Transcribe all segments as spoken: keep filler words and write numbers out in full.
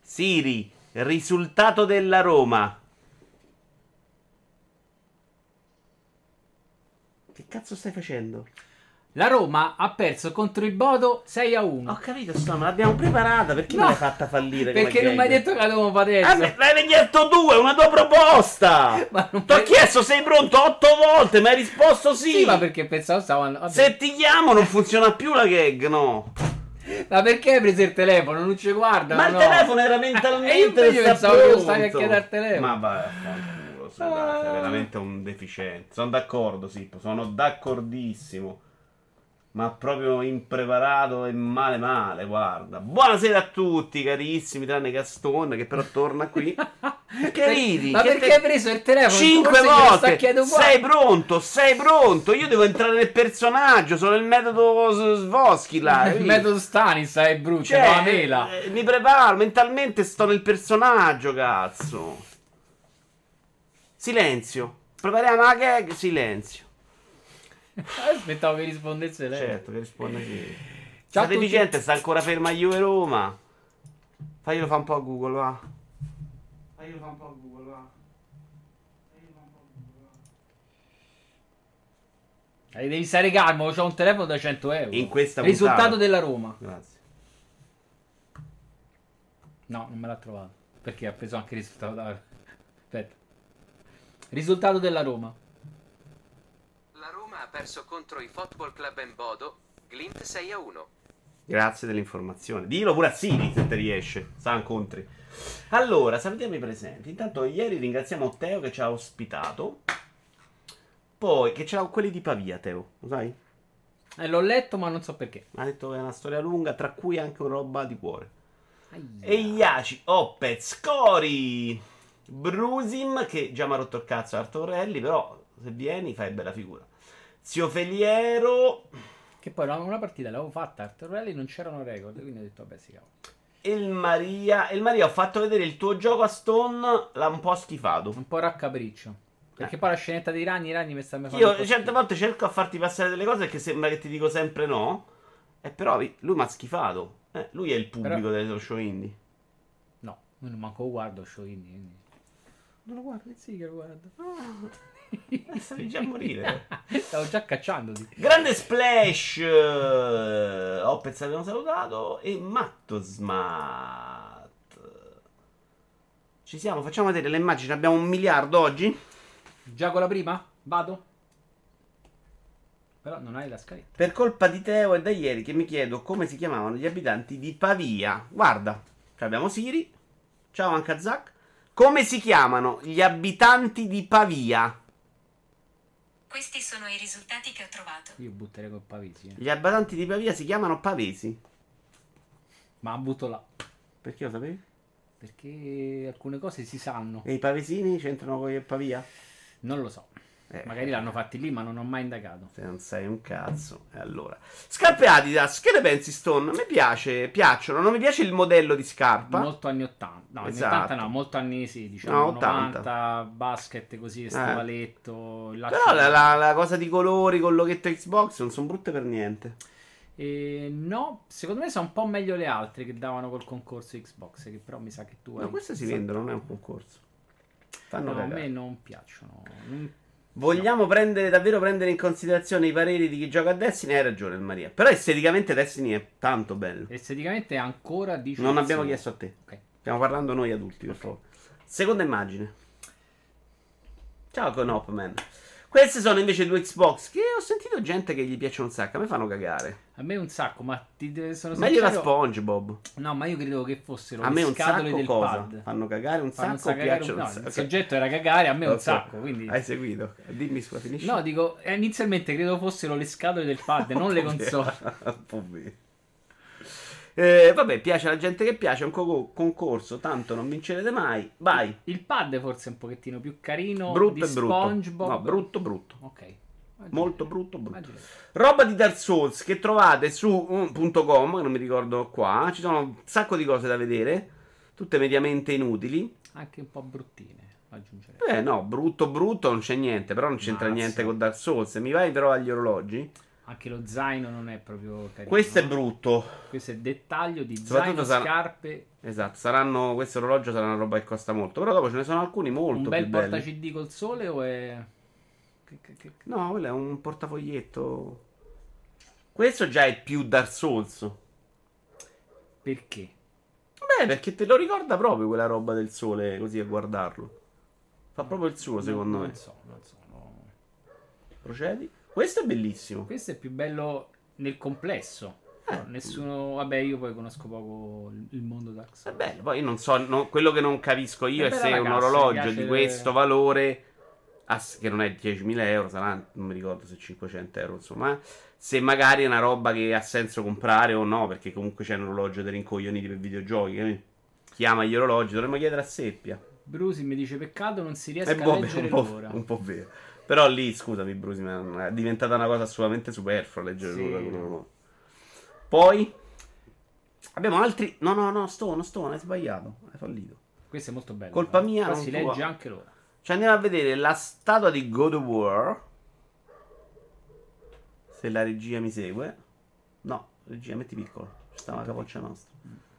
Siri, risultato della Roma. Che cazzo stai facendo? La Roma ha perso contro il Bodo sei a uno. Ho capito, sto, ma l'abbiamo preparata. Perché No, me l'hai fatta fallire? come Perché non mi hai gag? detto che l'avevo fatto. Ah, me- l'hai chiesto tu, è una tua proposta. Ma non Ti ho puoi- chiesto, sei pronto otto volte, ma hai risposto sì. Sì, ma perché pensavo stavano. vabbè. Se ti chiamo non funziona più la gag, no. Ma perché hai preso il telefono? Non ci guarda. Ma il no? telefono era E io mentalmente invece sta pensavo che lo pronto. stavi a chiedere al telefono. Ma vai a fanculo, sei, dai, sei veramente un deficiente. Sono d'accordo, Sippo, sono d'accordissimo. Ma proprio impreparato e male male, guarda. Buonasera a tutti, carissimi, tranne Gaston, che però torna qui. Che ridi? Ma Che perché te- hai preso il telefono? Cinque Forse glielo sta volte. chiedendo qua. Sei pronto, sei pronto. Io devo entrare nel personaggio, sono il metodo S- Svoschi là. Il capito? metodo Stanis è brutto, Cioè, la mela. eh, mi preparo mentalmente, sto nel personaggio, cazzo. Silenzio. Prepariamo la gag, silenzio. Aspettavo che rispondesse lei. Certo, che risponde sì. Ciao Sta a tutti. deficiente, sta ancora ferma a Juve Roma. Faglielo fa un po' a Google, va. Faglielo fa un po' a Google, va. Faglielo fa un po' a Google, va. Eh, devi stare calmo, c'ho un telefono da cento euro. In questa Risultato puntata. della Roma. Grazie. No, non me l'ha trovato. Perché ha preso anche il risultato da... Aspetta. Risultato della Roma. La Roma ha perso contro i Football Club Embodo, Glint sei a uno. Grazie dell'informazione. Dillo pure a Siri se ti riesce. Sa incontri. Allora, sappiamo i presenti. Intanto ieri ringraziamo Teo che ci ha ospitato. Poi che c'erano quelli di Pavia, Teo. Lo sai? Eh, l'ho letto ma non so perché. Mi ha detto che è una storia lunga, tra cui anche una roba di cuore. Aia. E Iaci, Opez, Cori, Brusim, che già mi ha rotto il cazzo a Artorelli, però se vieni fai bella figura. Zio Feliero, Che poi una partita l'avevo fatta a Torrelli, non c'erano record, quindi ho detto vabbè si cavo. il Maria. Il Maria, ho fatto vedere il tuo gioco a Stone, l'ha un po' schifato. Un po' raccapriccio. Perché poi la scenetta dei ragni, i ragni mi stanno Io certe volte cerco a farti passare delle cose che sembra che ti dico sempre no. E però lui mi ha schifato. Eh, lui è il pubblico Però- dello show indie. No, io non manco lo guardo show indie, quindi... Non lo guardi? Sì che lo guardo. Eh, stavi già a morire. Stavo già cacciandoti. Grande Splash, eh, Opez abbiamo salutato, e Matto Smart. Ci siamo, facciamo vedere le immagini, abbiamo un miliardo oggi. Già con la prima? Vado? Però non hai la scaletta. Per colpa di Teo è da ieri che mi chiedo come si chiamavano gli abitanti di Pavia. Guarda, cioè abbiamo Siri, ciao anche a Zac. Come si chiamano gli abitanti di Pavia? Questi sono i risultati che ho trovato. Io butterei col Pavesi. Eh. Gli abitanti di Pavia si chiamano pavesi. Ma butto là. Perché lo sapevi? Perché alcune cose si sanno. E i pavesini c'entrano con il Pavia? Non lo so. Eh, Magari l'hanno fatti lì, ma non ho mai indagato. Se non sei un cazzo. E allora. Scarpe Adidas, che ne pensi, Stone? A me piace, piacciono. Non mi piace il modello di scarpa. Molto anni ottanta. No, Esatto. anni ottanta no, molto anni sì, diciamo. No, ottanta. novanta, basket così, stivaletto. il Però laccio- la, la- la cosa di colori con l'occhietto Xbox non sono brutte per niente. Eh, no, secondo me sono un po' meglio le altre che davano col concorso Xbox, che però mi sa che tu hai... Ma queste si vendono, non è un concorso. Fanno No, a cagare. me non piacciono. Non- Vogliamo prendere davvero prendere in considerazione i pareri di chi gioca a Destiny? Hai ragione, il Maria. Però esteticamente Destiny è tanto bello. Esteticamente è ancora di Non abbiamo chiesto a te. Ok. Stiamo parlando noi adulti, per favore. Seconda immagine. Ciao Conopman. Queste sono invece due Xbox che ho sentito gente che gli piacciono un sacco. A me fanno cagare. A me un sacco, ma ti sono Meglio la sincero- SpongeBob. No, ma io credevo che fossero A le me un scatole sacco del cosa? pad. Fanno cagare un Fanno sacco o cagare un- piacciono no, un sacco? il soggetto era cagare, a me un Ok. sacco, quindi... Hai seguito? Dimmi scusa, finisci. No, dico, eh, inizialmente credevo fossero le scatole del pad, non le console. Un po' vero. Eh, vabbè, piace alla gente che piace, è un co- concorso, tanto non vincerete mai. Vai. Il pad forse è un pochettino più carino Brutto di e brutto. SpongeBob. No, brutto brutto. Ok. Molto brutto, brutto. Immagino. Roba di Dark Souls che trovate su un punto com, che non mi ricordo qua. Ci sono un sacco di cose da vedere, tutte mediamente inutili. Anche un po' bruttine, aggiungerei. Eh no, brutto brutto non c'è niente, però non c'entra Mazza. niente con Dark Souls. Se mi vai però agli orologi. Anche lo zaino non è proprio carino. Questo è no? brutto. Questo è dettaglio di Soprattutto zaino, sarà- scarpe, Esatto, saranno. Questo orologio sarà una roba che costa molto. Però dopo ce ne sono alcuni molto un bel più belli. porta C D col sole o è... Che, che, che... No, quello è un portafoglietto. Questo già è più Dark Souls. Perché? Beh, perché te lo ricorda proprio quella roba del sole così a guardarlo. Fa proprio il suo, secondo non, me. Non so, non so. no. Procedi. Questo è bellissimo. Questo è più bello nel complesso. Però nessuno... Vabbè, io poi conosco poco il il mondo Dark È Souls. bello. Poi io non so. no- quello che non capisco io È è bella se la un cassa, mi orologio piace di le- questo valore. ass- Che non è diecimila euro, sarà. Non mi ricordo se cinquecento euro, insomma. eh, Se magari è una roba che ha senso comprare o no. Perché comunque c'è un orologio dei rincoglioniti per videogiochi. capito? Chiama gli orologi. Dovremmo chiedere a Seppia. Brusi mi dice peccato non si riesca È a un po', leggere un po', l'ora. un po' vero. Però lì, scusami, Brusi, ma è diventata una cosa assolutamente superflua leggere Sì. l'ora con un orologio. Poi abbiamo altri. No, no, no, Stone, Stone, hai sbagliato. Hai fallito. Questo è molto bello. Colpa però. mia, Qua non si tua. legge anche l'ora. Ci andiamo a vedere la statua di God of War. Se la regia mi segue. No, regia, metti piccolo. Ci sta una capoccia nostra.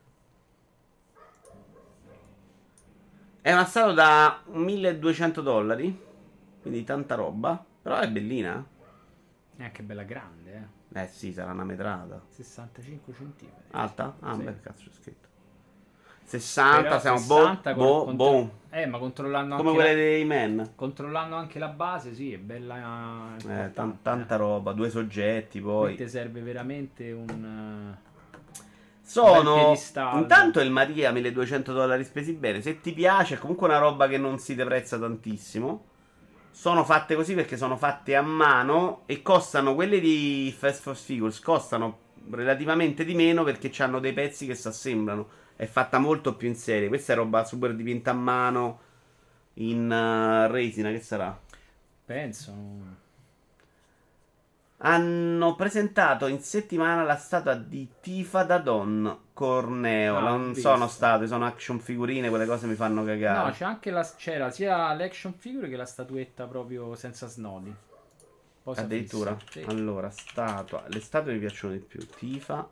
È una statua da milleduecento dollari. Quindi tanta roba. Però è bellina. È anche bella grande, eh. Eh sì, sarà una metrata. sessantacinque centimetri. Alta? Ah, Sì. beh, cazzo c'è scritto. sessanta, Però siamo sessanta boh, con- boh, contro- boh. Eh, ma controllando Come anche quelle la... dei men. controllando anche la base, sì, è bella. Eh, importante, tan- tanta roba, due soggetti eh. poi. Qui ti serve veramente un eh, bel Sono piedistallo. intanto il Maria milleduecento dollari spesi bene. Se ti piace, è comunque una roba che non si deprezza tantissimo. Sono fatte così perché sono fatte a mano e costano quelle di Fast Food Figures costano relativamente di meno perché hanno dei pezzi che si assemblano. È fatta molto più in serie. Questa è roba super dipinta a mano in uh, resina, che sarà? Penso. Hanno presentato in settimana la statua di Tifa da Don Corneo. Ah, ho non visto. sono statue, sono action figurine. Quelle cose mi fanno cagare. No, c'è anche la, c'era sia l'action figure che la statuetta proprio senza snodi. Posa Addirittura. fissa. Sì. Allora, statua. Le statue mi piacciono di più. Tifa,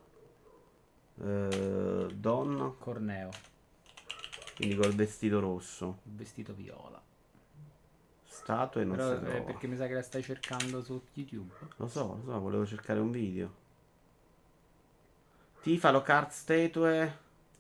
eh, Don, Corneo, quindi col vestito rosso. il vestito viola. Statue non Però si è trova. perché mi sa che la stai cercando su YouTube. Lo so, lo so, volevo cercare un video. Tifa, lo card statue.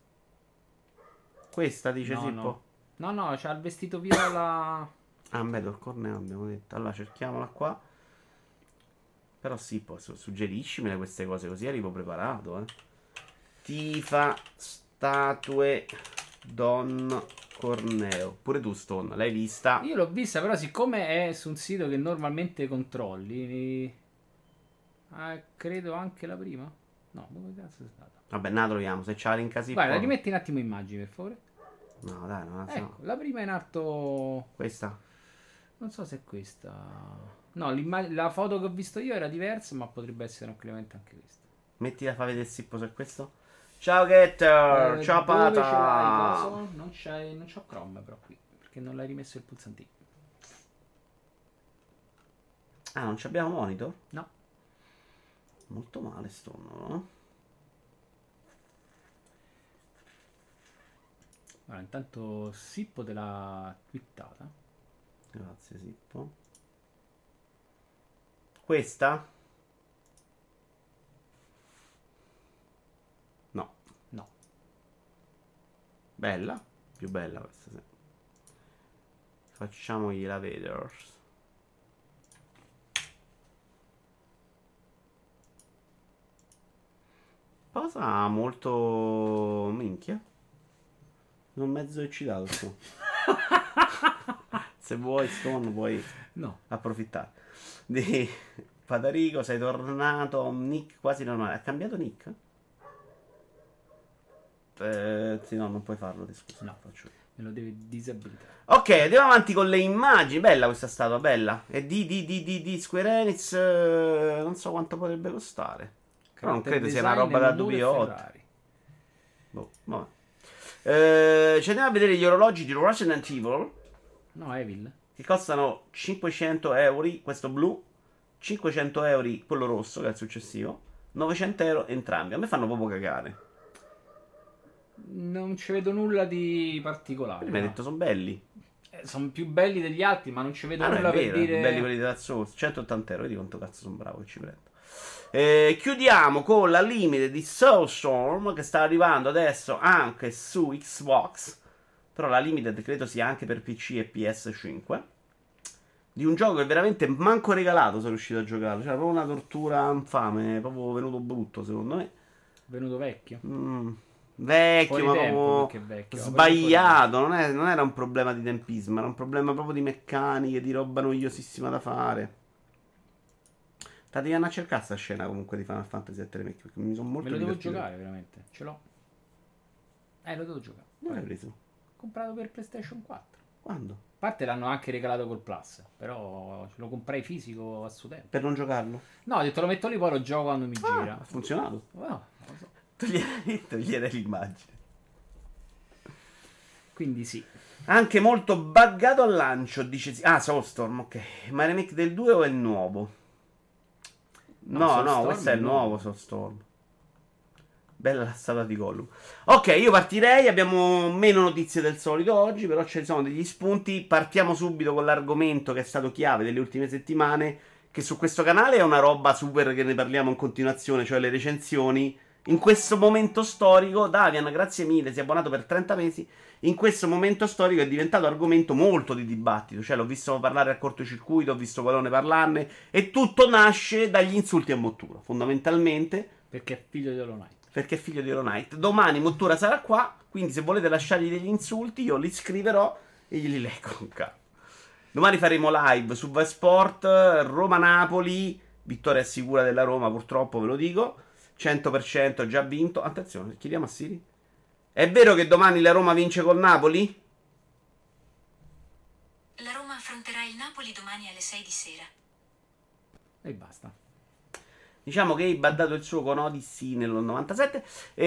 Questa dice No, Sippo? no. No, no, c'ha il vestito viola. Ah, beh, il corneo abbiamo detto. Allora cerchiamola qua. Però sì, poi su- suggeriscimele queste cose così arrivo preparato, eh. Tifa, statue, Don Corneo. Pure tu, Stone, l'hai vista? Io l'ho vista, però siccome è su un sito che normalmente controlli, ah, credo anche la prima. No, dove cazzo è stata? Vabbè, la troviamo. Se c'ha l'incasino. Guarda, rimetti un attimo immagini, per favore. No, dai, non la so. Ecco, la prima in alto. Questa? Non so se è questa. No, l'imma- la foto che ho visto io era diversa, ma potrebbe essere tranquillamente anche questa. Metti la fa vedere Sippo se è questo. Ciao Getter, Eh, ciao dove ce l'hai, Pata. coso? Non c'hai, non c'ho Chrome però qui, perché non l'hai rimesso il pulsantino. Ah, non ci abbiamo monitor? No. Molto male sto, no? Allora, intanto Sippo te l'ha twittata. Grazie Sippo. Questa? No. No. Bella? Più bella questa, sì. Facciamogli la vedere. Cosa molto minchia. Non mezzo eccitato sto. Se vuoi Stone puoi No. approfittare. Di Padarico, sei tornato a un nick quasi normale. Ha cambiato nick? Eh, sì, no, non puoi farlo, ti scuso. No. Faccio io. Me lo devi disabilitare. Ok, andiamo avanti con le immagini. Bella questa statua, bella. E di, di, di, di, di Square Enix, eh, non so quanto potrebbe costare. Però non Character credo sia una design, roba da Nomura e duemilaotto. Ferrari. Boh, vabbè. Eh, ci andiamo a vedere gli orologi di Resident Evil No, Evil. che costano cinquecento euro. Questo blu cinquecento euro quello rosso, che è il successivo, novecento euro entrambi. A me fanno proprio cagare. Non ci vedo nulla di particolare. Mi hai no. detto sono belli. Eh, sono più belli degli altri, ma non ci vedo Ah, no, nulla è vero, per dire. belli quelli di Dark Souls. centottanta euro, vedi quanto cazzo sono bravo che ci prendo. Eh, chiudiamo con la limite di Soulstorm, che sta arrivando adesso anche su Xbox. Però la limited credo sia anche per P C e P S cinque. Di un gioco che veramente manco regalato sono riuscito a giocarlo. C'era proprio una tortura infame, proprio venuto brutto secondo me. Venuto vecchio. Mm, vecchio, Fuori ma tempo, proprio perché è vecchio, sbagliato. Non, è- non era un problema di tempismo, era un problema proprio di meccaniche, di roba noiosissima da fare. State andando a cercare sta scena comunque di Final Fantasy sette Remake, perché mi sono molto Me lo devo divertito. giocare veramente. Ce l'ho. Eh, lo devo giocare. Non l'hai preso? Comprato per PlayStation quattro. Quando? A parte l'hanno anche regalato col Plus. Però lo comprai fisico a suo tempo. Per non giocarlo? No, ho detto lo metto lì, poi lo gioco quando mi Ah, gira. ha funzionato. No, non lo so. Togliere, togliere l'immagine. Quindi sì. Anche molto buggato al lancio, dice. Ah, Soulstorm, ok. Ma il remake del due o è il nuovo? No, no, Soulstorm questo è il no. nuovo Soulstorm. Bella la statua di Gollum. Ok, io partirei. Abbiamo meno notizie del solito oggi, però ci sono degli spunti. Partiamo subito con l'argomento che è stato chiave delle ultime settimane, che su questo canale è una roba super che ne parliamo in continuazione, cioè le recensioni. In questo momento storico, Davian, grazie mille, si è abbonato per trenta mesi. In questo momento storico è diventato argomento molto di dibattito. Cioè, l'ho visto parlare al cortocircuito, ho visto Qualone parlarne. E tutto nasce dagli insulti a Mottura, fondamentalmente. Perché è figlio di Hollow Knight. Perché è figlio di Hollow Knight. Domani Mottura sarà qua. Quindi, se volete lasciargli degli insulti, io li scriverò e glieli leggo con calma. Domani faremo live su Vesport, Roma-Napoli. Vittoria sicura della Roma, purtroppo ve lo dico. cento per cento già vinto. Attenzione, chiediamo a Siri. È vero che domani la Roma vince col Napoli? La Roma affronterà il Napoli domani alle sei di sera. E basta. Diciamo che Abe ha dato il suo con Odyssey nel novantasette.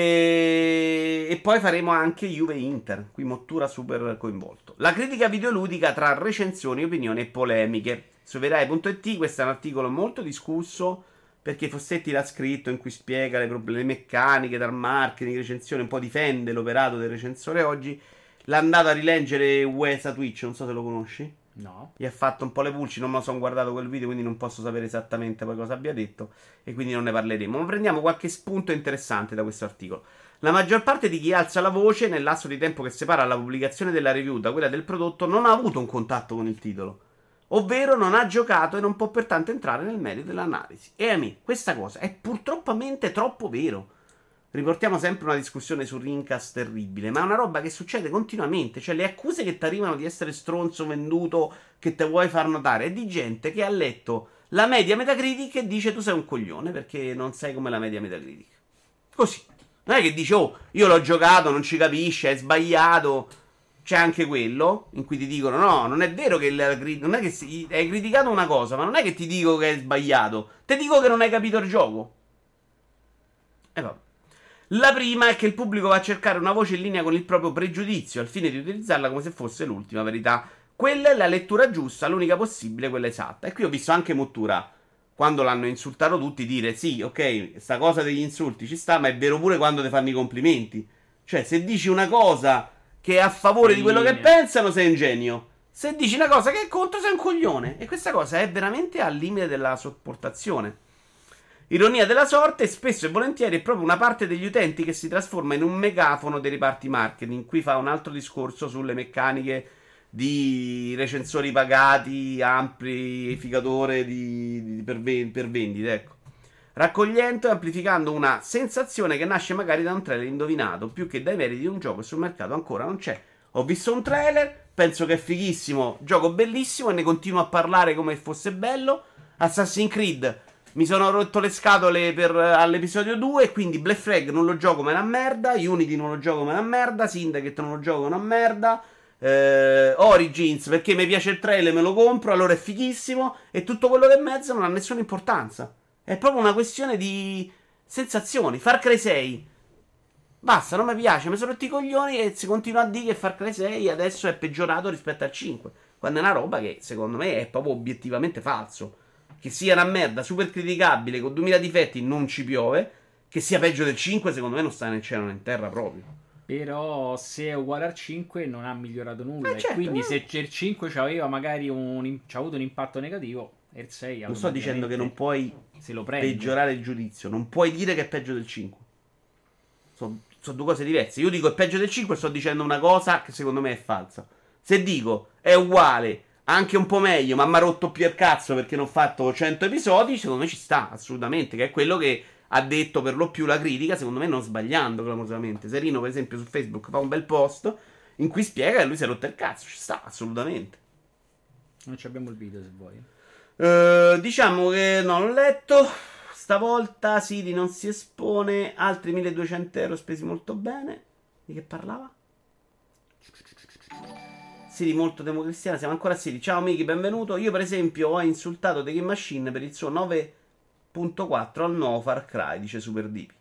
E... e poi faremo anche Juve-Inter. Qui Mottura super coinvolto. La critica videoludica tra recensioni, opinioni e polemiche. Su verai punto it, questo è un articolo molto discusso, perché Fossetti l'ha scritto, in cui spiega le problemi meccaniche dal marketing, recensione, un po' difende l'operato del recensore oggi. L'ha andato a rileggere Uesa Twitch, non so se lo conosci. No. Gli ha fatto un po' le pulci, non me lo sono guardato quel video, quindi non posso sapere esattamente poi cosa abbia detto, e quindi non ne parleremo. Ma prendiamo qualche spunto interessante da questo articolo. La maggior parte di chi alza la voce nel lasso di tempo che separa la pubblicazione della review da quella del prodotto non ha avuto un contatto con il titolo, ovvero non ha giocato e non può pertanto entrare nel merito dell'analisi. E a me questa cosa è purtroppamente troppo vero. Riportiamo sempre una discussione su Rincast terribile, ma è una roba che succede continuamente. Cioè, le accuse che ti arrivano di essere stronzo, venduto, che te vuoi far notare, è di gente che ha letto la media Metacritic e dice tu sei un coglione perché non sei come la media Metacritic. Così. Non è che dice, oh, io l'ho giocato, non ci capisce, è sbagliato. C'è anche quello in cui ti dicono, no, non è vero che la, non è che si, hai criticato una cosa, ma non è che ti dico che è sbagliato, ti dico che non hai capito il gioco. E vabbè. La prima è che il pubblico va a cercare una voce in linea con il proprio pregiudizio, al fine di utilizzarla come se fosse l'ultima verità. Quella è la lettura giusta, l'unica possibile, quella esatta. E qui ho visto anche Mottura, quando l'hanno insultato tutti, dire sì, ok, sta cosa degli insulti ci sta, ma è vero pure quando ti fanno i complimenti. Cioè, se dici una cosa che è a favore Sì, di quello che eh. pensano, sei un genio. Se dici una cosa che è contro, sei un coglione. E questa cosa è veramente al limite della sopportazione. Ironia della sorte, spesso e volentieri è proprio una parte degli utenti che si trasforma in un megafono dei reparti marketing. Qui fa un altro discorso sulle meccaniche di recensori pagati, amplificatore di, di, per, per vendite, ecco. Raccogliendo e amplificando una sensazione che nasce magari da un trailer indovinato, più che dai meriti di un gioco che sul mercato ancora non c'è. Ho visto un trailer, penso che è fighissimo, gioco bellissimo e ne continuo a parlare come fosse bello. Assassin's Creed, mi sono rotto le scatole per, all'episodio due, quindi Black Flag non lo gioco, ma è una merda. Unity non lo gioco, ma è una merda. Syndicate non lo gioco, è una merda. eh, Origins, perché mi piace il trailer, me lo compro, allora è fighissimo. E tutto quello che è in mezzo non ha nessuna importanza. È proprio una questione di sensazioni. Far Cry sei, basta, non mi piace, mi sono rotti i coglioni e si continua a dire che Far Cry sei adesso è peggiorato rispetto al cinque, quando è una roba che secondo me è proprio obiettivamente falso. che sia una merda super criticabile con duemila difetti non ci piove, che sia peggio del cinque secondo me non sta né in cielo né in terra proprio. Però se è uguale al cinque non ha migliorato nulla. Eh, certo, e quindi eh. se il cinque c'aveva magari un, c'ha avuto un impatto negativo, e il sei Non sto dicendo che non puoi se lo prende. peggiorare il giudizio, non puoi dire che è peggio del cinque. Sono, sono due cose diverse. Io dico è peggio del cinque e sto dicendo una cosa che secondo me è falsa. Se dico è uguale, anche un po' meglio, ma mi ha rotto più il cazzo perché non ho fatto cento episodi, secondo me ci sta, assolutamente, che è quello che ha detto per lo più la critica, secondo me non sbagliando clamorosamente. Serino, per esempio, su Facebook fa un bel post in cui spiega che lui si è rotto il cazzo, ci sta, assolutamente. Non ci abbiamo il video se vuoi. Uh, diciamo che non l'ho letto. Stavolta Siri non si espone. Altri milleduecento euro spesi molto bene. Di che parlava? Siri molto democristiana. Siamo ancora a Siri. Ciao Miki, benvenuto. Io per esempio ho insultato The Game Machine per il suo nove punto quattro al nuovo Far Cry, dice Super Dipi.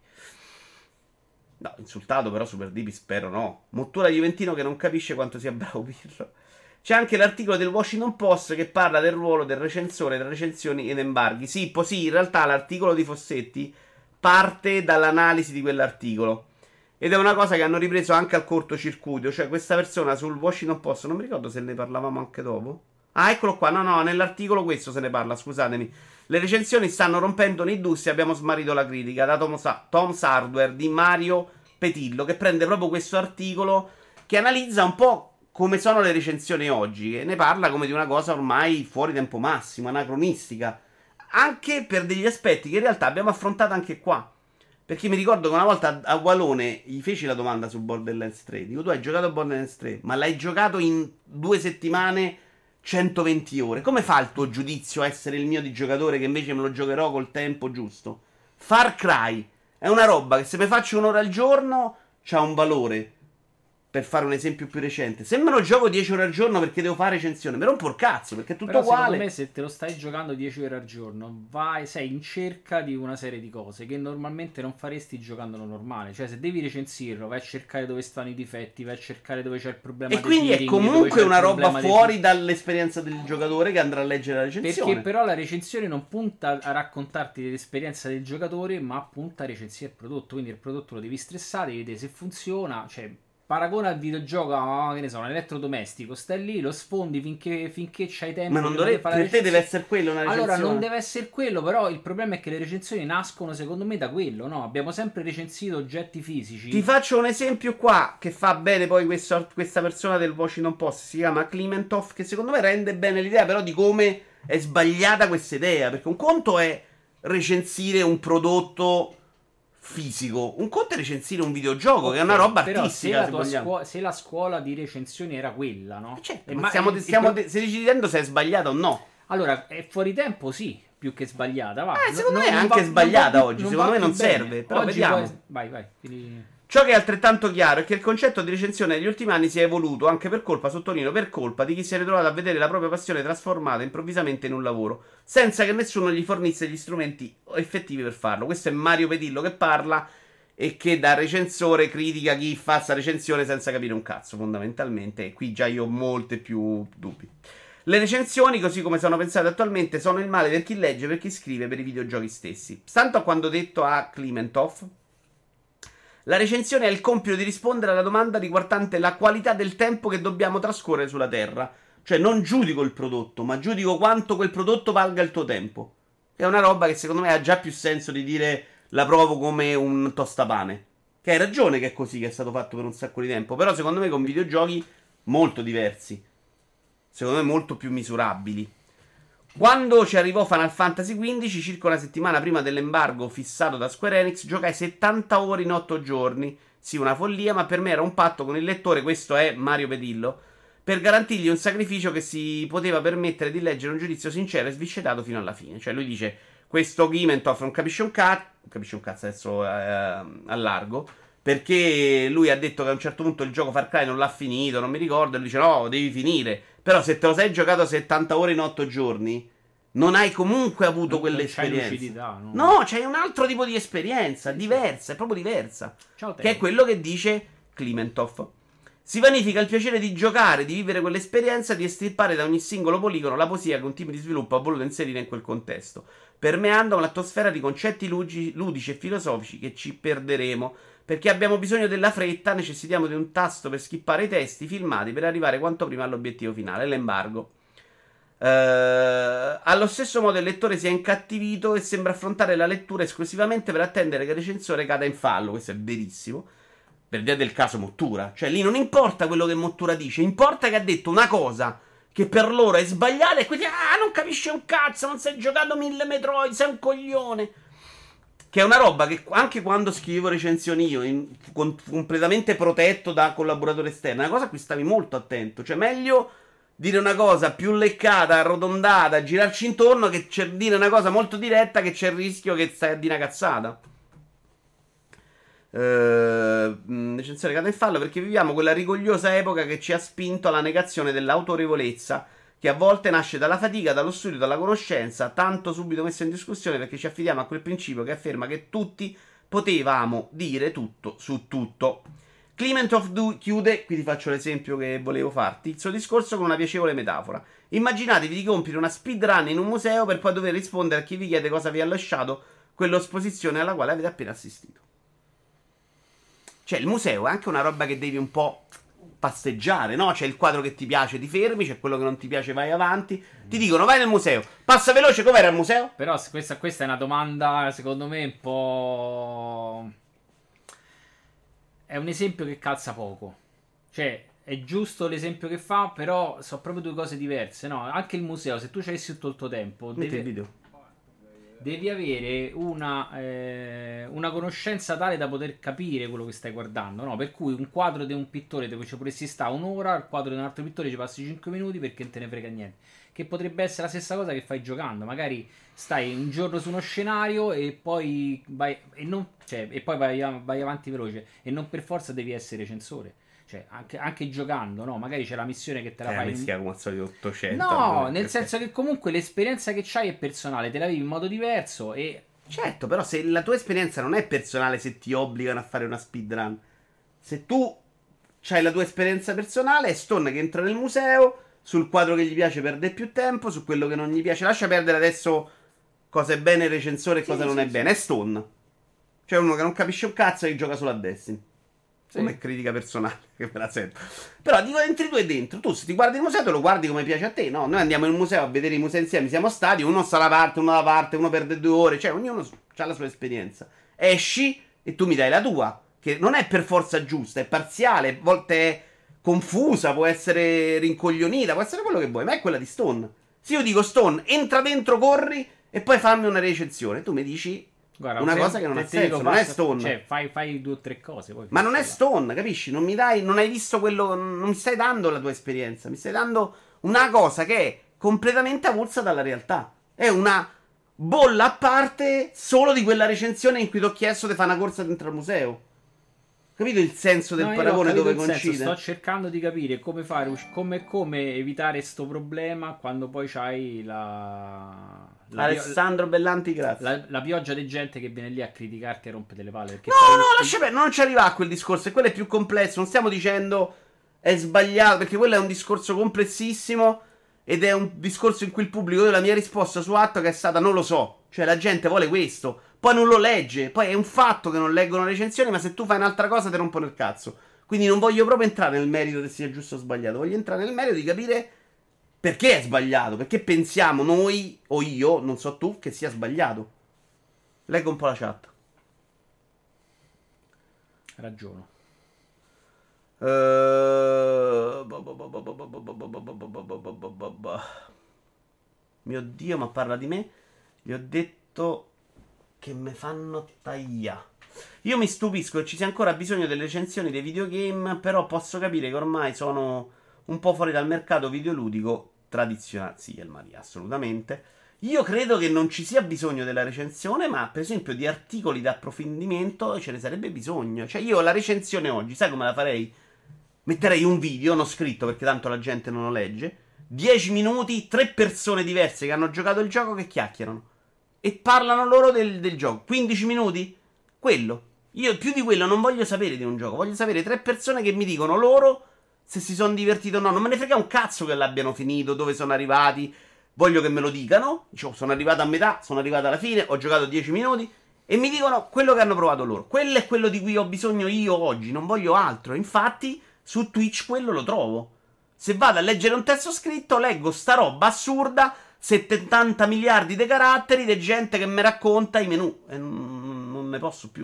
No, insultato però Super Dipi spero no. Mottura Juventino che non capisce quanto sia bravo Pirro. C'è anche l'articolo del Washington Post che parla del ruolo del recensore tra recensioni ed embarghi. Sì, sì, in realtà l'articolo di Fossetti parte dall'analisi di quell'articolo. Ed è una cosa che hanno ripreso anche al cortocircuito. Cioè questa persona sul Washington Post, non mi ricordo se ne parlavamo anche dopo. Ah, eccolo qua, no, no, nell'articolo questo se ne parla, scusatemi. Le recensioni stanno rompendo l'industria, abbiamo smarrito la critica, da Tom Sa- Tom's Hardware di Mario Petillo, che prende proprio questo articolo che analizza un po' come sono le recensioni oggi, e ne parla come di una cosa ormai fuori tempo massimo, anacronistica, anche per degli aspetti che in realtà abbiamo affrontato anche qua. Perché mi ricordo che una volta a Walone gli feci la domanda su Borderlands tre, dico tu hai giocato a Borderlands tre, ma l'hai giocato in due settimane, centoventi ore, come fa il tuo giudizio a essere il mio di giocatore che invece me lo giocherò col tempo giusto? Far Cry è una roba che se mi faccio un'ora al giorno c'ha un valore. Per fare un esempio più recente, se me lo gioco dieci ore al giorno perché devo fare recensione, mi rompo il cazzo perché è tutto Però uguale. secondo me se te lo stai giocando dieci ore al giorno, vai, sei in cerca di una serie di cose che normalmente non faresti giocandolo normale. Cioè se devi recensirlo, vai a cercare dove stanno i difetti, vai a cercare dove c'è il problema. E quindi è comunque una roba fuori dall'esperienza del giocatore che andrà a leggere la recensione. Perché però la recensione non punta a raccontarti l'esperienza del giocatore, ma punta a recensire il prodotto. Quindi il prodotto lo devi stressare, devi vedere se funziona, cioè paragona al videogioco, oh, che ne so, un elettrodomestico, stai lì, lo sfondi finché, finché c'hai tempo. Ma non dovrebbe, per te deve essere quello una recensione. Allora non deve essere quello, però il problema è che le recensioni nascono secondo me da quello, no? Abbiamo sempre recensito oggetti fisici. Ti faccio un esempio qua che fa bene poi questo, questa persona del Washington Post, si chiama Klimentov, che secondo me rende bene l'idea però di come è sbagliata questa idea, perché un conto è recensire un prodotto fisico, un conto è recensire un videogioco, okay, che è una roba però artistica. Se la, se, scuola, se la scuola di recensioni era quella, no? Certo, ma stiamo, il, stiamo il, stiamo decidendo se è sbagliata o no. Allora, è fuori tempo, sì, più che sbagliata. Va. Eh, secondo non, me è anche va, sbagliata non oggi. Non secondo me non bene. serve. Però oggi vediamo. Poi... Vai, vai. Quindi... Ciò che è altrettanto chiaro è che il concetto di recensione negli ultimi anni si è evoluto anche per colpa, sottolineo, per colpa di chi si è ritrovato a vedere la propria passione trasformata improvvisamente in un lavoro, senza che nessuno gli fornisse gli strumenti effettivi per farlo. Questo è Mario Petillo che parla e che da recensore critica chi fa questa recensione senza capire un cazzo, fondamentalmente. E qui già io ho molte più dubbi. Le recensioni, così come sono pensate attualmente, sono il male per chi legge, per chi scrive, per i videogiochi stessi. Stando a quanto detto a Klimentov, la recensione ha il compito di rispondere alla domanda riguardante la qualità del tempo che dobbiamo trascorrere sulla Terra. Cioè non giudico il prodotto, ma giudico quanto quel prodotto valga il tuo tempo. È una roba che secondo me ha già più senso di dire la provo come un tostapane. Che hai ragione che è così, che è stato fatto per un sacco di tempo. Però secondo me con videogiochi molto diversi. Secondo me molto più misurabili. Quando ci arrivò Final Fantasy quindici, circa una settimana prima dell'embargo fissato da Square Enix, giocai settanta ore in otto giorni. Sì, una follia, ma per me era un patto con il lettore, questo è Mario Petillo, per garantirgli un sacrificio che si poteva permettere di leggere un giudizio sincero e sviscerato fino alla fine. Cioè lui dice, questo Klimentov non capisce un cazzo, capisce un cazzo adesso eh, a largo, perché lui ha detto che a un certo punto il gioco Far Cry non l'ha finito, non mi ricordo, e lui dice no, devi finire. Però se te lo sei giocato settanta ore in otto giorni, non hai comunque avuto non quell'esperienza. C'hai lucidità, no? No, c'hai un altro tipo di esperienza, diversa, è proprio diversa. Ciao, che è quello che dice Klimentov. Si vanifica il piacere di giocare, di vivere quell'esperienza, di estirpare da ogni singolo poligono la poesia che un team di sviluppo ha voluto inserire in quel contesto, permeando un'atmosfera di concetti lugi- ludici e filosofici che ci perderemo, perché abbiamo bisogno della fretta, necessitiamo di un tasto per skippare i testi filmati per arrivare quanto prima all'obiettivo finale, l'embargo. Uh, allo stesso modo il lettore si è incattivito e sembra affrontare la lettura esclusivamente per attendere che il recensore cada in fallo. Questo è verissimo. Per via del caso Mottura. Cioè lì non importa quello che Mottura dice, importa che ha detto una cosa che per loro è sbagliata e quindi ah, non capisce un cazzo, non sei giocato mille Metroid, sei un coglione. Che è una roba che anche quando scrivevo recensioni io, in, con, completamente protetto da collaboratore esterno, è una cosa a cui stavi molto attento. Cioè meglio dire una cosa più leccata, arrotondata, girarci intorno, che c'è dire una cosa molto diretta che c'è il rischio che stai a dire una cazzata. Uh, recensione cade in fallo perché viviamo quella rigogliosa epoca che ci ha spinto alla negazione dell'autorevolezza, che a volte nasce dalla fatica, dallo studio, dalla conoscenza, tanto subito messa in discussione perché ci affidiamo a quel principio che afferma che tutti potevamo dire tutto su tutto. Clement of Du chiude, qui ti faccio l'esempio che volevo farti, il suo discorso con una piacevole metafora. Immaginatevi di compiere una speedrun in un museo per poi dover rispondere a chi vi chiede cosa vi ha lasciato quell'esposizione alla quale avete appena assistito. Cioè il museo è anche una roba che devi un po' passeggiare, no? C'è il quadro che ti piace, ti fermi, c'è quello che non ti piace, vai avanti. Ti dicono vai nel museo, passa veloce, com'era il museo? Però questa, questa è una domanda secondo me un po'... È un esempio che calza poco. Cioè, è giusto l'esempio che fa, però sono proprio due cose diverse, no? Anche il museo, se tu ci avessi tutto il tuo tempo, Metti devi, il video. devi avere una, eh, una conoscenza tale da poter capire quello che stai guardando, no? Per cui un quadro di un pittore dove ci potresti stare un'ora, il quadro di un altro pittore ci passi cinque minuti perché non te ne frega niente. Che potrebbe essere la stessa cosa che fai giocando. Magari stai un giorno su uno scenario e poi vai, e non, cioè, e poi vai, vai avanti veloce. E non per forza devi essere censore. Cioè, anche, anche giocando, no? Magari c'è la missione che te la eh, fai. Mi schiavo come al solito ottocento. No, nel senso che comunque l'esperienza che c'hai è personale, te la vivi in modo diverso e... Certo, però se la tua esperienza non è personale, se ti obbligano a fare una speedrun, se tu c'hai la tua esperienza personale, è Stone che entra nel museo, sul quadro che gli piace perde più tempo, su quello che non gli piace lascia perdere adesso cosa è bene il recensore e cosa sì, non sì, è bene. È Stone. Cioè uno che non capisce un cazzo e che gioca solo a Destiny. Sì. Come critica personale, che me la sento. Però dico, entri tu e dentro. Tu se ti guardi il museo te lo guardi come piace a te. No, noi andiamo in museo a vedere i musei insieme, siamo stati, uno sta da parte, uno da parte, uno perde due ore. Cioè ognuno ha la sua esperienza. Esci e tu mi dai la tua, che non è per forza giusta, è parziale, a volte è confusa, può essere rincoglionita, può essere quello che vuoi, ma è quella di Stone. Se io dico Stone, entra dentro, corri e poi fammi una recensione, tu mi dici Guarda, una se- cosa che non te- ha te senso, dico, non è basta- Stone. Cioè, fai, fai due o tre cose. Poi Ma non è finisci Stone, capisci? Non mi dai, non hai visto quello, non mi stai dando la tua esperienza, mi stai dando una cosa che è completamente avulsa dalla realtà. È una bolla a parte solo di quella recensione in cui ti ho chiesto di fare una corsa dentro al museo. Capito il senso del No, io paragone ho capito dove il senso, coincide? sto cercando di capire come fare, us- come, come evitare sto problema quando poi c'hai la, la, pio- Alessandro Bellanti, grazie. la, la pioggia di gente che viene lì a criticarti e rompete le palle. Perché No, poi- no, lascia perdere, non ci arriva a quel discorso, e quello è più complesso, non stiamo dicendo è sbagliato, perché quello è un discorso complessissimo ed è un discorso in cui il pubblico, io la mia risposta su Atto che è stata non lo so, cioè la gente vuole questo, poi non lo legge, poi è un fatto che non leggono recensioni, ma se tu fai un'altra cosa ti rompono il cazzo. Quindi non voglio proprio entrare nel merito se sia giusto o sbagliato, voglio entrare nel merito di capire perché è sbagliato, perché pensiamo noi, o io, non so tu, che sia sbagliato. Leggo un po' la chat. Ragiono. Mio Dio, ma parla di me. Gli ho detto che me fanno taglia. Io mi stupisco che ci sia ancora bisogno delle recensioni dei videogame, però posso capire che ormai sono un po' fuori dal mercato videoludico tradizionale. Sì, El Maria, assolutamente. Io credo che non ci sia bisogno della recensione, ma per esempio di articoli d'approfondimento ce ne sarebbe bisogno. Cioè io la recensione oggi, sai come la farei? Metterei un video, non scritto perché tanto la gente non lo legge, dieci minuti, tre persone diverse che hanno giocato il gioco che chiacchierano e parlano loro del, del gioco. quindici minuti? Quello. Io più di quello non voglio sapere di un gioco, voglio sapere tre persone che mi dicono loro se si sono divertiti o no. Non me ne frega un cazzo che l'abbiano finito, dove sono arrivati. Voglio che me lo dicano. Dicevo, sono arrivato a metà, sono arrivato alla fine, ho giocato dieci minuti e mi dicono quello che hanno provato loro. Quello è quello di cui ho bisogno io oggi, non voglio altro. Infatti su Twitch quello lo trovo. Se vado a leggere un testo scritto, leggo sta roba assurda, settanta miliardi di caratteri, di gente che mi racconta i menù. E non, non ne posso più.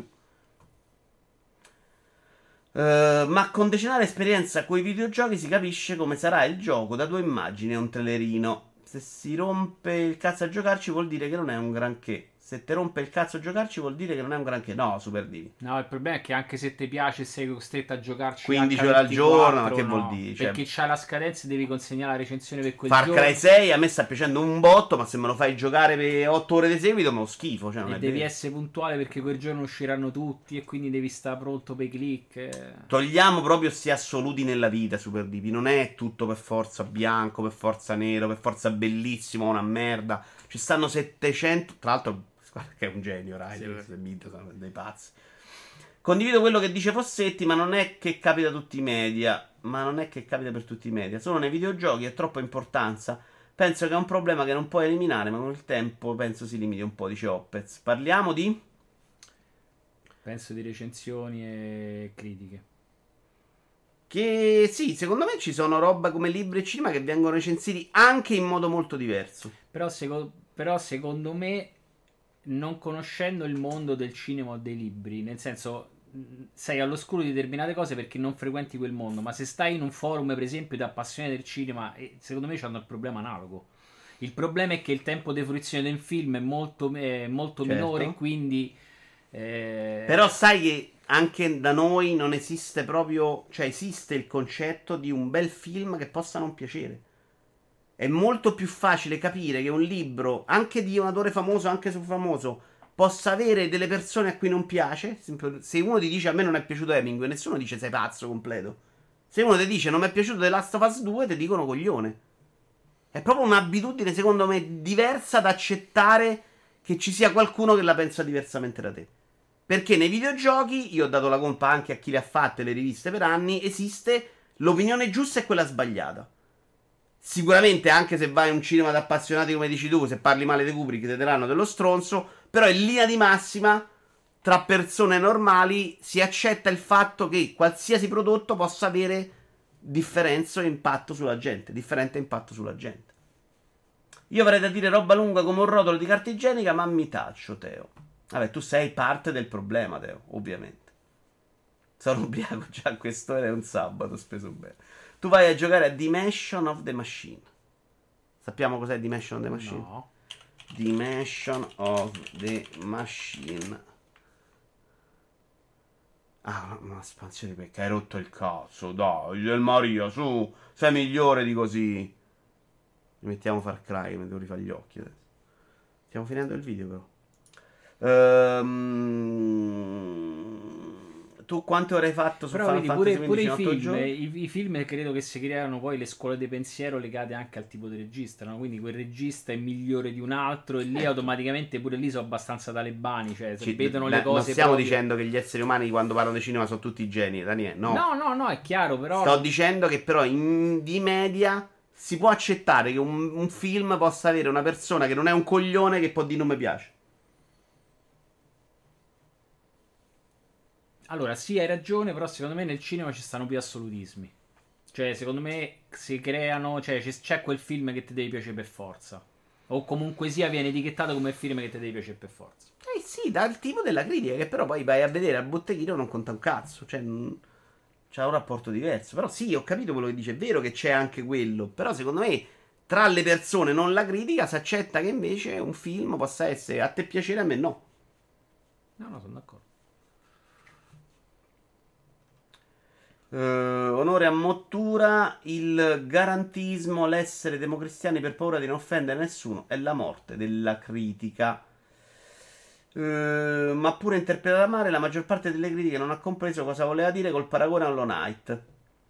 Uh, ma con decennale esperienza coi videogiochi si capisce come sarà il gioco da due immagini e un trailerino. Se si rompe il cazzo a giocarci vuol dire che non è un granché. Se te rompe il cazzo a giocarci vuol dire che non è un granché. No, Super Divi. No, il problema è che anche se ti piace sei costretto a giocarci quindici ore al giorno, ma che no, vuol dire? Cioè, perché c'hai la scadenza e devi consegnare la recensione per quel Far giorno. Cry sei a me sta piacendo un botto, ma se me lo fai giocare per otto ore di seguito me lo schifo. Cioè non E è devi vero. essere puntuale perché quel giorno usciranno tutti e quindi devi stare pronto per i click. Togliamo proprio sti assoluti nella vita, Super Divi. Non è tutto per forza bianco, per forza nero, per forza bellissimo, una merda. Ci stanno settecento. Tra l'altro, guarda che è un genio, Rai. Sì, Queste vite sono dei pazzi. Condivido quello che dice Fossetti, ma non è che capita a tutti i media. Ma non è che capita per tutti i media. Solo nei videogiochi è troppa importanza. Penso che è un problema che non puoi eliminare, ma con il tempo penso si limiti un po', dice Opez. Parliamo di... Penso di recensioni e critiche. Che sì, secondo me ci sono roba come libri e cinema che vengono recensiti anche in modo molto diverso. Però, seco- però secondo me, non conoscendo il mondo del cinema o dei libri, nel senso, mh, sei all'oscuro di determinate cose perché non frequenti quel mondo, ma se stai in un forum, per esempio, di appassionati del cinema, e secondo me hanno il problema analogo. Il problema è che il tempo di fruizione del film è molto, è molto Certo. minore e quindi... eh, Però sai che anche da noi non esiste proprio, cioè esiste il concetto di un bel film che possa non piacere. È molto più facile capire che un libro, anche di un autore famoso, anche se famoso, possa avere delle persone a cui non piace. Se uno ti dice a me non è piaciuto Hemingway, nessuno dice sei pazzo completo. Se uno ti dice non mi è piaciuto The Last of Us due, ti dicono coglione. È proprio un'abitudine, secondo me, diversa da accettare che ci sia qualcuno che la pensa diversamente da te. Perché nei videogiochi, io ho dato la colpa anche a chi le ha fatte le riviste per anni, esiste l'opinione giusta e quella sbagliata. Sicuramente anche se vai a un cinema di appassionati come dici tu, se parli male di Kubrick ti daranno dello stronzo, però in linea di massima tra persone normali si accetta il fatto che qualsiasi prodotto possa avere differenza e impatto sulla gente, differente impatto sulla gente. Io avrei da dire roba lunga come un rotolo di carta igienica, ma mi taccio, Teo. Vabbè, tu sei parte del problema, Teo, ovviamente. Sono ubriaco già a quest'ora, è un sabato, speso bene. Tu vai a giocare a Dimension of the Machine. Sappiamo cos'è Dimension of the Machine? no. Dimension of the Machine. Ah, una espansione perché hai rotto il cazzo. Dai, del Maria, su. Sei migliore di così. Mettiamo Far Cry, che mi devo rifare gli occhi adesso. Stiamo finendo il video però. Ehm, tu quante ore hai fatto su Però Final vedi, pure, Fantasy pure i quindici in otto film, giorni? i, i film credo che si creano poi le scuole di pensiero legate anche al tipo di regista, no? Quindi quel regista è migliore di un altro e lì automaticamente pure lì sono abbastanza talebani, cioè se Ci- vedono beh, le cose non stiamo proprio- dicendo che gli esseri umani quando parlano di cinema sono tutti geni, Daniele, no. No, no, no, è chiaro, però Sto dicendo che però in, di media si può accettare che un, un film possa avere una persona che non è un coglione che può dire non mi piace. allora sì, hai ragione, però secondo me nel cinema ci stanno più assolutismi. Cioè, secondo me si creano, cioè c'è, c'è quel film che ti devi piacere per forza. O comunque sia viene etichettato come il film che ti devi piacere per forza. Eh sì, dal tipo della critica, che però poi vai a vedere al botteghino non conta un cazzo, cioè mh, c'ha un rapporto diverso. Però sì, ho capito quello che dice, è vero che c'è anche quello, però secondo me tra le persone non la critica si accetta che invece un film possa essere a te piacere, a me no. No, no, sono d'accordo. Eh, onore a Mottura, il garantismo, l'essere democristiani per paura di non offendere nessuno è la morte della critica. Eh, ma pure interpretata male, la maggior parte delle critiche non ha compreso cosa voleva dire col paragone a Hollow Knight.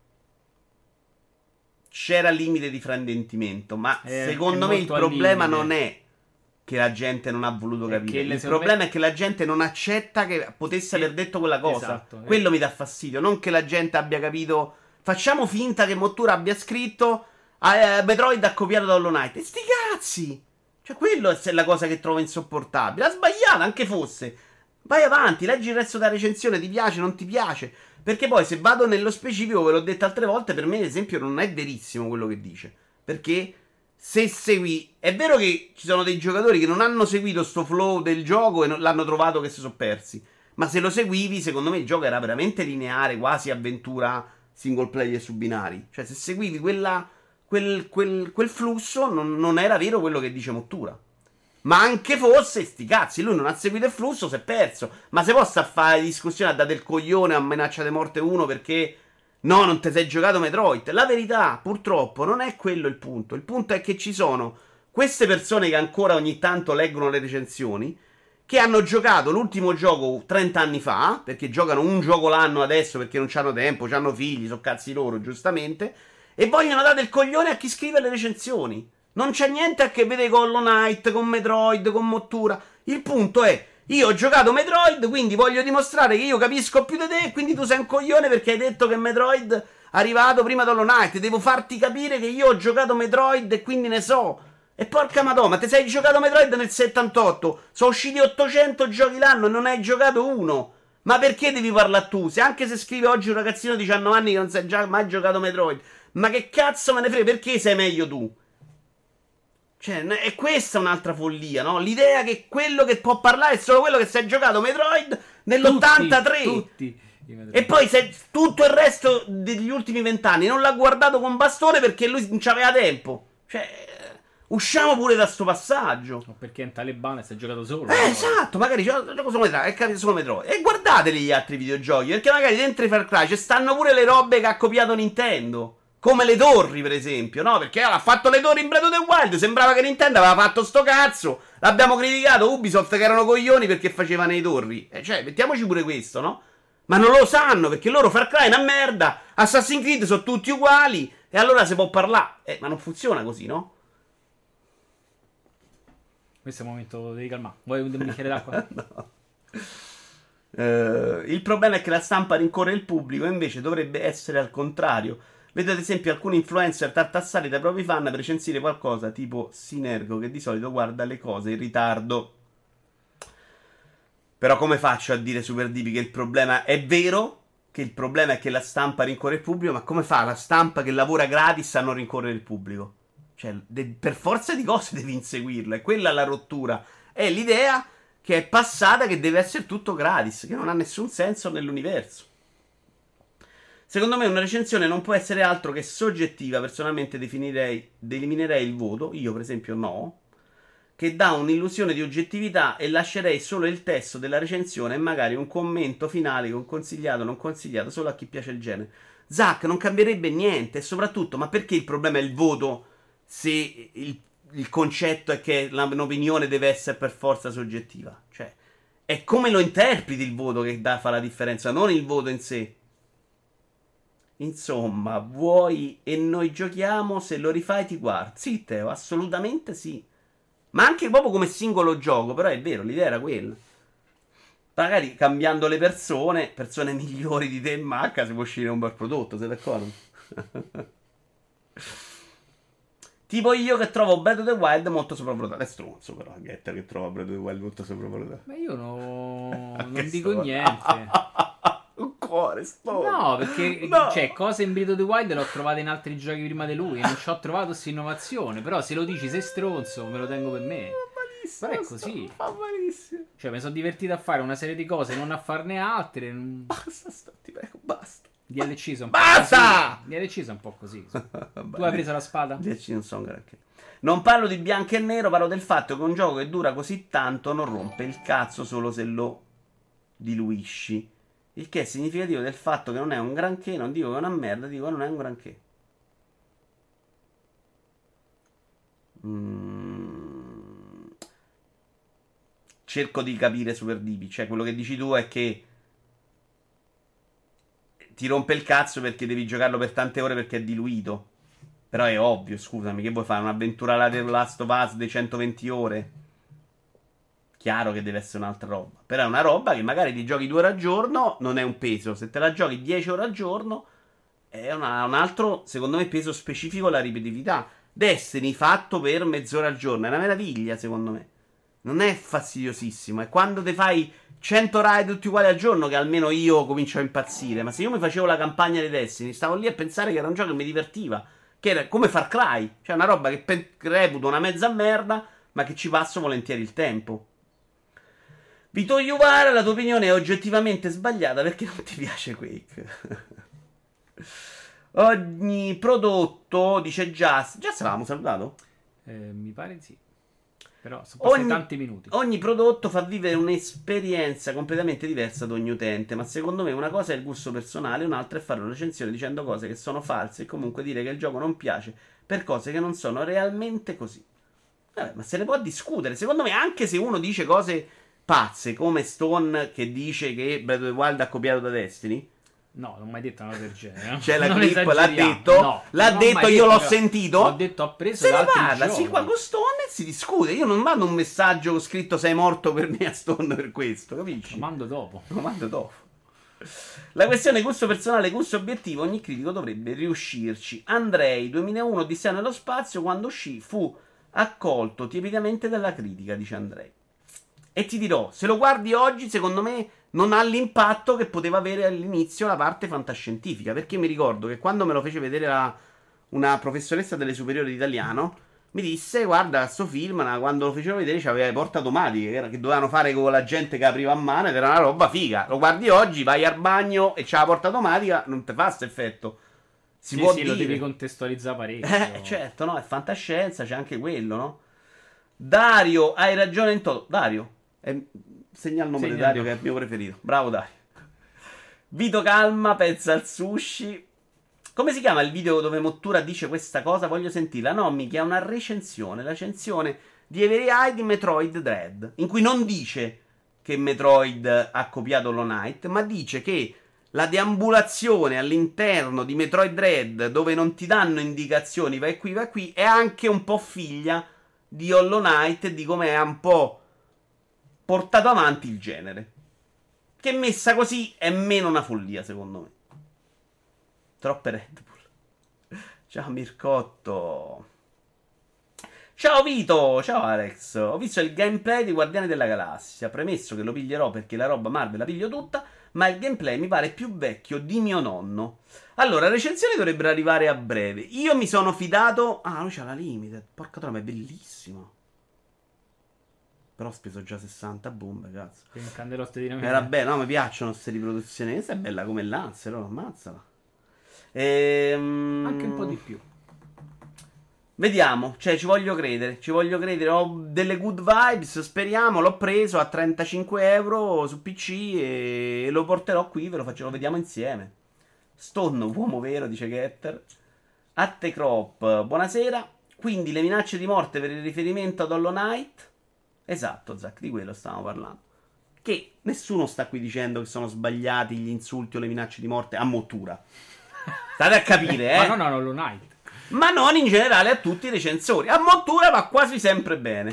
C'era limite di fraintendimento, ma Eh, secondo è me il molto al problema limite. non è che la gente non ha voluto È capire. che le- Il secondo problema me- è che la gente non accetta che potesse Sì, aver detto quella cosa. esatto, eh. Quello mi dà fastidio. Non che la gente abbia capito facciamo finta che Mottura abbia scritto eh, Metroid ha copiato da Hollow Knight. E sti cazzi! Cioè, quello è la cosa che trovo insopportabile. Ha sbagliato, anche fosse. Vai avanti, leggi il resto della recensione, ti piace, non ti piace. Perché poi, se vado nello specifico, ve l'ho detto altre volte, per me, ad esempio, non è verissimo quello che dice. Perché se segui... È vero che ci sono dei giocatori che non hanno seguito sto flow del gioco e non l'hanno trovato che si sono persi. Ma se lo seguivi, secondo me il gioco era veramente lineare, quasi avventura single player su binari. Cioè, se seguivi quella... Quel, quel, quel flusso non, non era vero quello che dice Mottura. Ma anche fosse, sti cazzi, lui non ha seguito il flusso, si è perso. Ma se possa fare discussione a dare il coglione a minaccia di morte uno perché no, non ti sei giocato Metroid. La verità, purtroppo, non è quello il punto. Il punto è che ci sono queste persone che ancora ogni tanto leggono le recensioni, che hanno giocato l'ultimo gioco trenta anni fa, perché giocano un gioco l'anno adesso perché non hanno tempo, hanno figli, sono cazzi loro, giustamente, e vogliono dare del coglione a chi scrive le recensioni. Non c'è niente a che vedere con Hollow Knight, con Metroid, con Mottura. Il punto è, io ho giocato Metroid, quindi voglio dimostrare che io capisco più di te, e quindi tu sei un coglione perché hai detto che Metroid è arrivato prima di Hollow Knight. Devo farti capire che io ho giocato Metroid e quindi ne so. E porca madonna, ti sei giocato Metroid nel settantotto. Sono usciti ottocento giochi l'anno e non hai giocato uno. Ma perché devi parlare tu? Se anche se scrive oggi un ragazzino di diciannove anni che non si è già mai giocato Metroid, ma che cazzo me ne frega? Perché sei meglio tu? Cioè, è questa un'altra follia, no? L'idea che quello che può parlare è solo quello che si è giocato Metroid nell'ottantatré. Tutti, tutti e poi se tutto il resto degli ultimi vent'anni non l'ha guardato con bastone perché lui non c'aveva tempo. Cioè, usciamo pure da sto passaggio. O perché è un talebano e si è giocato solo. Eh, esatto, magari gioco solo Metroid, è capito solo Metroid. E guardateli gli altri videogiochi, perché magari dentro i Far Cry ci stanno pure le robe che ha copiato Nintendo. Come le torri, per esempio, no? Perché ha fatto le torri in Breath of the Wild. Sembrava che Nintendo aveva fatto sto cazzo. L'abbiamo criticato, Ubisoft che erano coglioni perché facevano i torri. E cioè, mettiamoci pure questo, no? Ma non lo sanno, perché loro Far Cry è una merda. Assassin's Creed sono tutti uguali. E allora si può parlare. Eh, ma non funziona così, no? Questo è il momento, devi calmare. Vuoi un bicchiere d'acqua? No. Uh, il problema è che la stampa rincorre il pubblico e invece dovrebbe essere al contrario. Vedo ad esempio alcuni influencer tartassati dai propri fan per recensire qualcosa tipo Sinergo, che di solito guarda le cose in ritardo. Però come faccio a dire Super Dipi che il problema è vero? Che il problema è che la stampa rincorre il pubblico, ma come fa la stampa che lavora gratis a non rincorrere il pubblico? Cioè, de- per forza di cose devi inseguirla, è quella la rottura. È l'idea che è passata che deve essere tutto gratis, che non ha nessun senso nell'universo. Secondo me una recensione non può essere altro che soggettiva. Personalmente definirei, eliminerei il voto, io per esempio no, che dà un'illusione di oggettività, e lascerei solo il testo della recensione e magari un commento finale con consigliato o non consigliato solo a chi piace il genere. Zack, non cambierebbe niente, e soprattutto, ma perché il problema è il voto se il, il concetto è che la, un'opinione deve essere per forza soggettiva? Cioè, è come lo interpreti il voto che dà, fa la differenza, non il voto in sé. Insomma, vuoi e noi giochiamo, se lo rifai ti guardi. Sì, Teo, assolutamente sì. Ma anche proprio come singolo gioco, però è vero, l'idea era quella. Magari cambiando le persone, persone migliori di te e Macca, si può uscire un bel prodotto, sei d'accordo? Tipo io che trovo Breath of the Wild molto sopravvalutato. È stronzo però, Getter che trova Breath of the Wild molto sopravvalutato. Ma io no, non Che dico sto- niente. Un cuore, sto. No, perché No. cioè, cose in Breath of the Wild le ho trovate in altri giochi prima di lui. Non ci ho trovato questa innovazione. Però se lo dici sei stronzo, me lo tengo per me. Malissimo, Però è sto- così. Fa malissimo. Cioè, mi sono divertito a fare una serie di cose, non a farne altre. non- Basta, sto, ti prego, basta. D L C sono un po' Basta! così. D L C sono un po' così. Tu Vabbè, hai preso la spada? dieci non sono granché. Non parlo di bianco e nero, parlo del fatto che un gioco che dura così tanto non rompe il cazzo solo se lo diluisci. Il che è significativo del fatto che non è un granché. Non dico che è una merda, dico che non è un granché. Mm. Cerco di capire Super D B. Cioè, quello che dici tu è che ti rompe il cazzo perché devi giocarlo per tante ore perché è diluito. Però è ovvio, scusami, che vuoi fare? Un'avventura alla The Last of Us di centoventi ore? Chiaro che deve essere un'altra roba. Però è una roba che magari ti giochi due ore al giorno, non è un peso. Se te la giochi dieci ore al giorno, è una- un altro, secondo me, peso specifico la ripetitività. Destiny fatto per mezz'ora al giorno è una meraviglia, secondo me. Non è fastidiosissimo. È quando te fai cento raid tutti uguali al giorno che almeno io comincio a impazzire. Ma se io mi facevo la campagna di Destiny, stavo lì a pensare che era un gioco che mi divertiva. Che era come Far Cry. Cioè una roba che pe- reputo una mezza merda, ma che ci passo volentieri il tempo. Vito Iuvara, la tua opinione è oggettivamente sbagliata perché non ti piace Quake. Ogni prodotto, dice Just. Just l'avevamo salutato? Eh, mi pare di sì. Però sono passati Ogni, tanti minuti. ogni prodotto fa vivere un'esperienza completamente diversa ad ogni utente, ma secondo me una cosa è il gusto personale, un'altra è fare una recensione dicendo cose che sono false e comunque dire che il gioco non piace per cose che non sono realmente così. Vabbè, ma se ne può discutere. Secondo me, anche se uno dice cose pazze, come Stone che dice che Breath of the Wild ha copiato da Destiny, No, non ho mai detto una cosa del genere. No? cioè la Non clip l'ha esageriamo. detto, No, l'ha non ho detto, mai io detto l'ho che- sentito. Ho detto ho preso Se da ne altri parla, giochi. sì, qua con Stone e si discute. Io non mando un messaggio con scritto sei morto per me a Stone per questo, capisci? Lo mando dopo. Lo mando dopo. La questione gusto personale, gusto obiettivo, ogni critico dovrebbe riuscirci. Andrei, duemilauno, Odissea nello spazio, quando uscì fu accolto tiepidamente dalla critica, dice Andrei. E ti dirò, se lo guardi oggi, secondo me non ha l'impatto che poteva avere all'inizio la parte fantascientifica. Perché mi ricordo che quando me lo fece vedere la- una professoressa delle superiori di italiano, mi disse, guarda, sto film, na- quando lo fecero vedere c'aveva le porte automatiche, che, era- che dovevano fare con la gente che apriva a mano, ed era una roba figa. Lo guardi oggi, vai al bagno e c'ha la porta automatica, non ti fa questo effetto. Si Sì, può sì, dire. lo devi contestualizzare parecchio. Eh, certo, no, è fantascienza, c'è anche quello, no? Dario, hai ragione in toto. Dario, è... segna il nome Segna di il Dario nome. che è il mio preferito. Bravo Dario. Vito Calma, pensa al sushi. Come si chiama il video dove Mottura dice questa cosa? Voglio sentirla. No, mica è una recensione, la recensione di Every Eye di Metroid Dread, in cui non dice che Metroid ha copiato Hollow Knight, ma dice che la deambulazione all'interno di Metroid Dread, dove non ti danno indicazioni, vai qui, vai qui, è anche un po' figlia di Hollow Knight e di come ha un po' portato avanti il genere. Che messa così è meno una follia, secondo me. Troppe Red Bull. Ciao Mircotto. Ciao Vito, ciao Alex. Ho visto il gameplay di Guardiani della Galassia. Premesso che lo piglierò perché la roba Marvel la piglio tutta, ma il gameplay mi pare più vecchio di mio nonno. Allora, recensioni dovrebbero arrivare a breve. Io mi sono fidato. Ah, lui c'ha la Limited. Porca troia, ma è bellissimo. Però ho speso già sessanta bombe, cazzo. Che un candelotto di dinamite. Era bella, no, mi piacciono queste riproduzioni. Questa è bella come Lancer, oh, ammazzala. Ehm... Anche un po' di più. Vediamo, cioè ci voglio credere, ci voglio credere, ho delle good vibes, speriamo, l'ho preso a trentacinque euro su P C e lo porterò qui, ve lo faccio, lo vediamo insieme. Stone, uomo vero, dice Getter. Attecrop, buonasera. Quindi le minacce di morte per il riferimento ad Hollow Knight? Esatto, Zac, di quello stavamo parlando. Che nessuno sta qui dicendo che sono sbagliati gli insulti o le minacce di morte a Mottura. State a capire, eh? Ma no, no, no, Hollow Knight. Ma non in generale a tutti i recensori. A Mottura va quasi sempre bene.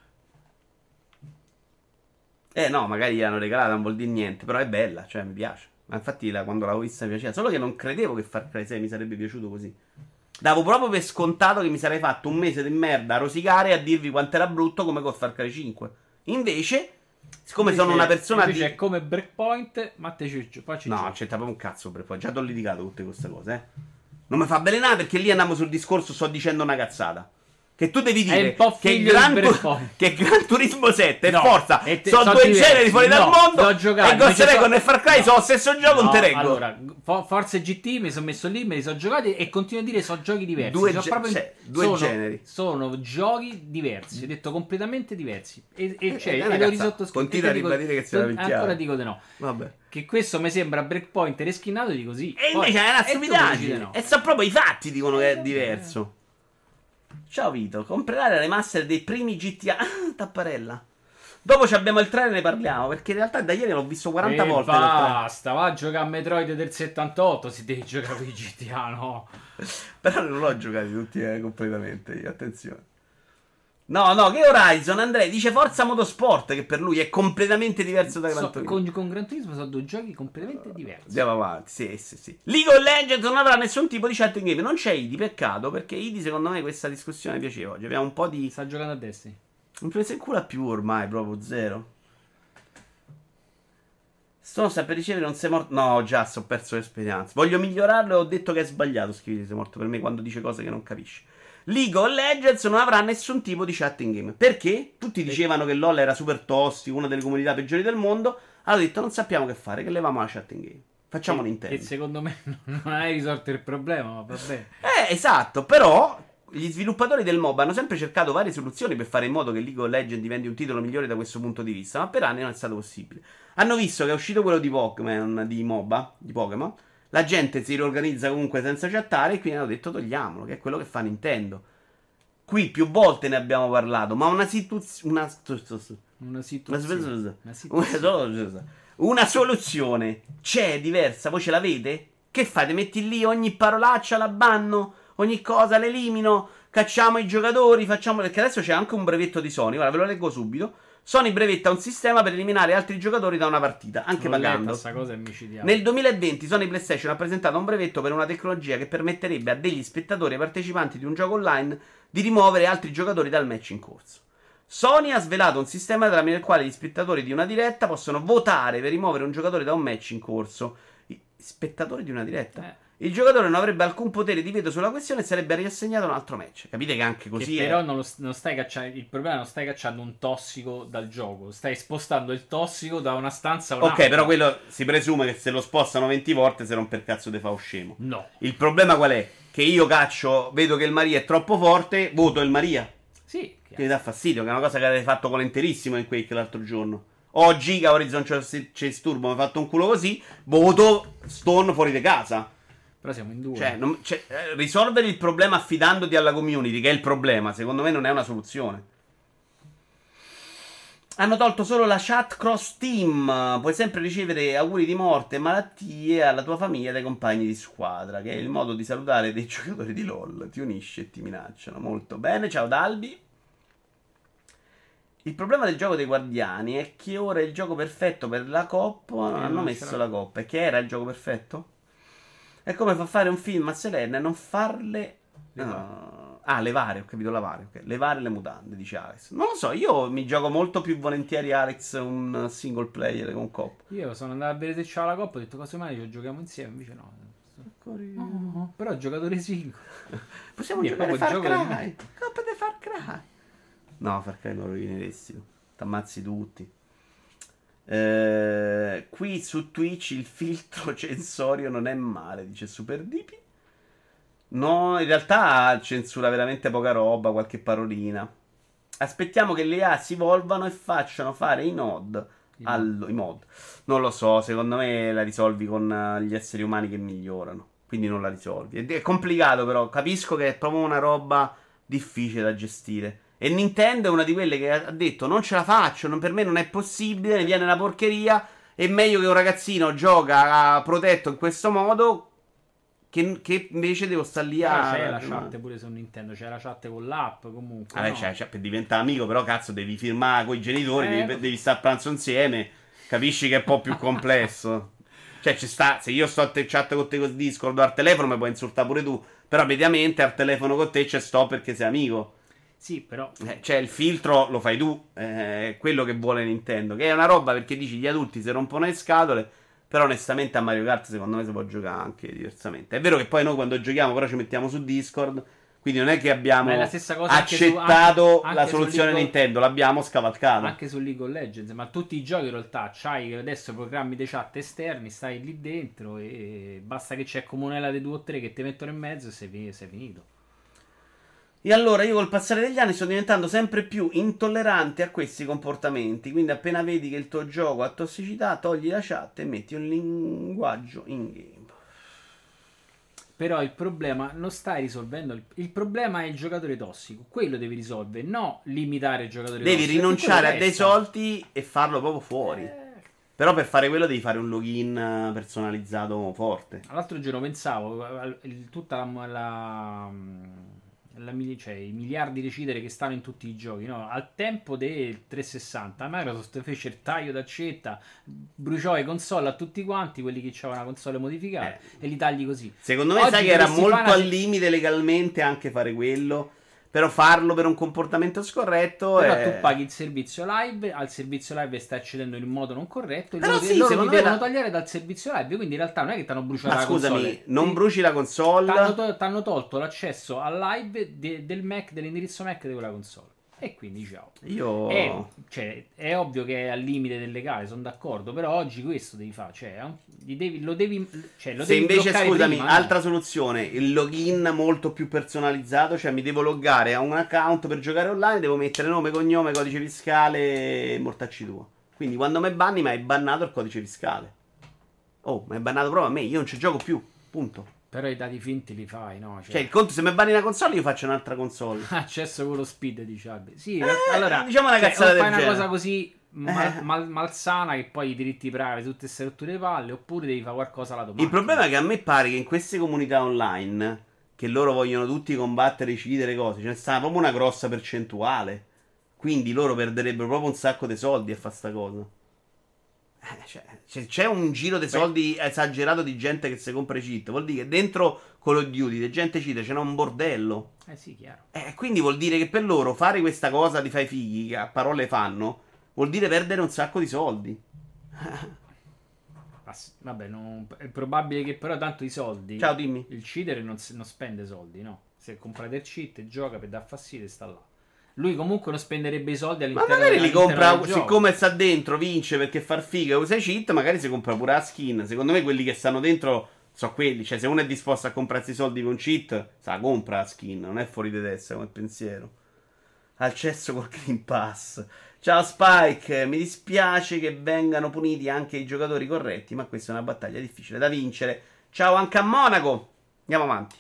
Eh no, magari gli hanno regalato, non vuol dire niente. Però è bella, cioè mi piace. Ma infatti la, quando l'avevo vista mi piaceva. Solo che non credevo che Far Cry sei mi sarebbe piaciuto così. Davo proprio per scontato che mi sarei fatto un mese di merda a rosicare e a dirvi quanto era brutto come con Far Cry cinque. Invece, siccome Invece- sono una persona invece di... è come Breakpoint, ma te ci poi ci No, giochi. c'è proprio un cazzo per poi. Già t'ho litigato tutte queste cose, eh. Non mi fa belenare perché lì andiamo sul discorso, sto dicendo una cazzata. Che tu devi dire un po' che, figlio Gran di Tu- Breakpoint. che Gran Turismo sette No, e Forza e te- sono sono due diversi. generi fuori No, dal mondo. l'ho giocato, E Ghost invece Recon so- e Far Cry no. sono lo stesso gioco, non te No, reggo. allora, Fo- Forza G T mi sono messo lì, me li sono giocati e continuo a dire sono giochi diversi. Due Sono ge- proprio- cioè, due sono, generi. Sono giochi diversi, ho detto completamente diversi. E, e, Eh, cioè, è e una l'ho cazzata. risottoscritto. Continua E a te dico- ribadire che sia una Ancora minchiata. dico di no. Vabbè. Che questo mi sembra Breakpoint reschinato di così. E Poi- invece è una e tu dici di stupidaggine. no. E sono proprio i fatti dicono che è diverso. Ciao Vito, comprerai la remaster dei primi G T A. Ah, tapparella. Dopo ci abbiamo il trailer e ne parliamo. Perché in realtà da ieri l'ho visto quaranta E volte. nel trailer. basta, va a giocare a Metroid del settantotto. Si devi giocare con i G T A, no? Però non l'ho giocati tutti eh, completamente io, attenzione. No, no, che Horizon, Andrea, dice Forza Motorsport, che per lui è completamente diverso da Gran So- Turismo. con, con Gran Turismo sono due giochi completamente diversi. Andiamo avanti, sì, sì, sì. League of Legends non avrà nessun tipo di chat in game. Non c'è I D, peccato, perché I D secondo me questa discussione piaceva oggi. Abbiamo un po' di... Sta giocando a Destiny. Non presa in culo più ormai, proprio zero. Stone sta per ricevere, non sei morto. No, già, ho perso l'esperienza. Voglio migliorarlo e ho detto che è sbagliato. Scrivi sei morto per me quando dice cose che non capisci. League of Legends non avrà nessun tipo di chat in game. Perché? Tutti dicevano che LoL era super tossico, una delle comunità peggiori del mondo. Allora ho detto, non sappiamo che fare, che levamo la chat in game. Facciamo Che- Nintendo. Che secondo me non hai risolto il problema, ma va bene. Eh, esatto, però gli sviluppatori del MOBA hanno sempre cercato varie soluzioni per fare in modo che League of Legends diventi un titolo migliore da questo punto di vista, ma per anni non è stato possibile. Hanno visto che è uscito quello di Pokémon, di MOBA, di Pokémon, la gente si riorganizza comunque senza chattare e quindi hanno detto togliamolo, che è quello che fa Nintendo. Qui più volte ne abbiamo parlato, ma una situazione... Una... Una situazione. Una, Una situazione. una, una soluzione c'è diversa, voi ce l'avete? Che fate? Metti lì ogni parolaccia, la banno, ogni cosa l'elimino, cacciamo i giocatori, facciamo... Perché adesso c'è anche un brevetto di Sony, guarda, ve lo leggo subito. Sony brevetta un sistema per eliminare altri giocatori da una partita, anche L'ho letta pagando. sta cosa è micidiale. Nel duemilaventi Sony PlayStation ha presentato un brevetto per una tecnologia che permetterebbe a degli spettatori e partecipanti di un gioco online di rimuovere altri giocatori dal match in corso. Sony ha svelato un sistema tramite il quale gli spettatori di una diretta possono votare per rimuovere un giocatore da un match in corso. I spettatori di una diretta? Eh. Il giocatore non avrebbe alcun potere di veto sulla questione e sarebbe riassegnato a un altro match. Capite che anche così Che è... però non, lo, non stai cacciando. Il problema è non stai cacciando un tossico dal gioco. Stai spostando il tossico da una stanza a un'altra. Ok, però quello si presume che se lo spostano venti volte se rompe il cazzo di fa scemo. No. Il problema qual è? Che io caccio, vedo che il Maria è troppo forte, voto il Maria. Sì. Che mi dà fastidio, che è una cosa che avete fatto volenterissimo in Quake l'altro giorno. Oggi che Horizon Chase Turbo mi ha fatto un culo così, voto Stone fuori di casa. Però siamo in due. Cioè, non- cioè, eh, risolvere il problema affidandoti alla community, che è il problema, secondo me non è una soluzione. Hanno tolto solo la chat cross team. Puoi sempre ricevere auguri di morte e malattie alla tua famiglia e ai compagni di squadra, che è il modo di salutare dei giocatori di LoL. Ti unisce e ti minacciano. Molto bene, ciao Dalbi. Il problema del gioco dei Guardiani è che ora è il gioco perfetto per la coppa. Non Eh, hanno non messo c'era. la coppa. E che era il gioco perfetto? È come fa fare un film a Selena e non farle. Ah, ah, levare, ho capito, lavare. Ok. Levare le mutande, dice Alex. Non lo so, io mi gioco molto più volentieri, Alex, un single player che un cop. Io sono andato a vedere se c'era la coppa. Ho detto cose mai ci giochiamo insieme. Invece no. Oh, però giocatore singolo. Possiamo Quindi è giocare Far proprio il gioco Cry. Coppa di Far Cry. No, Far Cry lo rovineresti. T'ammazzi tutti. Eh, qui su Twitch il filtro censorio non è male, dice Super Dipi. No, in realtà censura veramente poca roba, qualche parolina. Aspettiamo che le A si evolvano e facciano fare i nod. I Allo, i mod. Non lo so, secondo me la risolvi con eh, gli esseri umani che migliorano. Quindi non la risolvi. Ed è complicato, però capisco che è proprio una roba difficile da gestire. E Nintendo è una di quelle che ha detto non ce la faccio, non- per me non è possibile, ne viene una porcheria. È meglio che un ragazzino gioca a protetto in questo modo che, che invece devo stare lì Però a... c'è la chat pure su Nintendo. C'è la chat con l'app comunque. Vabbè, no? cioè, cioè, per diventare amico, però cazzo devi firmare con i genitori, Eh. devi, devi stare a pranzo insieme. Capisci che è un po' più complesso. Cioè, ci sta, se io sto a te- chat con te con Discord o al telefono, mi puoi insultare pure tu. Però mediamente al telefono con te c'è sto perché sei amico. Sì, però. Eh, cioè, il filtro lo fai tu. eh, È quello che vuole Nintendo. Che è una roba perché dici gli adulti si rompono le scatole. Però onestamente a Mario Kart secondo me si può giocare anche diversamente. È vero che poi noi quando giochiamo però ci mettiamo su Discord. Quindi non è che abbiamo Ma è la stessa cosa anche su- accettato anche- la anche su soluzione League of- Nintendo. L'abbiamo scavalcata. Anche su League of Legends, ma tutti i giochi in realtà c'hai adesso programmi di chat esterni, stai lì dentro e basta che c'è comunella dei due o tre che ti mettono in mezzo e sei, fi- sei finito. E allora io col passare degli anni sto diventando sempre più intollerante a questi comportamenti. Quindi appena vedi che il tuo gioco ha tossicità, togli la chat e metti un linguaggio in game. Però il problema non stai risolvendo. Il, il problema è il giocatore tossico. Quello devi risolvere, no limitare il giocatore Devi tossico. rinunciare a perché dei quello resta. soldi e farlo proprio fuori. Eh, Però per fare quello devi fare un login eh, personalizzato forte. L'altro giorno pensavo, al- il- tutta la, la- la mili- cioè, i miliardi di cheater che stanno in tutti i giochi, no? Al tempo del trecentosessanta Microsoft fece il taglio d'accetta, bruciò le console a tutti quanti, quelli che avevano una console modificata, Eh. e li tagli così. Secondo me Oggi sai che era dovresti molto fare una al se- limite legalmente anche fare quello. Però farlo per un comportamento scorretto Però è... tu paghi il servizio live, al servizio live stai accedendo in modo non corretto, e Però loro, sì, loro secondo ti me devono la- tagliare dal servizio live, quindi in realtà non è che ti hanno bruciato Ma la scusami, console. non Ti- bruci la console? T'hanno, to- t'hanno tolto l'accesso al live de- del Mac, dell'indirizzo Mac di quella console. E quindi ciao. Io... È, cioè, è ovvio che è al limite del legale, sono d'accordo. Però oggi questo devi fare. Cioè, è un- gli devi, lo devi, cioè, lo Se devi invece, bloccare scusami, prima, no? altra soluzione, il login molto più personalizzato, cioè mi devo loggare a un account per giocare online, devo mettere nome, cognome, codice fiscale e mortacci tua. Quindi quando mi banni mi hai bannato il codice fiscale. Oh, mi hai bannato proprio a me, io non ci gioco più, punto. Però i dati finti li fai, no? Cioè, il conto, se mi banni una console io faccio un'altra console. accesso con lo speed, diciamo. Sì, Eh, allora, diciamo una cioè, cazzata o del fai una genere. cosa così mal- Eh. mal- malsana che poi i diritti privacy, tutte queste rotture di palle, oppure devi fare qualcosa alla domanda. Il problema è che a me pare che in queste comunità online, che loro vogliono tutti combattere, decidere cose, ce ne sta proprio una grossa percentuale. Quindi loro perderebbero proprio un sacco di soldi a fare sta cosa. Eh, cioè, se c'è un giro di soldi esagerato di gente che si compra i cheat, vuol dire che dentro Call of Duty di gente cheat ce n'è un bordello. Eh sì, chiaro. Eh, quindi vuol dire che per loro fare questa cosa di fai fighi, che a parole fanno, vuol dire perdere un sacco di soldi. Ass- Vabbè, non- è probabile che però tanto i soldi. Ciao, dimmi. Il cheater non, s- non spende soldi, no? Se comprate il cheat, gioca per dar fastidio e sta là. Lui comunque non spenderebbe i soldi Ma all'interno magari li all'interno compra, del gioco. siccome sta dentro, vince perché far figa e usa i cheat, magari si compra pure la skin. Secondo me quelli che stanno dentro sono quelli. Cioè, se uno è disposto a comprarsi i soldi con cheat, sa, compra la skin, non è fuori di testa come pensiero. Al cesso col Green Pass. Ciao Spike, mi dispiace che vengano puniti anche i giocatori corretti, ma questa è una battaglia difficile da vincere. Ciao anche a Monaco. Andiamo avanti.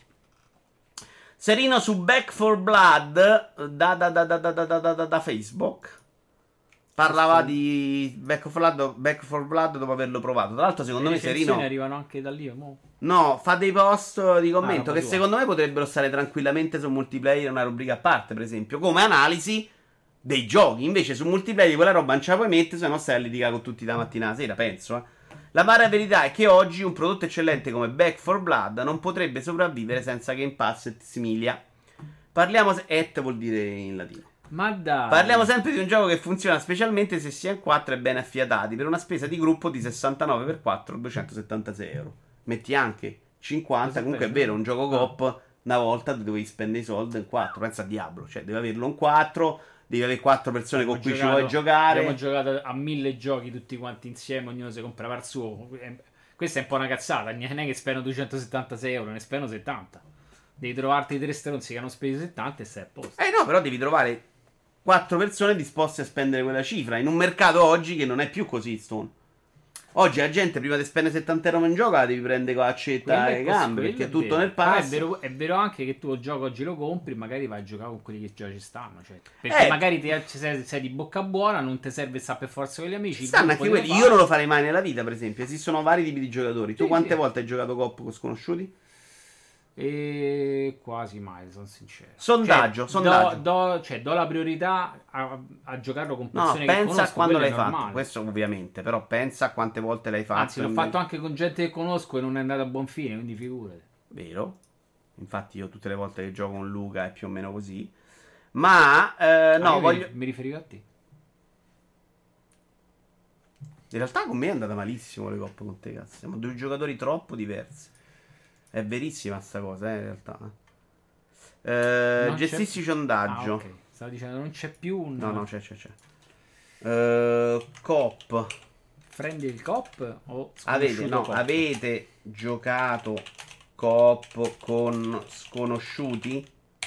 Serino su Back for Blood da, da, da, da, da, da, da, da, da Facebook. Parlava di Back for, Blood, Back for Blood dopo averlo provato. Tra l'altro, secondo Le me, recensioni Serino arrivano anche da lì. Mo. no, fa dei post di commento Ah, che no, secondo me potrebbero stare tranquillamente su multiplayer, una rubrica a parte, per esempio, come analisi dei giochi. Invece su multiplayer quella roba non ce la puoi mettere, se no stai a litigare con tutti da mattina alla sera, penso, eh. La bara verità è che oggi un prodotto eccellente come Back for Blood non potrebbe sopravvivere senza Game Pass et similia. Parliamo se- et vuol dire in latino. Ma dai. Parliamo sempre di un gioco che funziona specialmente se si è in quattro e ben affiatati, per una spesa di gruppo di sessantanove per quattro, duecentosettantasei euro. Metti anche cinquanta, comunque è vero, un gioco coop, una volta dovevi spendere i soldi in quattro, pensa a Diablo, cioè devi averlo in quattro, devi avere quattro persone con cui ci vuoi giocare. Abbiamo giocato a mille giochi tutti quanti insieme, ognuno si comprava il suo. Eh, Questa è un po' una cazzata, non è che spendono duecentosettantasei euro, ne spendono settanta. Devi trovarti tre stronzi che hanno speso settanta e stai a posto. Eh no, però devi trovare quattro persone disposte a spendere quella cifra, in un mercato oggi che non è più così, Stone. Oggi la gente prima di spendere settanta euro in gioco la devi prendere con l'accetta Quello è e cos- gambe, quello perché è è tutto vero. nel Però pass. È vero, è vero anche che tu il gioco oggi lo compri, magari vai a giocare con quelli che già ci stanno. Cioè, perché Eh. magari ti, sei, sei di bocca buona, non ti serve stare per forza con gli amici. Ci il stanno gruppo anche te quelli. lo Io fa. non lo farei mai nella vita, per esempio. Esistono vari tipi di giocatori. Tu Sì, quante sì. volte hai giocato coop con sconosciuti? E quasi mai, sono sincero. Sondaggio, Cioè, sondaggio. Do, do- cioè, do la priorità a, a giocarlo con No, persone che pensa conosco. a quando quello l'hai è fatto. normale. Questo ovviamente, però pensa a quante volte l'hai fatto. Anzi, l'ho invece. fatto anche con gente che conosco e non è andato a buon fine, quindi figurati. Vero? Infatti io tutte le volte che gioco con Luca è più o meno così. Ma, eh, Ah, no, io voglio... mi, mi riferivo a te. In realtà con me è andata malissimo le coppe con te, cazzo. Siamo due giocatori troppo diversi. È verissima sta cosa, eh, in realtà. Eh, Non c'è- gestisci il sondaggio. Ah, ok. Stavo dicendo, non c'è più un... No, no, c'è, c'è, c'è. Eh, Coop. Prendi il cop o Avete, sconosciuto no, cop? avete giocato coop con sconosciuti?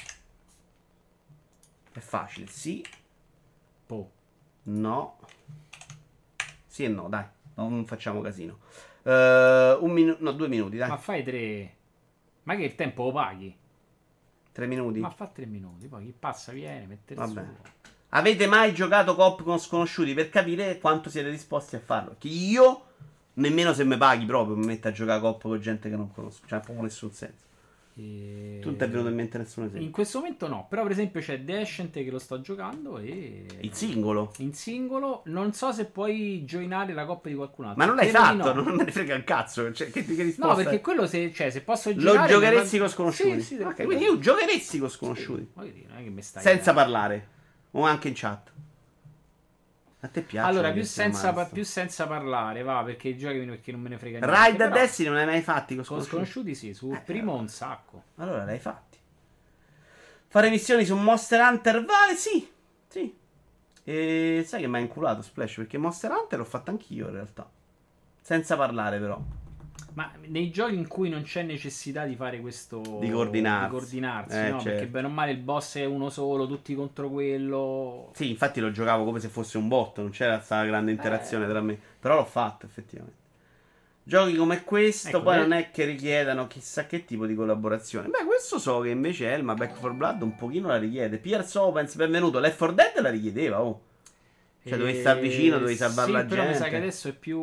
È facile, sì, Po. no. Sì e no, dai, non facciamo casino. Eh, un minuto, no, due minuti, dai. Ma fai tre... Ma che il tempo lo paghi? Tre minuti. Ma fa tre minuti, poi chi passa viene, mette il Vabbè. suo. Avete mai giocato coop con sconosciuti per capire quanto siete disposti a farlo? Che io, nemmeno se mi paghi proprio, mi metto a giocare coop con gente che non conosco. Cioè, non ha proprio nessun senso. E... Tu non ti è venuto in mente nessun esempio? In questo momento no, però per esempio c'è The Ascent che lo sto giocando e... Il singolo? In singolo, non so se puoi joinare la coppa di qualcun altro. Ma non l'hai Credo di fatto, no. non me ne frega un cazzo. Cioè, che, che risposta No, perché è? quello se, cioè, se posso Lo giocare... giocheresti mi va- con sconosciuti? Sì, sì, ok, tranquillo. quindi io giocheresti con sconosciuti. Voglio dire, non è che mi stai... Senza parlare. O anche in chat. A te piace? Allora, più senza, pa- più senza parlare, va, perché i giochi perché non me ne frega niente. Raid a Però Destiny non l'hai mai fatti con con sconosciuti? sconosciuti sì, sul Eh, primo però. un sacco. Allora l'hai fatti. Fare missioni su Monster Hunter vale? Sì. Sì. E sai che mi ha inculato Splash? Perché Monster Hunter l'ho fatto anch'io in realtà. Senza parlare però. Ma nei giochi in cui non c'è necessità di fare questo Di coordinarsi. di coordinarsi, Eh, no? certo. Perché bene o male il boss è uno solo, tutti contro quello. Sì, infatti lo giocavo come se fosse un bot, non c'era questa grande interazione Eh. tra me. Però l'ho fatto effettivamente. Giochi come questo Ecco, poi beh. non è che richiedano chissà che tipo di collaborazione. Beh, questo so che invece Elma Back for Blood un pochino la richiede. Pierce Opens, benvenuto. Left four Dead la richiedeva, oh. Cioè, dovevi star vicino, dovevi salvare sì, la però mi sa gente. che adesso è più...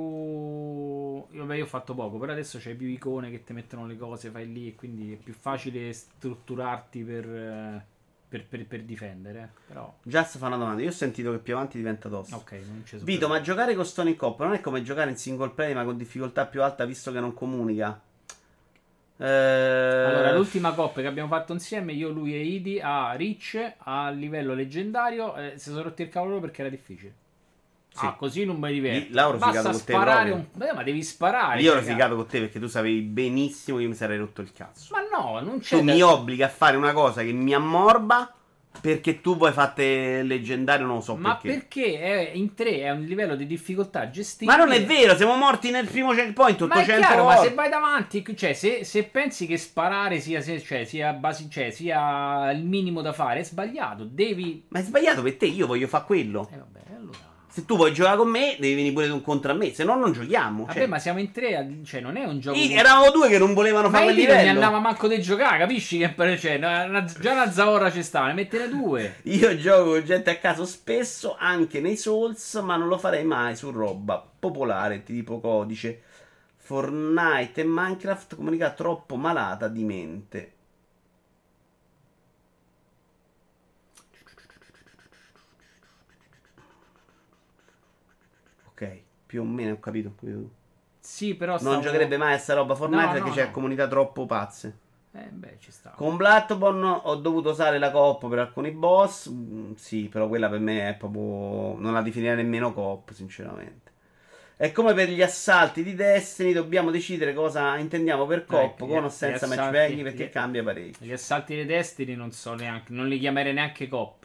Io, beh, io ho fatto poco, però adesso c'hai più icone che ti mettono le cose, fai lì e quindi è più facile strutturarti per, eh, per, per, per difendere. eh. Però, Just fa una domanda. Io ho sentito che più avanti diventa tosto. ok, non ci sono. Vito, ma giocare con Stone in Cop non è come giocare in single player ma con difficoltà più alta visto che non comunica? Eh... Allora, l'ultima coppa che abbiamo fatto insieme, io, lui e Idi, a Reach, a livello leggendario, eh, si sono rotti il cavolo perché era difficile. Sì. Ah, così non mi diverto. Lì- là ho rosicato Basta con te sparare proprio. un... Beh, ma devi sparare. Io ho cioè, rosicato con te perché tu sapevi benissimo che io mi sarei rotto il cazzo. Ma no, non c'è... Tu da- mi obblighi a fare una cosa che mi ammorba perché tu vuoi fatte leggendario, non lo so Ma perché. perché è in tre è un livello di difficoltà gestibile. Ma non è vero, siamo morti nel primo checkpoint Ma è ottocento chiaro, ma volte. se vai davanti, cioè se, se pensi che sparare sia, sia- cioè, sia, basi- cioè, sia il minimo da fare, è sbagliato. Devi... Ma è sbagliato per te, io voglio fare quello. Eh vabbè, allora... Se tu vuoi giocare con me, devi venire pure tu contro me, se no non giochiamo. Vabbè, Cioè, ma siamo in tre, a- cioè non è un gioco... i- con- eravamo due che non volevano Ma fare io quel non ne livello. andava manco di giocare, capisci? Che per- cioè, una- una- già una zavorra ci sta, ne mettene due. Io gioco con gente a caso spesso, anche nei Souls, ma non lo farei mai su roba popolare, tipo codice. Fortnite e Minecraft comunica troppo malata di mente. Ok, più o meno ho capito. ho capito tu. Sì, però Non stavo- giocherebbe mai a sta roba Fortnite No, perché no, c'è no. comunità troppo pazze. Eh, beh, ci sta. Con Bloodborne ho dovuto usare la coop per alcuni boss. Mm, sì, però quella per me è proprio. Non la definirei nemmeno coop, sinceramente. È come per gli assalti di Destiny, dobbiamo decidere cosa intendiamo per coop, Ecco, con o gli- senza gli assalti- matchmaking, perché gli- cambia parecchio. Gli assalti dei destini non so neanche, non li chiamerei neanche cop.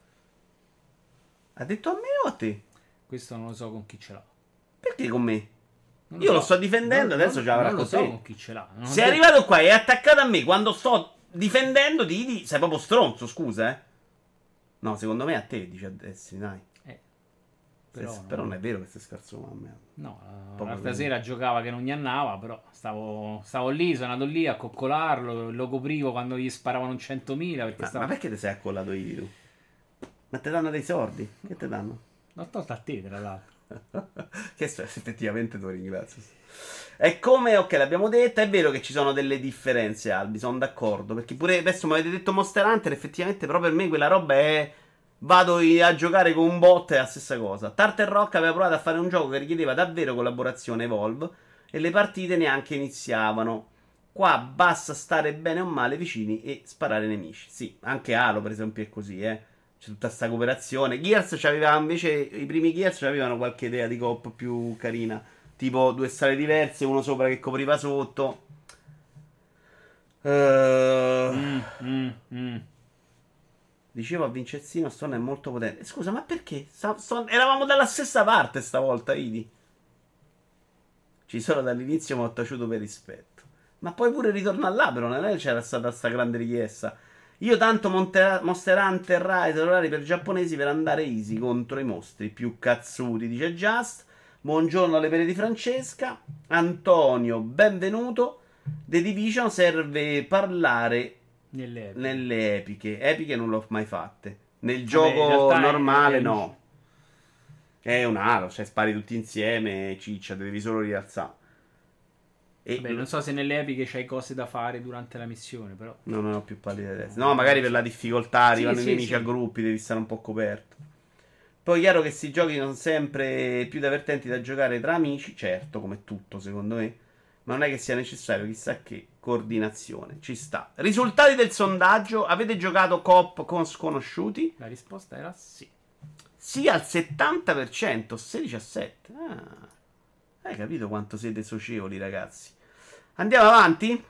Ha detto a me o a te? Questo non lo so con chi ce l'ha. Perché con me? Non Io lo so. sto difendendo, Non- adesso non- ce l'avrà Non lo con so te. con chi ce l'ha. Non ho Sei detto- arrivato qua e hai attaccato a me quando sto difendendo, ti di- sei proprio stronzo, scusa, eh. No, secondo me a te, dice a Destiny, dai. Eh, Però, però, però no. non è vero che sei scherzo a me. No, eh, Proprio l'altra così. sera giocava che non gli andava, però stavo, stavo lì, sono andato lì a coccolarlo, lo coprivo quando gli sparavano un centomila perché Ma, stava... ma perché ti sei accollato io tu? Ma ti danno dei soldi? Che ti danno? L'ho tolto a te, tra l'altro. Che st- effettivamente ti ringrazio. È come, ok, l'abbiamo detto, è vero che ci sono delle differenze, Albi, sono d'accordo, perché pure adesso mi avete detto Monster Hunter, effettivamente proprio per me quella roba è... Vado i- a giocare con un bot, è la stessa cosa. Turtle Rock aveva provato a fare un gioco che richiedeva davvero collaborazione Evolve e le partite neanche iniziavano. Qua basta stare bene o male vicini e sparare ai nemici. Sì, anche Halo per esempio è così, eh. C'è tutta sta cooperazione. Gears c'aveva invece, i primi Gears avevano qualche idea di coop più carina. Tipo due strade diverse, uno sopra che copriva sotto. Eh, Mm, mm, mm. Dicevo a Vincenzino, Stone è molto potente. Scusa, ma perché? Sta- sto- eravamo dalla stessa parte stavolta, Idi. Ci sono dall'inizio, ma ho taciuto per rispetto. Ma poi pure ritornare là, però non è che c'era stata sta grande richiesta. Io tanto Monte- Monster Hunter Rise orari per giapponesi per andare easy contro i mostri più cazzuti, dice Just. Buongiorno alle pere di Francesca. Antonio, benvenuto. The Division serve parlare Nelle... nelle epiche. Epiche non l'ho mai fatte. Nel in gioco realtà è- normale è- no. È un aro, cioè spari tutti insieme, ciccia, te devi solo rialzare. E Vabbè, non so se nelle epiche c'hai cose da fare durante la missione, però. No, non ho più pallida testa. No, magari per la difficoltà arrivano Sì, i sì, nemici sì. a gruppi, devi stare un po' coperto. Poi è chiaro che questi giochi sono sempre più divertenti da giocare tra amici, certo, come tutto secondo me, ma non è che sia necessario chissà che coordinazione. Ci sta. Risultati del sondaggio: avete giocato coop con sconosciuti? La risposta era sì. Sì al settanta per cento, sedici a sette. Ah, hai capito quanto siete socievoli, ragazzi. Andiamo avanti?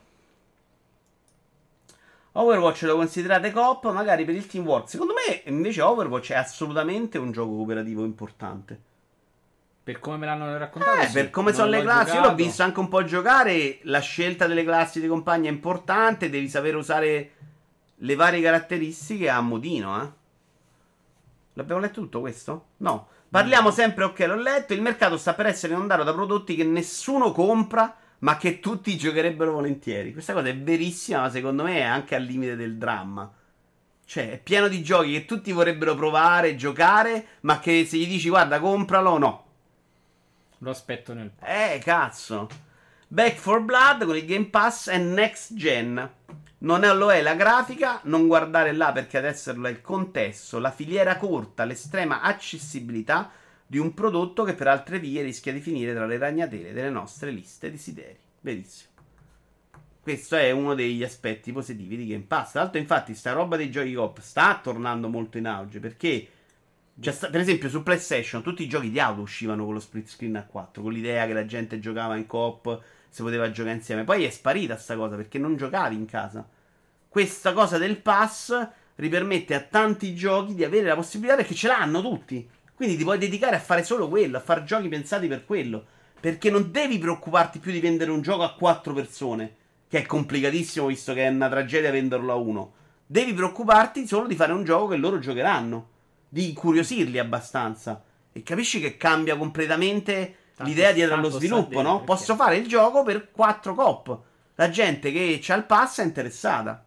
Overwatch lo considerate coop? Magari per il teamwork. Secondo me invece Overwatch è assolutamente un gioco cooperativo importante. Per come me l'hanno raccontato, Eh, sì. per come Non sono le l'ho classi, io l'ho giocato. visto anche un po' giocare. La scelta delle classi di compagni è importante. Devi sapere usare le varie caratteristiche a modino, eh. L'abbiamo letto tutto questo? No. Parliamo sempre, ok, l'ho letto. Il mercato sta per essere inondato da prodotti che nessuno compra, ma che tutti giocherebbero volentieri. Questa cosa è verissima, ma secondo me è anche al limite del dramma. Cioè, è pieno di giochi che tutti vorrebbero provare, giocare, ma che se gli dici guarda, compralo, no. Lo aspetto nel. Eh, cazzo. Back for Blood con il Game Pass è next gen. Non è, lo è la grafica, non guardare là perché adesso è il contesto, la filiera corta, l'estrema accessibilità di un prodotto che per altre vie rischia di finire tra le ragnatele delle nostre liste desideri. Verissimo. Questo è uno degli aspetti positivi di Game Pass. Tra l'altro, infatti, sta roba dei giochi coop sta tornando molto in auge perché, cioè, sta, per esempio, su PlayStation tutti i giochi di auto uscivano con lo split screen a quattro, con l'idea che la gente giocava in coop, si poteva giocare insieme. Poi è sparita sta cosa perché non giocavi in casa. Questa cosa del pass ripermette a tanti giochi di avere la possibilità perché ce l'hanno tutti. Quindi ti puoi dedicare a fare solo quello, a fare giochi pensati per quello. Perché non devi preoccuparti più di vendere un gioco a quattro persone, che è complicatissimo visto che è una tragedia venderlo a uno. Devi preoccuparti solo di fare un gioco che loro giocheranno, di incuriosirli abbastanza. E capisci che cambia completamente Tanto- l'idea dietro allo tanto sta sviluppo, dentro, no? è Posso chiaro. fare il gioco per quattro coop. La gente che ha il pass è interessata.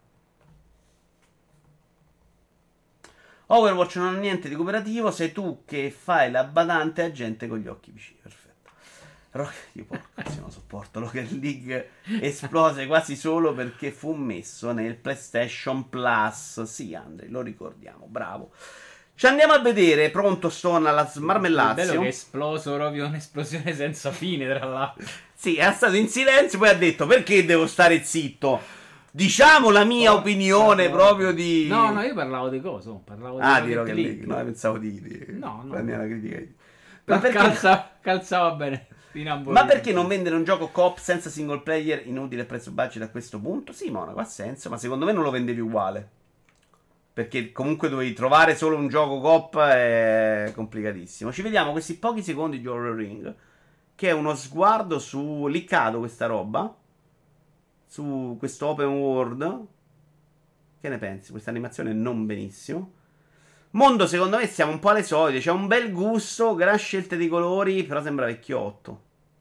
Overwatch non ha niente di cooperativo, sei tu che fai la badante a gente con gli occhi vicini. Perfetto. Rock... Io porco, se non sopporto. Rocket League esplose quasi solo perché fu messo nel PlayStation Plus. Sì, Andre, lo ricordiamo, bravo. Ci andiamo a vedere. Pronto, sto alla Il bello smarmellazio. che è esploso proprio un'esplosione senza fine, tra l'altro. Sì, era stato in silenzio, poi ha detto perché devo stare zitto. Diciamo la mia Oh, opinione no. proprio di... No, no, io parlavo di coso. Parlavo Ah, di di Rocket Rocket League. League. No, pensavo di... di... No, no, prendi no. una critica. Ma Ma perché... calza, calzava bene. fino a Ma perché non vendere un gioco coop senza single player inutile a prezzo budget a questo punto? Sì, Monaco, ha senso, ma secondo me non lo vendevi uguale. Perché comunque dovevi trovare solo un gioco coop, è complicatissimo. Ci vediamo questi pochi secondi di Horror Ring, che è uno sguardo su... liccato questa roba, su questo open world. Che ne pensi? Questa animazione non benissimo. Mondo, secondo me siamo un po' alle solite. C'è un bel gusto, gran scelte di colori, però sembra vecchiotto.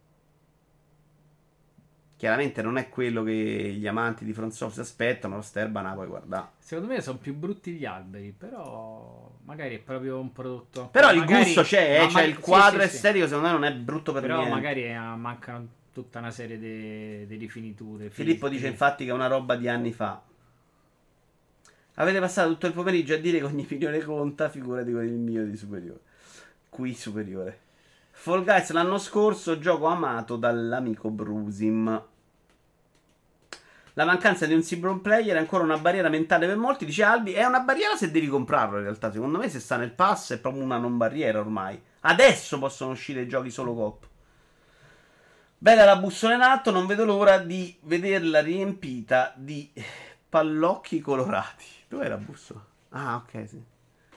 Chiaramente non è quello che gli amanti di From Software si aspettano. Lo Sterban, poi guarda. Secondo me sono più brutti gli alberi, però magari è proprio un prodotto. Però il magari... gusto c'è, ma eh, cioè ma- il quadro sì, sì, sì. estetico secondo me non è brutto per Però niente. magari eh, mancano tutta una serie di de, rifiniture. Filippo fisiche. dice infatti che è una roba di anni fa. Avete passato tutto il pomeriggio a dire che ogni milione conta, figurati con il mio di superiore. Qui superiore. Fall Guys l'anno scorso, gioco amato dall'amico Brusim. La mancanza di un single player è ancora una barriera mentale per molti, dice Albi. È una barriera se devi comprarlo in realtà. Secondo me se sta nel pass è proprio una non barriera ormai. Adesso possono uscire giochi solo coop. Bella la bussola in alto, non vedo l'ora di vederla riempita di pallocchi colorati. Dov'è la bussola? Ah, ok, sì.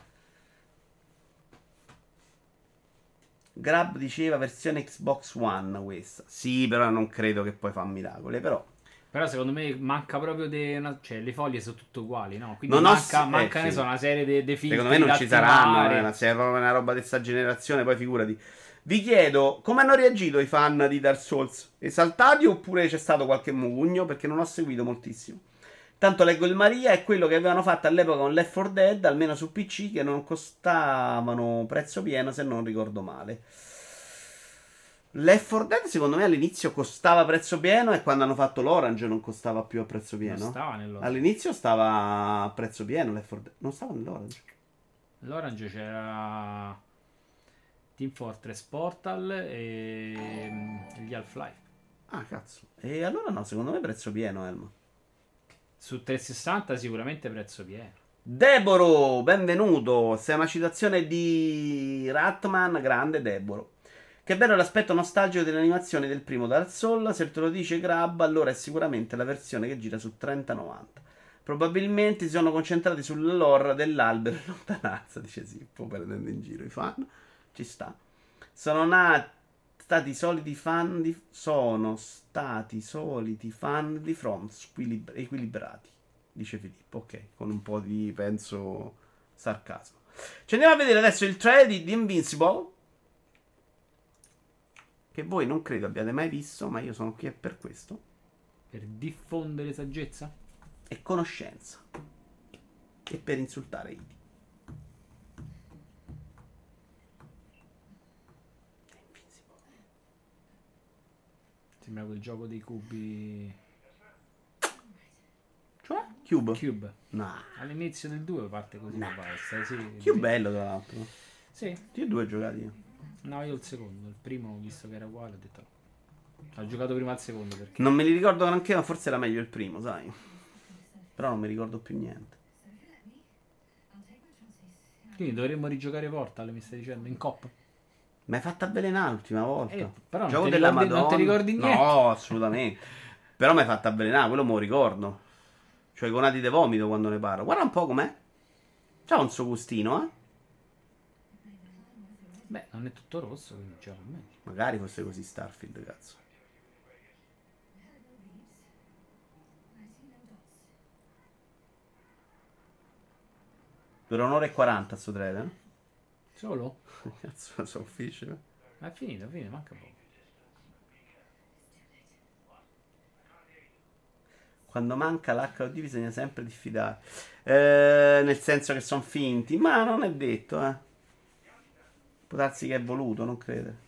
Grab diceva versione Xbox One questa. Sì, però non credo che poi fa miracoli, però... Però secondo me manca proprio de una... cioè le foglie sono tutte uguali, no? Quindi Non ho manca, s- manca eh, ne sì. so, una serie di filtri Secondo me non da ci saranno, attivare. eh, ma se è proprio una roba di questa generazione, poi figurati. Vi chiedo, come hanno reagito i fan di Dark Souls? Esaltati oppure c'è stato qualche mugugno? Perché non ho seguito moltissimo. Tanto leggo il Maria, è quello che avevano fatto all'epoca con Left four Dead, almeno su P C, che non costavano prezzo pieno, se non ricordo male. Left four Dead secondo me all'inizio costava a prezzo pieno e quando hanno fatto l'Orange non costava più a prezzo pieno. Non stava nell'Orange. All'inizio stava a prezzo pieno Left four Dead. Non stava nell'Orange. L'Orange c'era Team Fortress Portal e mm, gli Half-Life. Ah, cazzo. E allora no, secondo me prezzo pieno, Elmo. Su trecentosessanta sicuramente prezzo pieno. Deboro, benvenuto. Sei una citazione di Ratman, grande Deboro. Che bello l'aspetto nostalgico delle animazioni del primo Dark Souls. Se te lo dice Grab, allora è sicuramente la versione che gira su trenta novanta. Probabilmente si sono concentrati sulla lore dell'albero in lontananza, dice Sippo, prendendo in giro i fan. Ci sta. Sono nati stati soliti fan di sono stati soliti fan di From squilib- equilibrati, dice Filippo. Ok, con un po' di, penso, sarcasmo. Ci andiamo a vedere adesso il trailer di The Invincible, che voi non credo abbiate mai visto, ma io sono qui per questo. Per diffondere saggezza? E conoscenza. E per insultare Idi. Sembra quel gioco dei cubi. Cioè? Cube? Cube. No. All'inizio del due parte così. No. Basta, sì, Cube bello tra l'altro. Sì. Io due giocati io. No, io il secondo. Il primo ho visto che era uguale, ho detto no. Ho giocato prima al secondo perché. Non me li ricordo neanche, ma forse era meglio il primo, sai. Però non mi ricordo più niente. Quindi dovremmo rigiocare Portal, mi stai dicendo, in coppa? Mi hai fatto avvelenare l'ultima volta. Eh, però non Gioco ti della ricordi- non Madonna. ti ricordi niente? No, assolutamente. Però mi hai fatto avvelenare, quello me lo ricordo. Cioè, i conati di vomito quando ne parlo. Guarda un po' com'è. C'ha un suo gustino, eh. Beh, non è tutto rosso, quindi gioco meglio. Magari fosse così Starfield, cazzo. Dura un'ora e quaranta sto trailer, eh? Solo? Cazzo, sono difficile. Ma è finito, è finito, manca poco. Quando manca l'H O D bisogna sempre diffidare. Eh, nel senso che sono finti. Ma non è detto, eh. Può darsi che è voluto, non crede.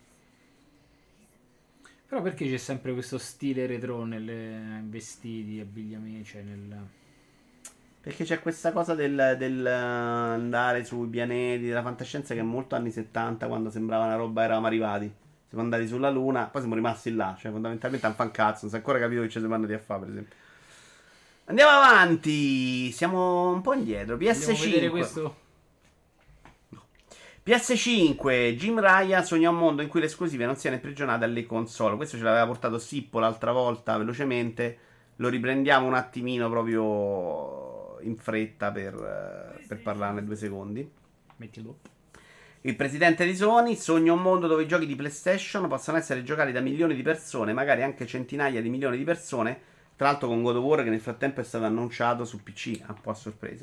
Però perché c'è sempre questo stile retro nelle vestiti, abbigliamenti, cioè nel... Perché c'è questa cosa del, del eh, andare sui pianeti della fantascienza che è molto anni settanta, quando sembrava una roba, eravamo arrivati. Siamo andati sulla Luna, poi siamo rimasti là. Cioè, fondamentalmente non fa un cazzo, non si è ancora capito che ci siamo andati a fare, per esempio. Andiamo avanti. Siamo un po' indietro. P S cinque. Vogliamo vedere questo? P S cinque, Jim Ryan sogna un mondo in cui le esclusive non siano imprigionate alle console. Questo ce l'aveva portato Sippo l'altra volta, velocemente. Lo riprendiamo un attimino proprio in fretta per, per parlarne due secondi. Mettilo. Il presidente di Sony sogna un mondo dove i giochi di PlayStation possano essere giocati da milioni di persone, magari anche centinaia di milioni di persone. Tra l'altro con God of War che nel frattempo è stato annunciato su P C, un po' a sorpresa.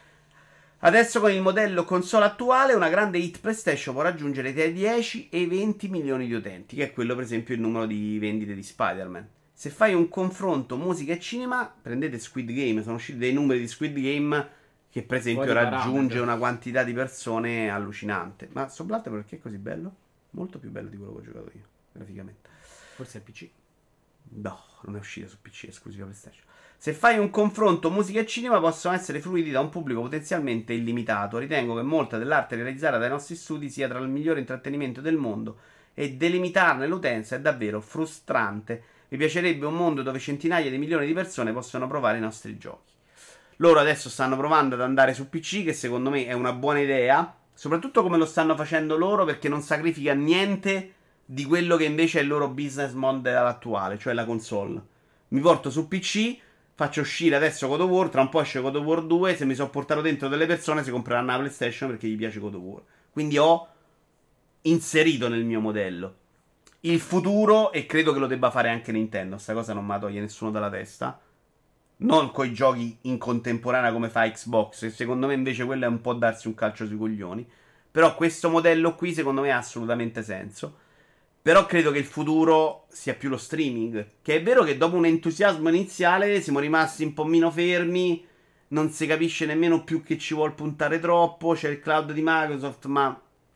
Adesso con il modello console attuale una grande hit PlayStation può raggiungere tra i dieci e i venti milioni di utenti, che è quello per esempio il numero di vendite di Spider-Man. Se fai un confronto musica e cinema, prendete Squid Game, sono usciti dei numeri di Squid Game che per esempio Fuori raggiunge parametro. una quantità di persone allucinante. Ma sto Bloodborne perché è così bello? Molto più bello di quello che ho giocato io, graficamente. Forse è P C. No, non è uscito su P C, è esclusiva PlayStation. Se fai un confronto musica e cinema possono essere fruiti da un pubblico potenzialmente illimitato. Ritengo che molta dell'arte realizzata dai nostri studi sia tra il migliore intrattenimento del mondo e delimitarne l'utenza è davvero frustrante. Mi piacerebbe un mondo dove centinaia di milioni di persone possono provare i nostri giochi. Loro adesso stanno provando ad andare su P C, che secondo me è una buona idea, soprattutto come lo stanno facendo loro, perché non sacrifica niente di quello che invece è il loro business model attuale, cioè la console. Mi porto su P C, faccio uscire adesso God of War, tra un po' esce God of War due, se mi sono portato dentro delle persone si compreranno la PlayStation perché gli piace God of War. Quindi ho inserito nel mio modello il futuro e credo che lo debba fare anche Nintendo. Sta cosa non me la toglie nessuno dalla testa. Non coi giochi in contemporanea come fa Xbox, e secondo me invece quello è un po' darsi un calcio sui coglioni. Però questo modello qui secondo me ha assolutamente senso. Però credo che il futuro sia più lo streaming. Che è vero che dopo un entusiasmo iniziale siamo rimasti un po' meno fermi, non si capisce nemmeno più che ci vuol puntare troppo. C'è il cloud di Microsoft, ma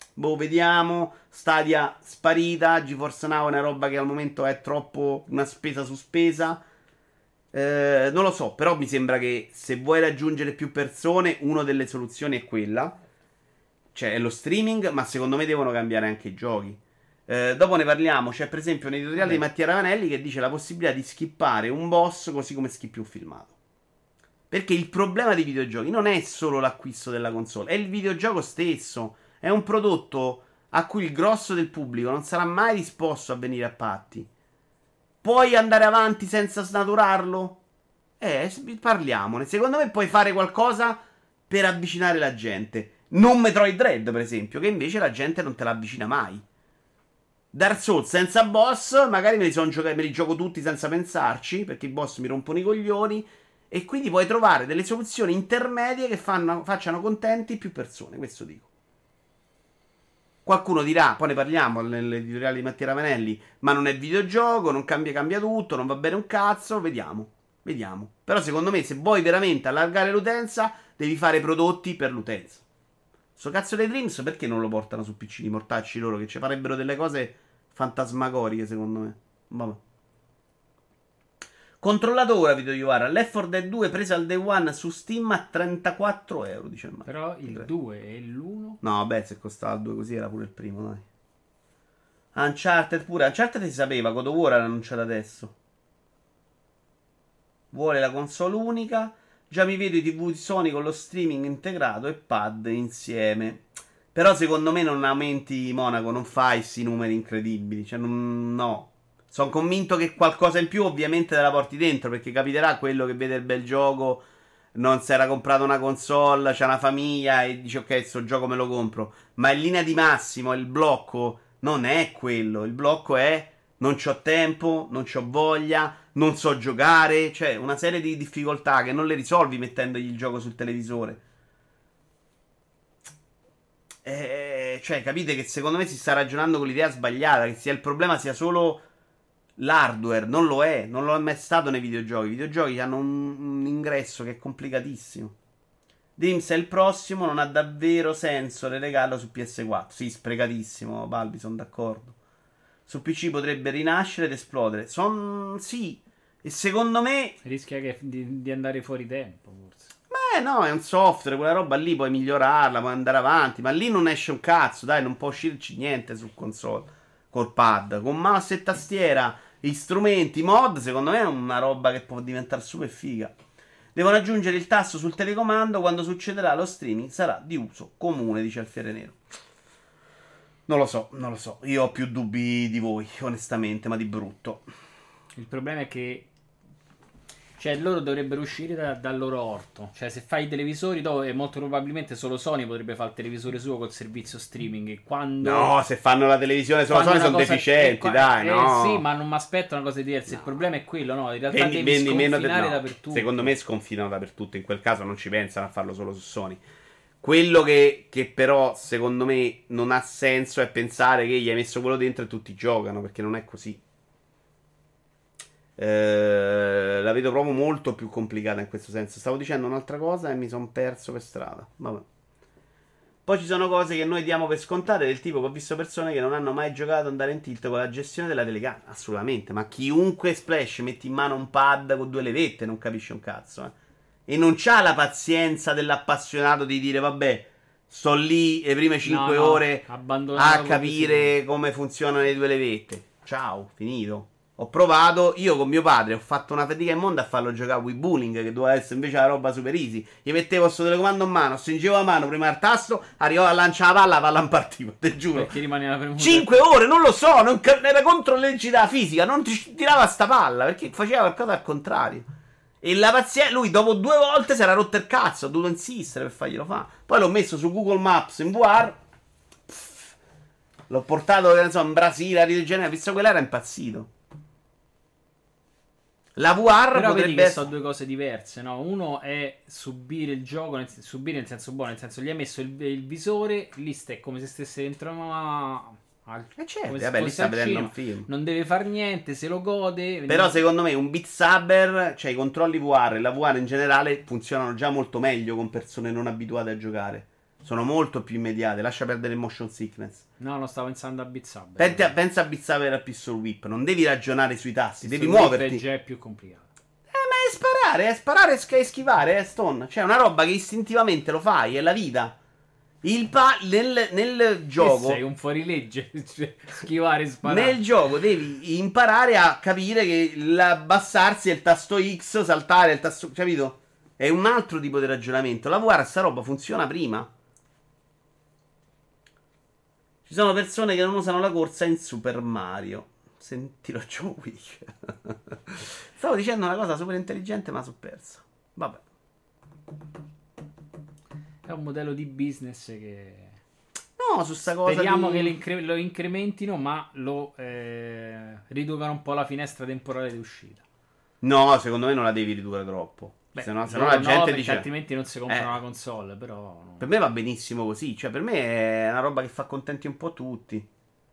Boh, vediamo. Stadia sparita. GeForce Now è una roba che al momento è troppo una spesa su spesa. Eh, non lo so, però mi sembra che se vuoi raggiungere più persone, una delle soluzioni è quella. Cioè, è lo streaming, ma secondo me devono cambiare anche i giochi. Eh, dopo ne parliamo. C'è per esempio un editoriale Vabbè. di Mattia Ravanelli che dice la possibilità di skippare un boss così come skippi un filmato. Perché il problema dei videogiochi non è solo l'acquisto della console, è il videogioco stesso. È un prodotto a cui il grosso del pubblico non sarà mai disposto a venire a patti. Puoi andare avanti senza snaturarlo? Eh, parliamone. Secondo me puoi fare qualcosa per avvicinare la gente. Non Metroid Dread, per esempio, che invece la gente non te la avvicina mai. Dark Souls senza boss, magari me li, son gioca- me li gioco tutti senza pensarci, perché i boss mi rompono i coglioni. E quindi puoi trovare delle soluzioni intermedie che fanno, facciano contenti più persone, questo dico. Qualcuno dirà, poi ne parliamo nell'editoriale di Mattia Ravanelli, ma non è videogioco, non cambia, cambia tutto, non va bene un cazzo, vediamo, vediamo. Però secondo me se vuoi veramente allargare l'utenza, devi fare prodotti per l'utenza. Sto cazzo dei Dreams perché non lo portano su P C di mortacci loro, che ci farebbero delle cose fantasmagoriche secondo me. Vabbè. Controllato ora, video Iuvara, Left four Dead due presa al day one su Steam a trentaquattro euro, dice il Mario. Però il due e l'uno? No, vabbè, se costava il due così era pure il primo, dai. Uncharted pure, Uncharted si sapeva, God of War l'ha annunciato adesso. Vuole la console unica, già mi vedo i T V di Sony con lo streaming integrato e pad insieme. Però secondo me non aumenti Monaco, non fai questi numeri incredibili, cioè non, no. Sono convinto che qualcosa in più ovviamente te la porti dentro, perché capiterà quello che vede il bel gioco, non si era comprato una console, c'ha una famiglia e dice ok, sto gioco me lo compro. Ma in linea di massimo il blocco non è quello, il blocco è non c'ho tempo, non c'ho voglia, non so giocare, cioè una serie di difficoltà che non le risolvi mettendogli il gioco sul televisore. Eh, cioè capite che secondo me si sta ragionando con l'idea sbagliata, che sia il problema sia solo l'hardware. Non lo è, non lo è mai stato nei videogiochi. I videogiochi hanno un, un ingresso che è complicatissimo. Dreams è il prossimo, non ha davvero senso relegarlo su P S quattro. Sì, sprecatissimo, Balbi, sono d'accordo. Su P C potrebbe rinascere ed esplodere. Son... sì, e secondo me rischia che di, di andare fuori tempo, forse. Beh, no, è un software, quella roba lì puoi migliorarla, puoi andare avanti, ma lì non esce un cazzo, dai, non può uscirci niente su console col pad. Con mouse e tastiera, strumenti, mod, secondo me è una roba che può diventare super figa. Devono aggiungere il tasto sul telecomando, quando succederà lo streaming sarà di uso comune, dice Alfiere Nero. Non lo so, non lo so, io ho più dubbi di voi, onestamente, ma di brutto. Il problema è che, cioè, loro dovrebbero uscire da, dal loro orto. Cioè, se fai i televisori, dove molto probabilmente solo Sony potrebbe fare il televisore suo col servizio streaming. E quando... No, se fanno la televisione solo Sony sono cosa... deficienti, qua... dai, eh, no. sì, ma non mi aspetto una cosa diversa. No. Il problema è quello, no? In realtà vendi, devi vendi meno sconfinare de... no. dappertutto. Secondo me sconfinano dappertutto. In quel caso non ci pensano a farlo solo su Sony. Quello che, che però secondo me non ha senso è pensare che gli hai messo quello dentro e tutti giocano, perché non è così. Eh, la vedo proprio molto più complicata in questo senso. Stavo dicendo un'altra cosa e mi sono perso per strada. Vabbè. Poi ci sono cose che noi diamo per scontate, del tipo che ho visto persone che non hanno mai giocato ad andare in tilt con la gestione della telecamera. Assolutamente, ma chiunque Splash metti in mano un pad con due levette non capisce un cazzo, eh. E non c'ha la pazienza dell'appassionato di dire vabbè, sto lì le prime cinque no, no, ore a capire come funzionano le due levette. Ciao, finito. Ho provato, io con mio padre ho fatto una fatica immonda a farlo giocare a Wii Bowling, che doveva essere invece la roba super easy. Gli mettevo sto telecomando in mano, stringevo la mano prima al tasto, arrivavo a lanciare la palla, la palla non partiva, te giuro. Perché rimaneva premuto. cinque ore, non lo so, non, era contro le leggi della fisica, non ti tirava sta palla, perché faceva qualcosa al contrario. E la pazienza, lui dopo due volte si era rotto il cazzo, ho dovuto insistere per farglielo fare. Poi l'ho messo su Google Maps in V R, pff, l'ho portato, che ne so, in Brasile, a Rio de Janeiro, visto quella era impazzito. La V R però potrebbe vedi che essere... sono due cose diverse, no? Uno è subire il gioco, nel senso, subire nel senso buono, nel senso gli hai messo il, il visore, lì stai come se stesse dentro una... Al... Eh certo, vabbè, lì sta vedendo un film. Non deve far niente, se lo gode. Però secondo me un Beat Saber, cioè i controlli V R e la V R in generale funzionano già molto meglio con persone non abituate a giocare. Sono molto più immediate. Lascia perdere il motion sickness. No, non stavo pensando a Beat Saber. Pensa, pensa a Beat Saber e a Pistol Whip. Non devi ragionare sui tasti, devi Pistol Whip muoverti. è già più complicato. Eh, ma è sparare, è sparare e schivare, eh, Stone. Cioè, è una roba che istintivamente lo fai, è la vita. Il pa- nel, nel gioco. Sei un fuorilegge. Cioè, schivare e sparare. Nel gioco devi imparare a capire che l'abbassarsi è il tasto X, saltare è il tasto. Capito? È un altro tipo di ragionamento. La V R, sta roba funziona prima. Ci sono persone che non usano la corsa in Super Mario. Sentirò John Wick. Stavo dicendo una cosa super intelligente, ma sono perso. Vabbè. È un modello di business che... No, su sta cosa. Speriamo di... che l'incre- lo incrementino, ma lo eh, riducano un po' la finestra temporale di uscita. No, secondo me non la devi ridurre troppo. Beh, se no, se no no, la gente no, dice. altrimenti non si comprano Eh. la console. Però no. Per me va benissimo così. Cioè, per me è una roba che fa contenti un po' tutti.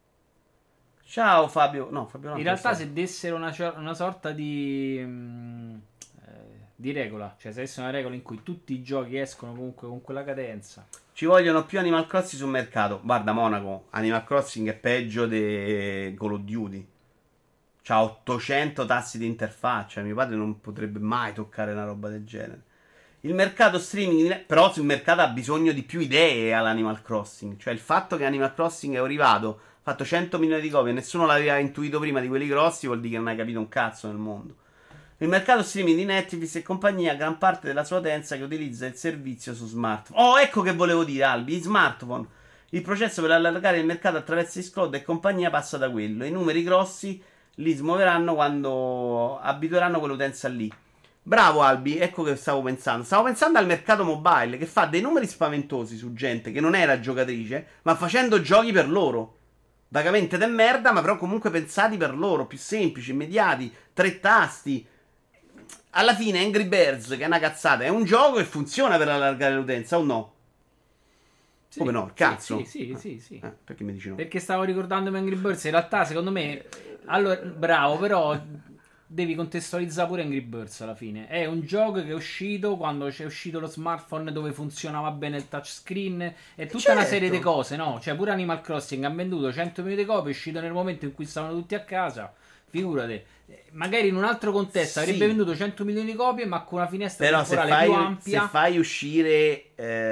Ciao Fabio. No, Fabio non In realtà, se dessero una, cio- una sorta di, mm, eh, di regola, cioè se avessero una regola in cui tutti i giochi escono comunque con quella cadenza. Ci vogliono più Animal Crossing sul mercato. Guarda, Monaco, Animal Crossing è peggio di Call of Duty. C'ha ottocento tassi di interfaccia. Mio padre non potrebbe mai toccare una roba del genere. Il mercato streaming, però sul mercato ha bisogno di più idee all'Animal Crossing. Cioè il fatto che Animal Crossing è arrivato, ha fatto cento milioni di copie e nessuno l'aveva intuito prima di quelli grossi, vuol dire che non hai capito un cazzo nel mondo. Il mercato streaming di Netflix e compagnia ha gran parte della sua utenza che utilizza il servizio su smartphone. Oh, ecco che volevo dire, Albi, i smartphone. Il processo per allargare il mercato attraverso Xcloud e compagnia passa da quello. I numeri grossi li smuoveranno quando abitueranno quell'utenza lì. Bravo Albi, ecco che stavo pensando. Stavo pensando al mercato mobile che fa dei numeri spaventosi su gente che non era giocatrice, ma facendo giochi per loro. Vagamente de merda, ma però comunque pensati per loro, più semplici, immediati, tre tasti. Alla fine Angry Birds, che è una cazzata, è un gioco che funziona per allargare l'utenza o no? Sì, Come no? Il sì, cazzo? Sì, sì, sì, sì. Eh, perché mi dici no? Perché stavo ricordando Angry Birds. In realtà, secondo me, allora, bravo, però devi contestualizzare pure Angry Birds alla fine. È un gioco che è uscito quando c'è uscito lo smartphone dove funzionava bene il touchscreen e tutta Certo. una serie di cose, no? Cioè, pure Animal Crossing ha venduto cento milioni di copie, è uscito nel momento in cui stavano tutti a casa. Figurate, magari in un altro contesto Sì. avrebbe venduto cento milioni di copie, ma con una finestra Però se temporale fai, più ampia. se fai uscire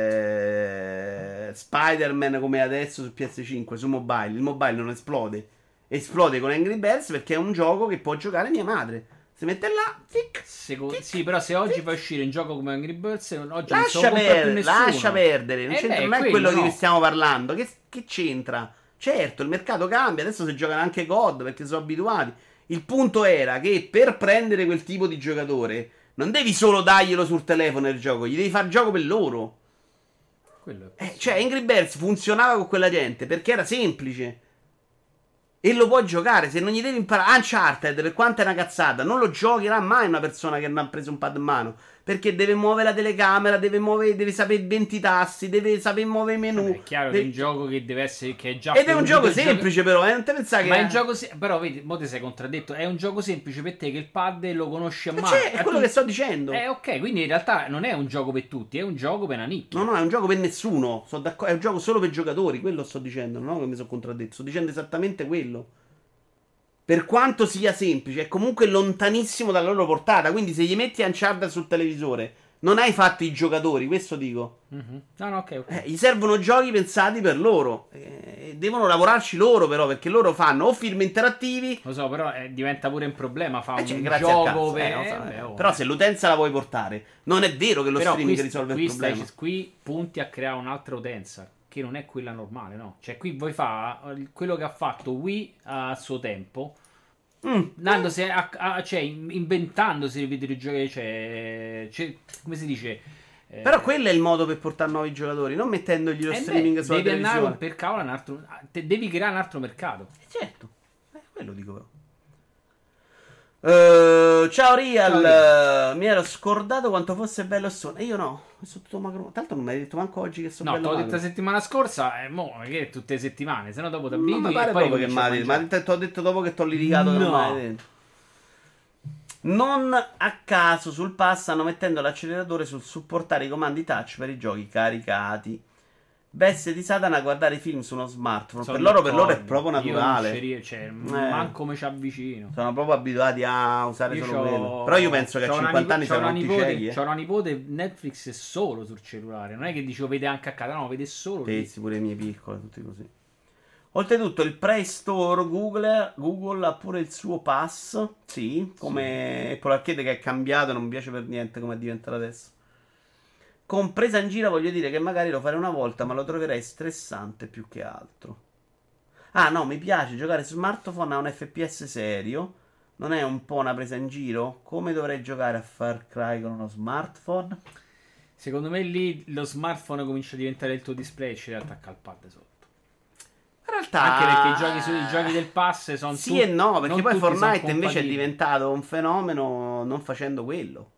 eh, Spider-Man come adesso su P S cinque, su mobile, il mobile non esplode. Esplode con Angry Birds perché è un gioco che può giocare mia madre. Si mette là, tic, Seco- tic, sì, però se oggi tic. fai uscire un gioco come Angry Birds, oggi non se Lascia, lo compra più per- nessuno. lascia perdere, non, Eh c'entra- beh, non è quello quello di no. cui stiamo parlando. Che, che c'entra? Certo, il mercato cambia, adesso si giocano anche C O D perché sono abituati. Il punto era che per prendere quel tipo di giocatore non devi solo darglielo sul telefono il gioco, gli devi fare il gioco per loro. Quello è Eh, cioè, Angry Birds funzionava con quella gente perché era semplice. E lo puoi giocare. Se non gli devi imparare Uncharted, per quanto è una cazzata, non lo giocherà mai una persona che non ha preso un pad in mano. Perché deve muovere la telecamera, deve, muovere, deve sapere venti tasti, deve sapere muovere i menu. Vabbè, è chiaro che De- è un gioco che deve essere che è già Ed è un prevenuto gioco il gioco- semplice, però. Eh? Non te pensare che Ma è un gioco se- però vedi, mo ti sei contraddetto, è un gioco semplice per te che il pad lo conosci a Ma mano. c'è, è Eh, quello tu- che sto dicendo. Eh, ok, quindi in realtà non è un gioco per tutti, è un gioco per una nicchia. No, no, è un gioco per nessuno. Sono d'accordo, è un gioco solo per giocatori. Quello sto dicendo. Non è che mi sono contraddetto. Sto dicendo esattamente quello. Per quanto sia semplice, è comunque lontanissimo dalla loro portata. Quindi, se gli metti Uncharted sul televisore, non hai fatto i giocatori. Questo dico. Mhm. No, no, ok, ok. Eh, gli servono giochi pensati per loro. Eh, devono lavorarci loro, però. Perché loro fanno o film interattivi. Lo so, però eh, diventa pure un problema. Fa Eh, cioè, un grazie al gioco cazzo, per. eh, lo so, eh, eh. oh. Però, se l'utenza la vuoi portare, non è vero che lo Però streaming qui, risolve qui il problema. stai- qui punti a creare un'altra utenza che non è quella normale, no? Cioè, qui vuoi fare quello che ha fatto Wii a suo tempo. Mm. Dandosi a, a- cioè, in- inventandosi i videogiochi, cioè, cioè, come si dice? Eh, Però quello è il modo per portare nuovi giocatori, non mettendogli lo eh beh, streaming sulla devi andare televisione. per cavolo un altro, te devi creare un altro mercato. Eh, certo, eh, quello dico però. Eh, ciao Real, Ciao, eh, mi ero scordato quanto fosse bello Stone. E io no, sono tutto magro. Tanto non mi hai detto manco oggi che sono No, bello te l'ho detto magro. la settimana scorsa, e mo che tutte le settimane, se no dopo ti Non mi abitui pare e poi proprio che cominci a mi hai mangiare. detto, t'ho detto dopo che t'ho litigato che non No. mi hai detto. Non a caso sul pass stanno mettendo l'acceleratore sul supportare i comandi touch per i giochi caricati. veste di Satana a guardare i film su uno smartphone. Sono per loro, per loro è d'accordo. proprio Io non ci naturale. rie- cioè, Eh. manco come ci avvicino. Sono proprio abituati a usare Io solo c'ho- quello. Però io penso che a c'ho una cinquanta nipo- anni c'ho saranno una tutti nipote, ciechi. Eh. c'ho una nipote, Netflix è solo sul cellulare. Non è che dicevo vede anche a casa, no, vede solo lì. Pensi pure i miei piccoli, tutti così. Oltretutto il Play Store Google, Google ha pure il suo pass. Sì, come Apple Arcade che è cambiato, non mi piace per niente come è diventato adesso. Con presa in giro voglio dire che magari lo farei una volta, ma lo troverei stressante più che altro. Ah no, mi piace giocare su smartphone a un F P S serio. Non è un po' una presa in giro? Come dovrei giocare a Far Cry con uno smartphone? Secondo me lì lo smartphone comincia a diventare il tuo display e ci devi attaccare il pad sotto. In realtà... Anche perché i giochi, su, i giochi del pass sono Sì tutti- e no, perché non poi tutti sono Fortnite invece è compatibili. diventato un fenomeno non facendo quello.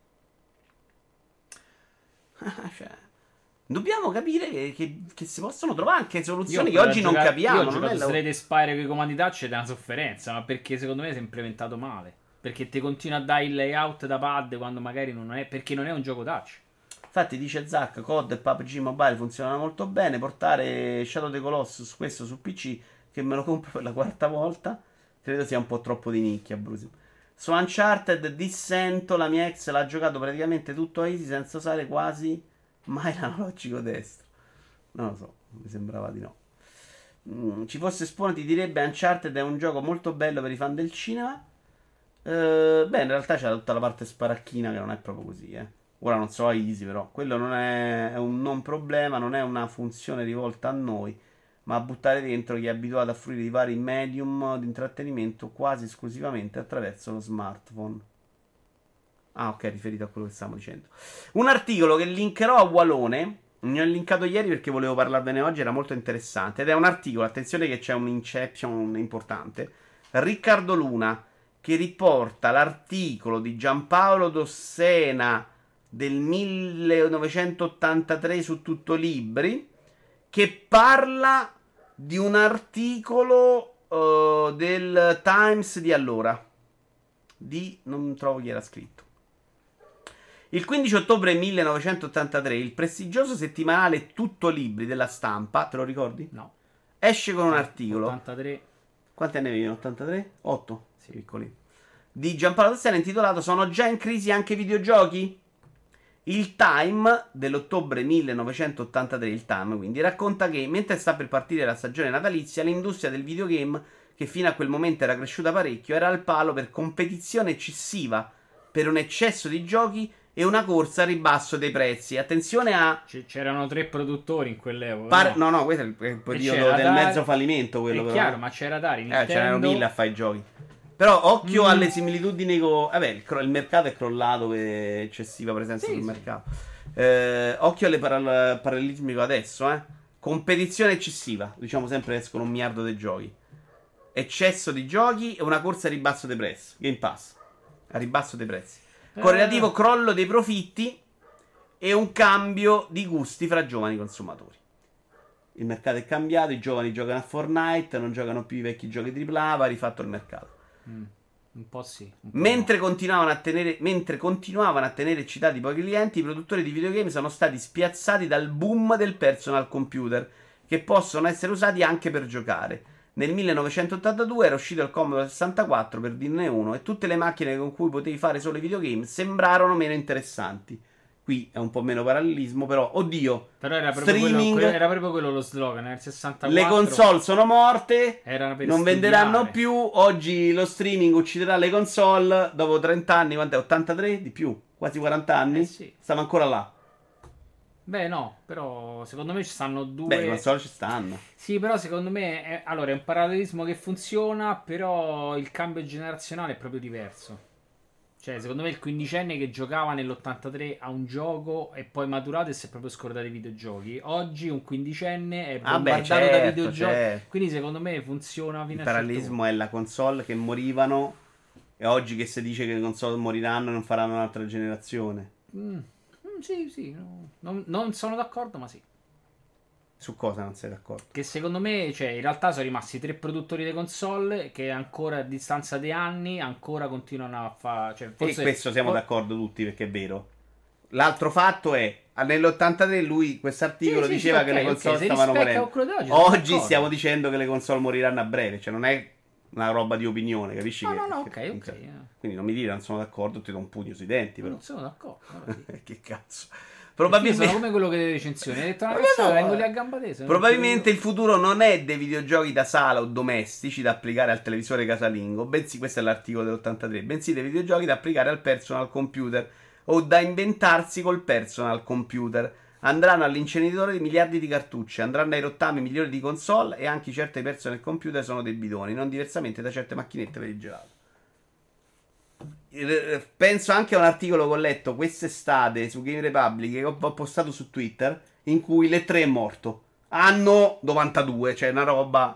Cioè, dobbiamo capire che, che- che si possono trovare anche soluzioni che Io ho oggi non giocato- capiamo. Io ho non è giocato la- Slade Spire con i comandi touch ed è una sofferenza, ma perché secondo me si è implementato male. Perché ti continua a dare il layout da pad quando magari non è. Perché non è un gioco touch. Infatti dice Zack, C O D e P U B G Mobile funzionano molto bene. Portare Shadow of the Colossus questo su P C, che me lo compro per la quarta volta, credo sia un po' troppo di nicchia, Bruce. Su Uncharted dissento, la mia ex l'ha giocato praticamente tutto a easy senza usare quasi mai l'analogico destro. Non lo so, mi sembrava di no. Mm, ci fosse Spawn ti direbbe Uncharted è un gioco molto bello per i fan del cinema. Eh, beh, in realtà c'è tutta la parte sparacchina che non è proprio così, eh. Ora non so a easy, però quello non è, è un non problema, non è una funzione rivolta a noi, ma a buttare dentro chi è abituato a fruire di vari medium di intrattenimento quasi esclusivamente attraverso lo smartphone. Ah, ok, riferito a quello che stiamo dicendo. Un articolo che linkerò a Walone, ne ho linkato ieri perché volevo parlarvene oggi, era molto interessante. Ed è un articolo, attenzione che c'è un inception importante. Riccardo Luna, che riporta l'articolo di Giampaolo Dossena del millenovecentottantatré su Tutto Libri, che parla di un articolo uh, del Times di allora. Di... non trovo chi era scritto. Il quindici ottobre millenovecentottantatré il prestigioso settimanale Tutto Libri della Stampa, te lo ricordi? No. Esce con un articolo. ottantatré. Quanti anni avevi? ottantatré? otto. Sì. Piccoli. Di Giampaolo Dossena intitolato Sono già in crisi anche i videogiochi? Il Time dell'ottobre millenovecentottantatré, il Time quindi, racconta che mentre sta per partire la stagione natalizia, l'industria del videogame, che fino a quel momento era cresciuta parecchio, era al palo per competizione eccessiva, per un eccesso di giochi e una corsa a ribasso dei prezzi. Attenzione a... C- c'erano tre produttori in quell'epoca. Par- no? no, no, questo è il, il periodo c'era del Atari- mezzo fallimento, quello È però. chiaro, ma c'era Atari, Eh, Nintendo. c'erano mille a fare i giochi. Però occhio Mm. alle similitudini con... Vabbè, il, cro- il mercato è crollato per eccessiva presenza Sì, sul sì. mercato. Eh, occhio alle paral- parallelismi con adesso, eh. Competizione eccessiva. Diciamo sempre escono un miliardo di giochi. Eccesso di giochi e una corsa a ribasso dei prezzi. Game Pass. A ribasso dei prezzi. Con Eh. relativo crollo dei profitti e un cambio di gusti fra giovani consumatori. Il mercato è cambiato, i giovani giocano a Fortnite, non giocano più i vecchi giochi tripla A, va rifatto il mercato. Mm, un po' sì. Un po' Mentre continuavano, a tenere, mentre continuavano a tenere eccitati i pochi clienti, i produttori di videogame sono stati spiazzati dal boom del personal computer, che possono essere usati anche per giocare. Nel millenovecentottantadue era uscito il Commodore sessantaquattro, per dirne uno, e tutte le macchine con cui potevi fare solo i videogame sembrarono meno interessanti. Qui è un po' meno parallelismo, però, oddio, Però era proprio, streaming, quello, que- era proprio quello lo slogan. Nel sessantaquattro le console sono morte, erano per non studiare. venderanno più. Oggi lo streaming ucciderà le console. Dopo trenta anni, quant'è? ottantatré? Di più, quasi quaranta anni. Eh sì. Stiamo ancora là. Beh, no, però secondo me ci stanno due. Beh, le console ci stanno. Sì, però secondo me è... allora è un parallelismo che funziona, però il cambio generazionale è proprio diverso. Cioè, secondo me il quindicenne che giocava nell'ottantatré a un gioco e poi maturato e si è proprio scordato i videogiochi. Oggi un quindicenne è Ah, beh, bombardato da certo, videogiochi. certo. Quindi secondo me funziona fino Il a un certo parallelismo è la console che morivano. E oggi che si dice che le console moriranno e non faranno un'altra generazione. punto. Mm, mm, sì, sì, no. non, non sono d'accordo, ma sì. Su cosa non sei d'accordo? Che secondo me, cioè, in realtà sono rimasti tre produttori di console che ancora a distanza di anni ancora continuano a fare. Cioè, E forse questo siamo for- d'accordo tutti perché è vero. L'altro fatto è nell'ottantatré lui, quest'articolo Sì, sì, diceva sì, che ok, le console ok, se stavano rispecca morendo. quello di oggi, sono Oggi d'accordo. stiamo dicendo che le console moriranno a breve, cioè non è una roba di opinione, capisci? No, che, no, no, che- ok, ok. eh. Quindi non mi dire non sono d'accordo, ti do un pugno sui denti, però. Non sono d'accordo. però sì. Che cazzo. Io Probabilmente... sono come quello che deve recensioni. Hai detto una Ma cazzata, no, vengo lì eh. a gamba tesa. Probabilmente il futuro non è dei videogiochi da sala o domestici da applicare al televisore casalingo, bensì, questo è l'articolo dell'ottantatré, bensì dei videogiochi da applicare al personal computer o da inventarsi col personal computer. Andranno all'inceneritore di miliardi di cartucce, andranno ai rottami milioni di console e anche certe personal computer sono dei bidoni, non diversamente da certe macchinette per il gelato. Penso anche a un articolo che ho letto quest'estate su Game Republic che ho postato su Twitter in cui l'E tre è morto. Anno novantadue, cioè una roba.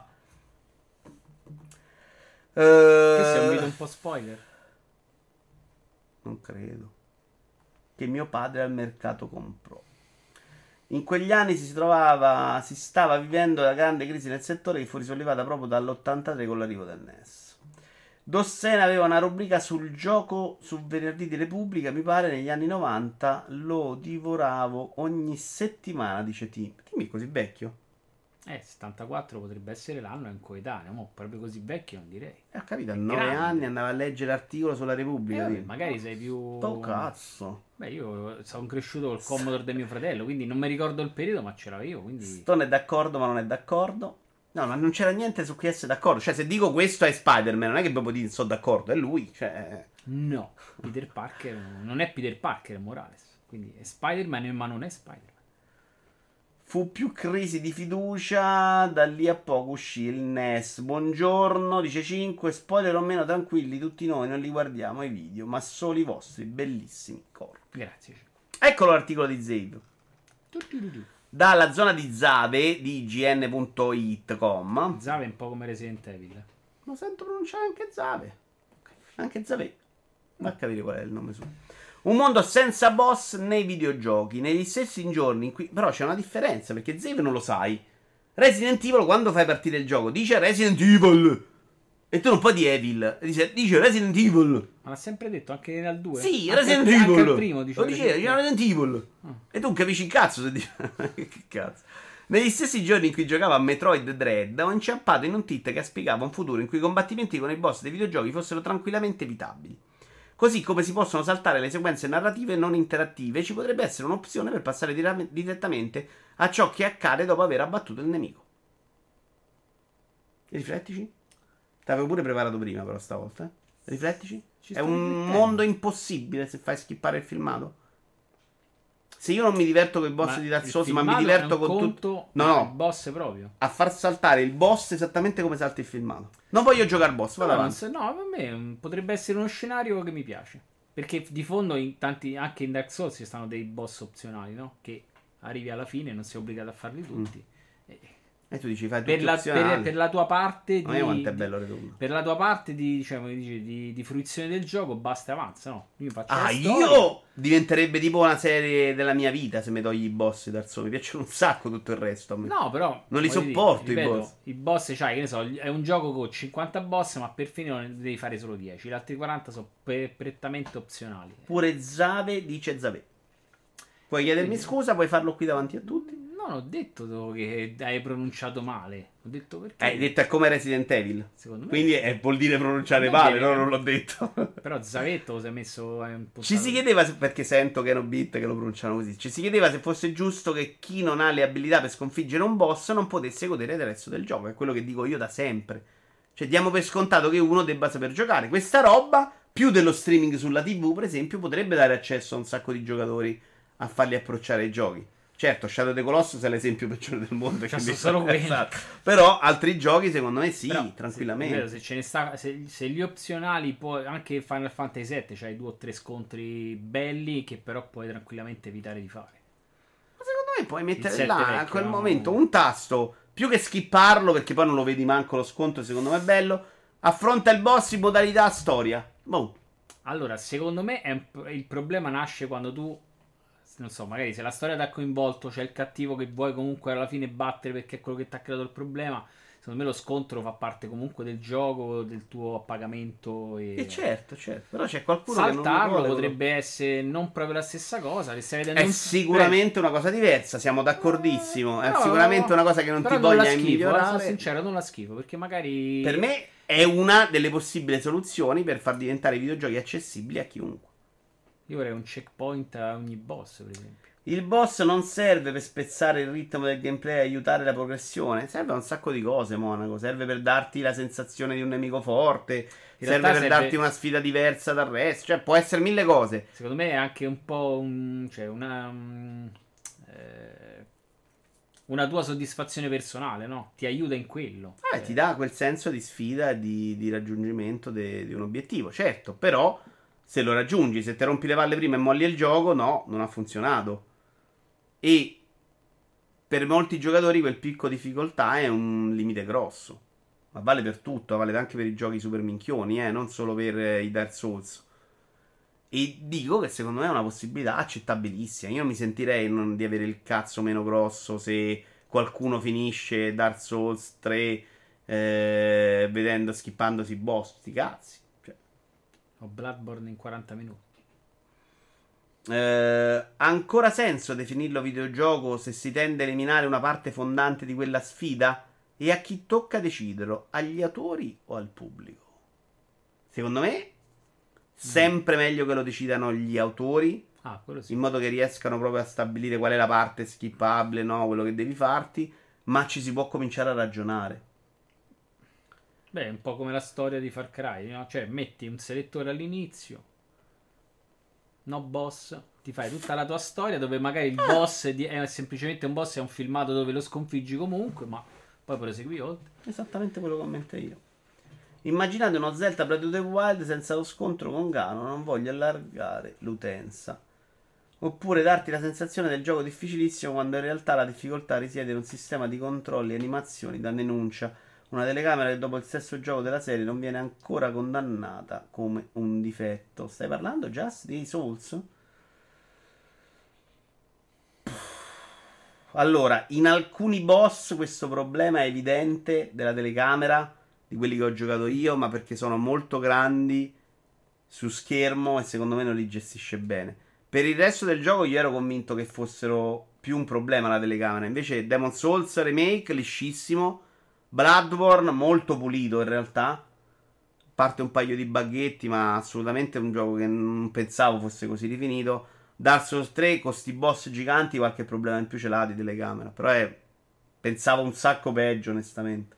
Questo è un Eh, video un po' spoiler. Non credo. Che mio padre al mercato comprò. In quegli anni si trovava, si stava vivendo la grande crisi nel settore che fu risollevata proprio dall'ottantatré con l'arrivo del N E S. Dossena aveva una rubrica sul gioco su Venerdì di Repubblica, mi pare negli anni novanta lo divoravo ogni settimana, dice Tim. Tim è così vecchio? Eh, settantaquattro potrebbe essere l'anno, è un coetaneo, mo proprio così vecchio non direi. Eh, ho capito, a È nove grande. anni andava a leggere l'articolo sulla Eh, Repubblica. vabbè, Tim. magari sei più... Sto cazzo. Beh, io sono cresciuto col Commodore del mio fratello, quindi non mi ricordo il periodo, ma ce l'avevo, quindi... Stone è d'accordo ma non è d'accordo. No, ma non c'era niente su cui essere d'accordo. Cioè, se dico questo è Spider-Man, non è che proprio dire sono d'accordo, è lui. Cioè... No, Peter Parker non è Peter Parker, è Morales. Quindi è Spider-Man, ma non è Spider-Man. Fu più crisi di fiducia, da lì a poco uscì il N E S. Buongiorno, dice cinque, spoiler o meno tranquilli, tutti noi non li guardiamo i video, ma solo i vostri bellissimi corpi. Grazie. Eccolo l'articolo di Zaid. Tu, tu, tu, tu. Dalla zona di Zave di I G N punto it punto com. Zave è un po' come Resident Evil. Lo sento pronunciare anche Zave. Anche Zave. Va a capire qual è il nome suo. Un mondo senza boss nei videogiochi, negli stessi giorni in cui... Però c'è una differenza, perché Zave non lo sai. Resident Evil, quando fai partire il gioco, dice Resident Evil. E tu non puoi dire Evil. Dice, dice Resident Evil. Ma l'ha sempre detto, anche nel due? Sì, anche Resident al, Evil. Anche al primo, dice lo dice, dice Resident Evil. E tu capisci il cazzo se dici... che cazzo. Negli stessi giorni in cui giocavo a Metroid Dread, ho inciampato in un tit che spiegava un futuro in cui i combattimenti con i boss dei videogiochi fossero tranquillamente evitabili. Così come si possono saltare le sequenze narrative non interattive, ci potrebbe essere un'opzione per passare dira- direttamente a ciò che accade dopo aver abbattuto il nemico. Riflettici. T'avevo pure preparato prima, però stavolta. Eh? Riflettici. Ci È sto un riflettendo. mondo impossibile se fai skippare il filmato. Se io non mi diverto con i boss Ma di Dark il Souls, ma mi filmato diverto è un con conto, tutto. No, ma no. il boss proprio. A far saltare il boss esattamente come salta il filmato. Non voglio giocare boss, vado No, non avanti. so- no, per me mm, potrebbe essere uno scenario che mi piace. Perché di fondo in tanti, anche in Dark Souls ci stanno dei boss opzionali, no? Che arrivi alla fine e non sei obbligato a farli tutti. E E tu dici fai tutti per, la, opzionali. per, per la tua parte Ma io quanto è di, bello Return. per la tua parte di, diciamo, di, di, di fruizione del gioco basta e avanza, no? Io faccio Ah, la storia. io diventerebbe tipo una serie della mia vita se mi togli i boss di Dark Souls. Mi piacciono un sacco tutto il resto. A me. No, però Non li voglio dire, sopporto i ripeto, boss. I boss, cioè, che ne so, è un gioco con cinquanta boss, ma per finire ne devi fare solo dieci. Gli altri quaranta sono pe- prettamente opzionali. Pure Zave dice Zave. Puoi chiedermi scusa, puoi farlo qui davanti a tutti. Non ho detto che hai pronunciato male. Ho detto perché. Hai detto è come Resident Evil. Secondo me. Quindi è- vuol dire pronunciare Non male, deve- no? Non l'ho detto. Però Zavetto lo si è messo. eh, un po' Ci si chiedeva, se- perché sento che erano bit che lo pronunciano così, ci si chiedeva se fosse giusto che chi non ha le abilità per sconfiggere un boss non potesse godere del resto del gioco. È quello che dico io da sempre. Cioè diamo per scontato che uno debba saper giocare. Questa roba, più dello streaming sulla tivù, per esempio, potrebbe dare accesso a un sacco di giocatori a farli approcciare ai giochi. Certo, Shadow of the Colossus è l'esempio peggiore del mondo. Cioè, che sono mi- solo quelli. Esatto. Però altri giochi secondo me sì, Però, tranquillamente. se, è vero, se ce ne sta, se, se gli opzionali, poi anche Final Fantasy sette c'hai due o tre scontri belli che però puoi tranquillamente evitare di fare. Ma secondo me puoi mettere sette là vecchio, a quel no? momento un tasto, più che skipparlo perché poi non lo vedi manco lo scontro, secondo me è bello. Affronta il boss in modalità storia. Boh. Allora, secondo me è un- il problema nasce quando tu, non so, magari se la storia ti ha coinvolto, c'è il cattivo che vuoi comunque alla fine battere perché è quello che ti ha creato il problema. Secondo secondo me lo scontro fa parte comunque del gioco, del tuo appagamento. E, e certo, certo. Però c'è qualcuno che non saltarlo vuole, potrebbe essere non proprio la stessa cosa. Che stai vedendo è un- sicuramente una cosa diversa, siamo d'accordissimo. È Però- sicuramente una cosa che non però ti non la voglia schifo, eh, sono migliorare. sincero, non la schifo perché magari Per me è una delle possibili soluzioni per far diventare i videogiochi accessibili a chiunque. io vorrei un checkpoint a ogni boss, per esempio. Il boss non serve per spezzare il ritmo del gameplay e aiutare la progressione. Serve a un sacco di cose, Monaco. Serve per darti la sensazione di un nemico forte. In serve realtà per serve- darti una sfida diversa dal resto. Cioè, può essere mille cose. Secondo me è anche un po' un, cioè una mm, eh, una tua soddisfazione personale, no? Ti aiuta in quello. Vabbè, ti dà quel senso di sfida e di, di raggiungimento de- di un obiettivo. Certo, però, se lo raggiungi, se ti rompi le palle prima e molli il gioco, no, non ha funzionato. E per molti giocatori quel picco difficoltà è un limite grosso. Ma vale per tutto, vale anche per i giochi super minchioni, eh, non solo per eh, i Dark Souls. E dico che secondo me è una possibilità accettabilissima. Io non mi sentirei non- di avere il cazzo meno grosso se qualcuno finisce Dark Souls tre eh, vedendo, skippandosi i boss. Sti cazzi. Cioè, Ho Bloodborne in quaranta minuti. Eh, ha ancora senso definirlo videogioco se si tende a eliminare una parte fondante di quella sfida? E a chi tocca deciderlo? Agli autori o al pubblico? Secondo me, sempre meglio che lo decidano gli autori, Ah, quello sì. in modo che riescano proprio a stabilire qual è la parte skippabile, no, quello che devi farti, ma ci si può cominciare a ragionare. Beh, è un po' come la storia di Far Cry, no? Cioè, metti un selettore all'inizio, no boss, ti fai tutta la tua storia dove magari il boss è, di- è semplicemente un boss, è un filmato dove lo sconfiggi comunque, ma poi prosegui oltre. Esattamente quello che commento io. Immaginate uno Zelda Breath of the Wild senza lo scontro con Ganon, non voglio allargare l'utenza. Oppure darti la sensazione del gioco difficilissimo quando in realtà la difficoltà risiede in un sistema di controlli e animazioni da denuncia. Una telecamera che dopo il sesto gioco della serie non viene ancora condannata come un difetto. Stai parlando, Just, di Souls? Allora, in alcuni boss questo problema è evidente della telecamera, di quelli che ho giocato io, ma perché sono molto grandi su schermo e secondo me non li gestisce bene. Per il resto del gioco io ero convinto che fossero più un problema la telecamera. Invece Demon Souls Remake liscissimo, Bloodborne molto pulito in realtà, a parte un paio di baghetti, ma assolutamente un gioco che non pensavo fosse così rifinito. Dark Souls tre con sti boss giganti qualche problema in più ce l'ha di telecamera, però è... pensavo un sacco peggio onestamente.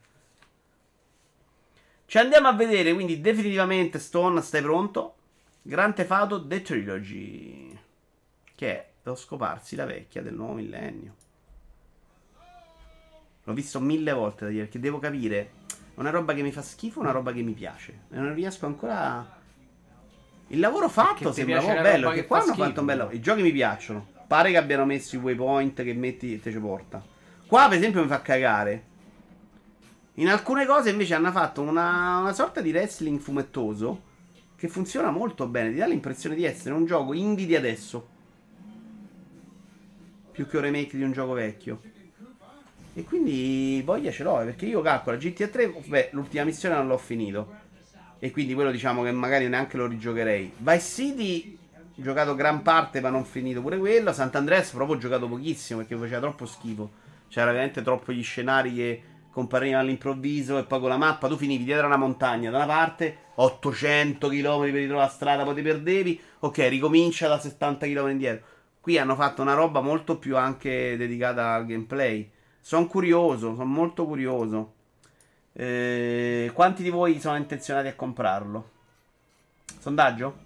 Ci andiamo a vedere quindi definitivamente Stone, stai pronto? Grand Theft Auto The Trilogy, che è lo scoparsi la vecchia del nuovo millennio. L'ho visto mille volte da dire, perché devo capire, è una roba che mi fa schifo o una roba che mi piace? E non riesco ancora a... Il lavoro fatto Perché ti sembra piace un la bello, roba perché che qua fa hanno schifo, fatto un bello... però. I giochi mi piacciono. Pare che abbiano messo i waypoint che metti e te ci porta. Qua per esempio mi fa cagare. In alcune cose invece hanno fatto una, una sorta di wrestling fumettoso che funziona molto bene. Ti dà l'impressione di essere un gioco indie di adesso, più che un remake di un gioco vecchio. E quindi voglia ce l'ho, eh, perché io calcolo G T A tre, beh, l'ultima missione non l'ho finito, e quindi quello diciamo che magari neanche lo rigiocherei. Vice City giocato gran parte ma non finito pure quello. Sant'Andreas proprio ho giocato pochissimo perché faceva troppo schifo. C'era veramente troppo gli scenari che comparivano all'improvviso e poi con la mappa tu finivi dietro una montagna da una parte, ottocento chilometri per ritrovare la strada, poi ti perdevi, ok, ricomincia da settanta chilometri indietro. Qui hanno fatto una roba molto più anche dedicata al gameplay. Sono curioso, sono molto curioso. Eh, quanti di voi sono intenzionati a comprarlo? Sondaggio?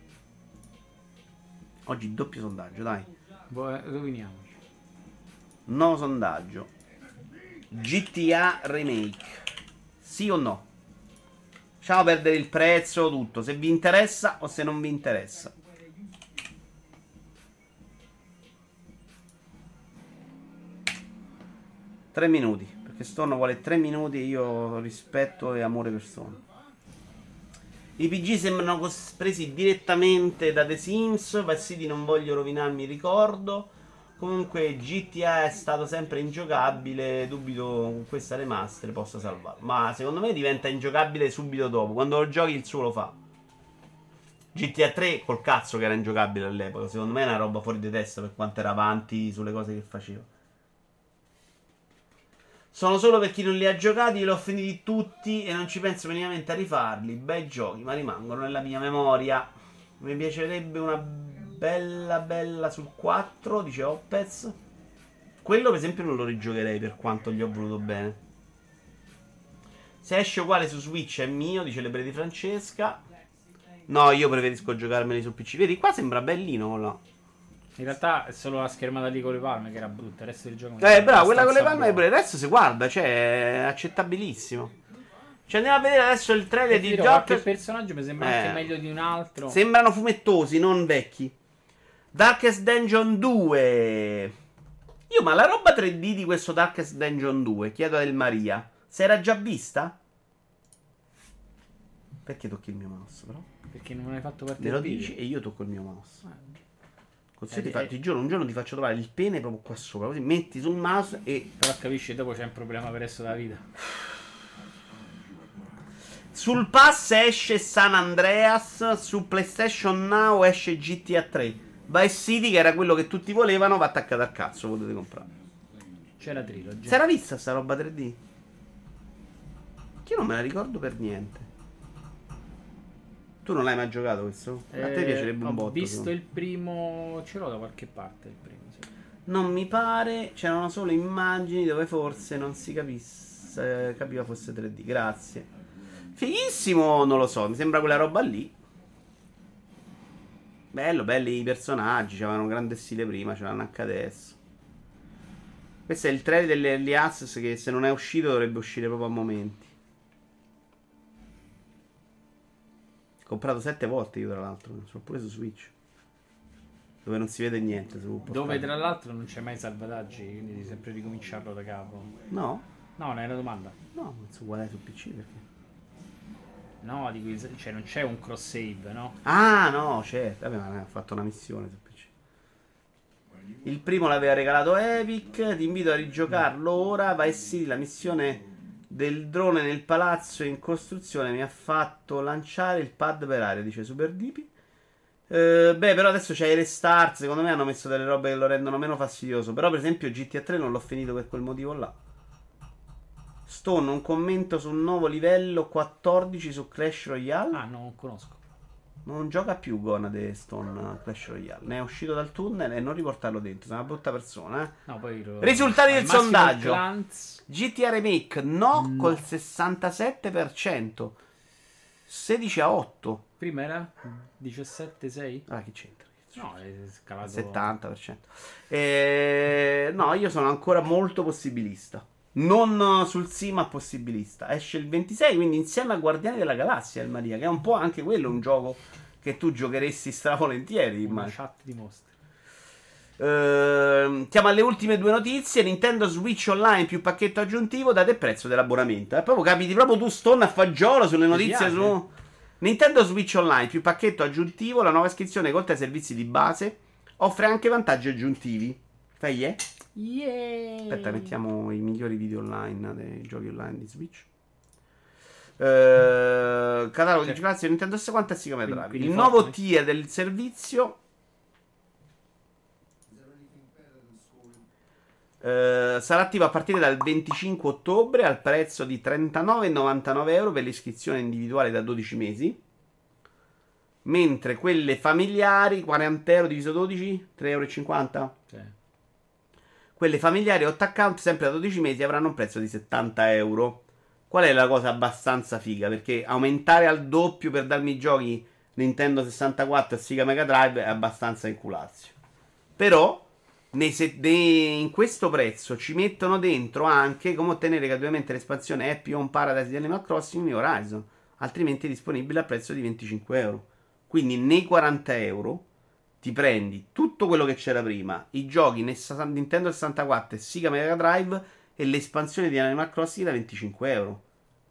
Oggi doppio sondaggio, dai. Boh, roviniamoci. Nuovo sondaggio. G T A Remake. Sì o no? Lasciamo perdere il prezzo, tutto. Se vi interessa o se non vi interessa. Tre minuti. Perché Storno vuole tre minuti e io rispetto e amore per Storno. I P G sembrano cos- presi direttamente da The Sims. Vice City non voglio rovinarmi il ricordo. Comunque G T A è stato sempre ingiocabile. Dubito con questa remaster possa salvarlo. Ma secondo me diventa ingiocabile subito dopo. Quando lo giochi il suo lo fa. G T A tre col cazzo che era ingiocabile all'epoca. Secondo me è una roba fuori di testa per quanto era avanti sulle cose che faceva. Sono solo per chi non li ha giocati, li ho finiti tutti e non ci penso minimamente a rifarli. Bei giochi, ma rimangono nella mia memoria. Mi piacerebbe una bella bella sul quattro, dice Opez. Quello per esempio non lo rigiocherei per quanto gli ho voluto bene. Se esce uguale su Switch è mio, dice le di Francesca. No, io preferisco giocarmeli su P C. Vedi, qua sembra bellino, no? In realtà è solo la schermata lì con le palme che era brutta. Il resto del gioco Eh, bravo, quella con le abbastanza palme buono. pure. Adesso si guarda, cioè, è accettabilissimo. Cioè, andiamo a vedere adesso il trailer È di vero, qualche Darkest. personaggio mi sembra Eh. anche meglio di un altro. Sembrano fumettosi, non vecchi. Darkest Dungeon due. Io, ma la roba tre D di questo Darkest Dungeon due, chiedo a El Maria, si era già vista? Perché tocchi il mio mouse, però? Perché non hai fatto partire Me lo il video. dici e io tocco il mio mouse. Eh. Così Eh, ti, fa- eh. ti giuro, un giorno ti faccio trovare il pene proprio qua sopra. Così metti sul mouse e. Però capisci, dopo c'è un problema per il resto della vita. Sul pass esce San Andreas. Su PlayStation Now esce G T A tre. Vice City, che era quello che tutti volevano, va attaccato al cazzo. Potete comprare. C'è la trilogia. Si era vista sta roba tre D? Che io non me la ricordo per niente. Tu non l'hai mai giocato questo? A te Eh, piacerebbe un ho botto. visto secondo me. il primo. Ce l'ho da qualche parte il primo, sì. Non mi pare. C'erano solo immagini dove forse non si capisse, capiva fosse tre D. Grazie. Fighissimo, non lo so. Mi sembra quella roba lì. Bello, belli i personaggi. C'avevano un grande stile prima, ce l'hanno anche adesso. Questo è il trailer dell'Early Access che se non è uscito dovrebbe uscire proprio a momenti. Comprato sette volte io tra l'altro. Sono pure su Switch. Dove non si vede niente su Dove portale. tra l'altro non c'è mai salvataggi, quindi devi sempre ricominciarlo da capo. No? No, non è una domanda. No, non so qual è su P C perché. No, di cui, cioè non c'è un cross save, no? Ah no, certo. Vabbè, ma ha fatto una missione su P C. Il primo l'aveva regalato Epic. Ti invito a rigiocarlo ora. Vai sì, la missione del drone nel palazzo in costruzione mi ha fatto lanciare il pad per aria, dice Super Dipi. Eh, beh, però adesso c'è i restart. Secondo me hanno messo delle robe che lo rendono meno fastidioso. Però, per esempio, G T A tre non l'ho finito per quel motivo là. Stone, un commento sul nuovo livello quattordici su Clash Royale. Ah, non conosco. Non gioca più Gonade Stone a Clash Royale. Ne è uscito dal tunnel e non riportarlo dentro. Sei una brutta persona, eh. No, poi lo- Risultati al del massimo sondaggio. Clans. G T A Remake no, No. col sessantasette per cento. sedici a otto. Prima era diciassette sei? Ah, che c'entra? No, è scalato. settanta per cento. Eh, no, io sono ancora molto possibilista. Non sul sì, ma possibilista. Esce il ventisei, quindi insieme a Guardiani della Galassia, il Maria, che è un po' anche quello un gioco che tu giocheresti stravolentieri, Una immagino. chat di mostri. Ehm, siamo alle ultime due notizie. Nintendo Switch Online più pacchetto aggiuntivo, date il prezzo dell'abbonamento. E proprio capiti proprio tu stonna a fagiolo sulle notizie piace? su Nintendo Switch Online più pacchetto aggiuntivo. La nuova iscrizione oltre ai servizi di base offre anche vantaggi aggiuntivi. Fai yeah? Yeah. Aspetta, mettiamo i migliori video online dei giochi online di Switch. Ehm, catalogo Cioè, di giocatori Nintendo sessantaquanta e Sega Mega Drive. quindi Il nuovo Fortnite. tier del servizio eh, sarà attivo a partire dal venticinque ottobre al prezzo di trentanove virgola novantanove euro per l'iscrizione individuale da dodici mesi. Mentre quelle familiari, quaranta euro diviso dodici, tre virgola cinquanta euro. Sì. Quelle familiari otto account sempre da dodici mesi avranno un prezzo di settanta euro. Qual è la cosa abbastanza figa? Perché aumentare al doppio per darmi i giochi Nintendo sessantaquattro e Sega Mega Drive è abbastanza inculazio. Però nei se- nei- in questo prezzo ci mettono dentro anche come ottenere gratuitamente l'espansione Happy Home Paradise di Animal Crossing e Horizon, altrimenti è disponibile a prezzo di venticinque euro. Quindi nei quaranta euro ti prendi tutto quello che c'era prima, i giochi nel sa- Nintendo sessantaquattro e Sega Mega Drive e l'espansione di Animal Crossing da venticinque euro.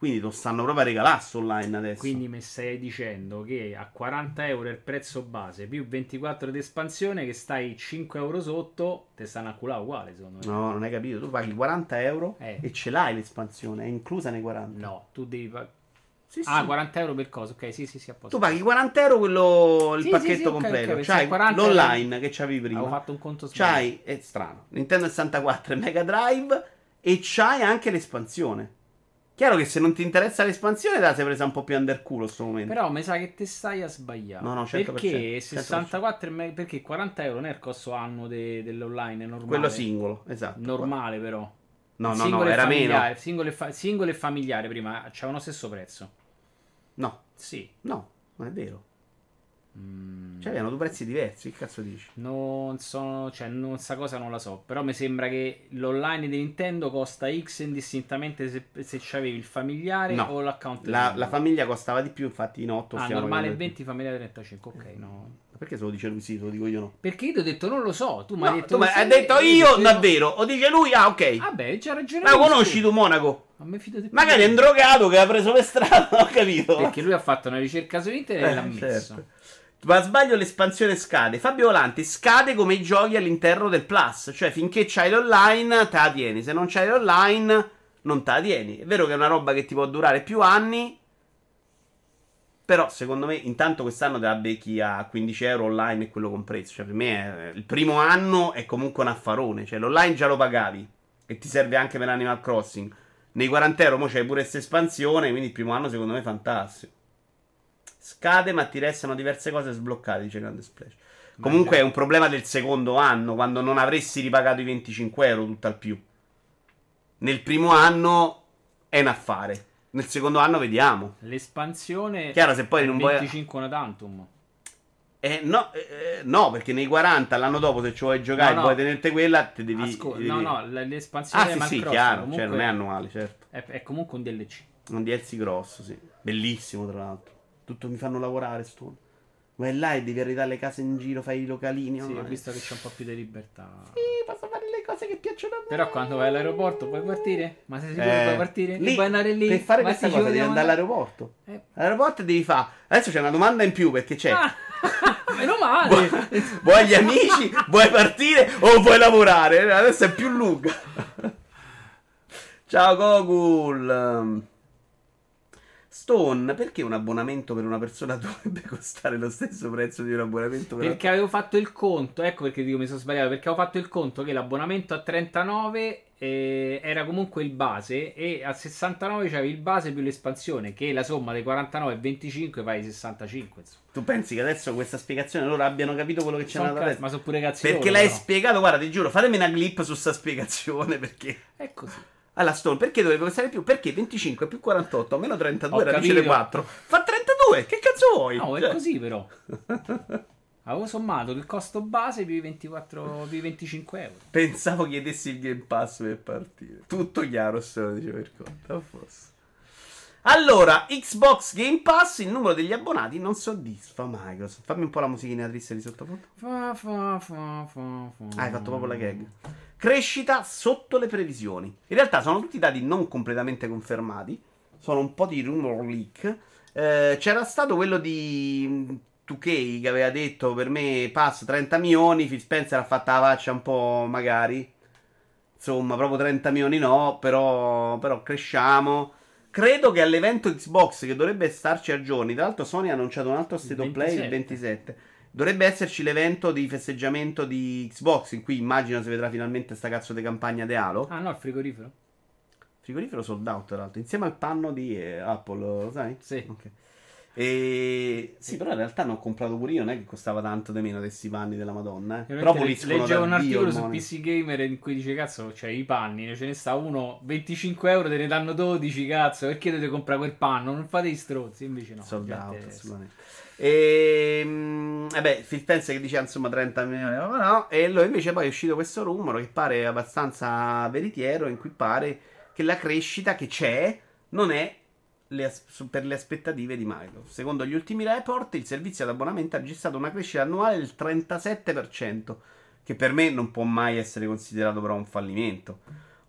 Quindi lo stanno proprio a regalare su online adesso. Quindi mi stai dicendo che a quaranta euro il prezzo base più ventiquattro di espansione, che stai cinque euro sotto, te stanno a culare uguale secondo me. No, non hai capito. Tu paghi quaranta euro Eh. e ce l'hai l'espansione, è inclusa nei quaranta. No, tu devi pagare. Sì, sì. Ah, quaranta euro per cosa? Ok, sì, sì, sì, a posto. Tu paghi quaranta euro quello, il Sì, pacchetto sì, sì, ok, completo. ok, C'hai quaranta l'online che c'avevi prima. Avevo fatto un conto sbagliato. C'hai, è strano, Nintendo sessantaquattro e Mega Drive e c'hai anche l'espansione. Chiaro che se non ti interessa l'espansione te la sei presa un po' più underculo a sto momento. Però mi sa che te stai a sbagliare. No, no, cento per cento, Perché cento per cento. sessantaquattro e me- perché quaranta euro non è il costo annuo de- dell'online, è normale. Quello singolo, esatto. Normale però. No, no, Singolo no, e era familiare, meno. Singolo e, fa- singolo e familiare prima c'avevano lo stesso prezzo. No, Sì. no, non è vero. Mm, Cioè, avevano due prezzi diversi, che cazzo dici? non so, cioè, non, sta cosa non la so. Però mi sembra che l'online di Nintendo costa X indistintamente se, se c'avevi il familiare No, o l'account. La, singolo. la famiglia costava di più, infatti in otto Ah, stiamo normale vedendo- venti, familiare trentacinque. Ok, no. Ma perché se lo dice lui sì, te lo dico io no? Perché io ti ho detto non lo so. Tu mi hai No, detto tu mi così, hai detto e io, ho detto davvero. O dice lui, ah ok. Vabbè, hai già ragione. Ma lo conosci tu Monaco? Non mi fido di più. Magari è un drogato che ha preso per strada, non ho capito. Perché lui ha fatto una ricerca su internet e Eh, l'ha messo. certo. Ma sbaglio, l'espansione scade. Fabio Volanti, scade come i giochi all'interno del Plus. Cioè, finché c'hai l'online, te la tieni. Se non c'hai l'online, non te la tieni. È vero che è una roba che ti può durare più anni. Però, secondo me, intanto quest'anno te la becchi a quindici euro online e quello compreso. Cioè, per me, è- il primo anno è comunque un affarone. Cioè, l'online già lo pagavi. E ti serve anche per Animal Crossing. Nei quaranta euro, mo c'hai pure questa espansione. Quindi il primo anno, secondo me, è fantastico. Scade, ma ti restano diverse cose sbloccate, dice Grande Splash. Comunque è un problema del secondo anno, quando non avresti ripagato i venticinque euro tutt'al più. Nel primo anno è un affare. Nel secondo anno vediamo. L'espansione Chiaro, se poi è non vuoi- venticinque una tantum. Eh, no, eh, no, perché nei quaranta l'anno dopo, se ci vuoi giocare No, e no. vuoi tenerti quella, te devi... Ascol- devi- No, no, l- l'espansione Ah, di sì, Animal sì, Crossing chiaro. comunque Cioè, non è annuale, certo. è, è comunque un D L C. Un D L C grosso, sì. Bellissimo, tra l'altro. Tutto mi fanno lavorare, sto. Vai là e devi arredare le case in giro, fai i localini. Sì, no? ho visto che c'è un po' più di libertà. Sì, posso fare le cose che piacciono a me. Però quando vai all'aeroporto puoi partire? Ma sei sicuro Eh, che puoi partire? lì, puoi andare lì? per fare Ma questa sì, ci cosa devi vogliamo andare andare? all'aeroporto. Eh. All'aeroporto devi fare. Adesso c'è una domanda in più perché c'è. Ah, meno male. Vuoi, vuoi gli amici? Vuoi partire o vuoi lavorare? Adesso è più lunga. Ciao Gogul. Stone, perché un abbonamento per una persona dovrebbe costare lo stesso prezzo di un abbonamento per Perché avevo fatto il conto, ecco perché dico mi sono sbagliato, perché avevo fatto il conto che l'abbonamento a trentanove eh, era comunque il base e a sessantanove c'avevi il base più l'espansione, che la somma dei quarantanove e venticinque fai sessantacinque, insomma. Tu pensi che adesso questa spiegazione loro abbiano capito quello che c'è Sono nella cazzo- testa? ma sono pure cazzi Perché loro, l'hai però. spiegato, guarda, ti giuro, fatemi una clip su sta spiegazione perché. È così. Allora, Stone, perché dovrebbe costare più? Perché venticinque più quarantotto meno trentadue Ho radice di capito. quattro fa trentadue. Che cazzo vuoi? No, è Cioè, così però. Avevo sommato il costo base più i ventiquattro, più i venticinque euro. Pensavo chiedessi il Game Pass per partire. Tutto chiaro, Stone, dice per conto. A posto. Allora, Xbox Game Pass, il numero degli abbonati non soddisfa Microsoft. Fammi un po' la musichina triste di sottofondo. Fa, fa, fa, fa, fa. Ah, hai fatto proprio la gag. Crescita sotto le previsioni. In realtà sono tutti dati non completamente confermati. Sono un po' di rumor leak. Eh, c'era stato quello di due K che aveva detto per me pass trenta milioni. Phil Spencer ha fatto la faccia un po' magari. Insomma, proprio trenta milioni no. Però, però cresciamo. Credo che all'evento Xbox che dovrebbe starci a giorni. Tra l'altro Sony ha annunciato un altro state of play il ventisette. Dovrebbe esserci l'evento di festeggiamento di Xbox, in cui immagino si vedrà finalmente sta cazzo di campagna di Halo. Ah no, il frigorifero? Frigorifero sold out, tra l'altro, insieme al panno di eh, Apple, lo sai? Sì. Ok. E... Sì, però in realtà ne ho comprato pure io, non è che costava tanto di meno questi panni della Madonna, eh. Però Veramente puliscono leggevo dal un Dio articolo il su money. P C Gamer in cui dice cazzo, cioè i panni, ce ne sta uno venticinque euro, te ne danno dodici, cazzo, perché dovete comprare quel panno? Non fate gli strozzi, invece no. Sold gente- out, assolutamente. E mh, eh beh, Phil Spencer che dice insomma trenta milioni, ma no, e lo invece poi è uscito questo rumore che pare abbastanza veritiero, in cui pare che la crescita che c'è non è le as- su- per le aspettative di Microsoft. Secondo gli ultimi report, il servizio ad abbonamento ha registrato una crescita annuale del trentasette per cento, che per me non può mai essere considerato però un fallimento.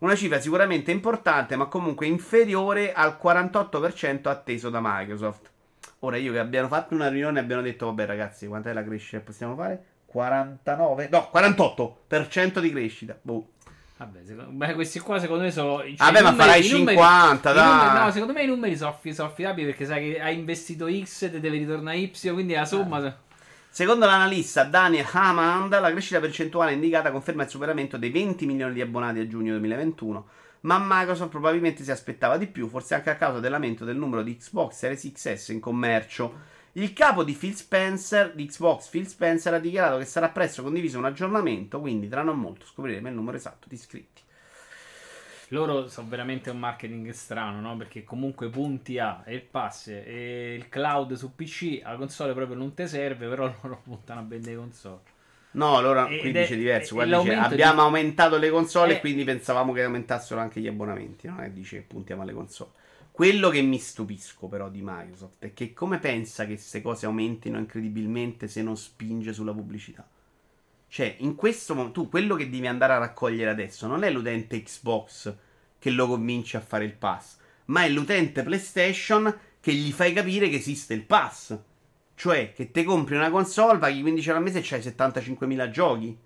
Una cifra sicuramente importante, ma comunque inferiore al quarantotto per cento atteso da Microsoft. Ora, io che abbiano fatto una riunione abbiano detto, vabbè ragazzi, quant'è la crescita che possiamo fare? quarantanove? No, quarantotto per cento di crescita. Boh. Vabbè, secondo, beh, questi qua secondo me sono... Cioè, vabbè, ma numeri, farai i numeri, cinquanta, i dai. numeri, no, secondo me i numeri sono, sono affidabili perché sai che hai investito X, te deve ritornare Y, quindi la somma... Eh. Secondo l'analista Daniel Hammond, la crescita percentuale indicata conferma il superamento dei venti milioni di abbonati a giugno duemilaventuno, ma Microsoft probabilmente si aspettava di più, forse anche a causa dell'aumento del numero di Xbox Series X S in commercio. Il capo di Phil Spencer, di Xbox, Phil Spencer, ha dichiarato che sarà presto condiviso un aggiornamento, quindi tra non molto scopriremo il numero esatto di iscritti. Loro sono veramente un marketing strano, no? Perché comunque punti a il pass e il cloud su P C, la console proprio non ti serve, però loro puntano a vendere console. No, allora Ed qui è- dice diverso. è Qua dice, l'aumento abbiamo di- aumentato le console Eh. e quindi pensavamo che aumentassero anche gli abbonamenti. Non è che dice che puntiamo alle console. Quello che mi stupisco però di Microsoft è che come pensa che queste cose aumentino incredibilmente se non spinge sulla pubblicità? Cioè, in questo momento, tu quello che devi andare a raccogliere adesso non è l'utente Xbox che lo convince a fare il pass, ma è l'utente PlayStation che gli fai capire che esiste il pass. Cioè, che te compri una console, paghi quindici euro al mese e c'hai settantacinquemila giochi.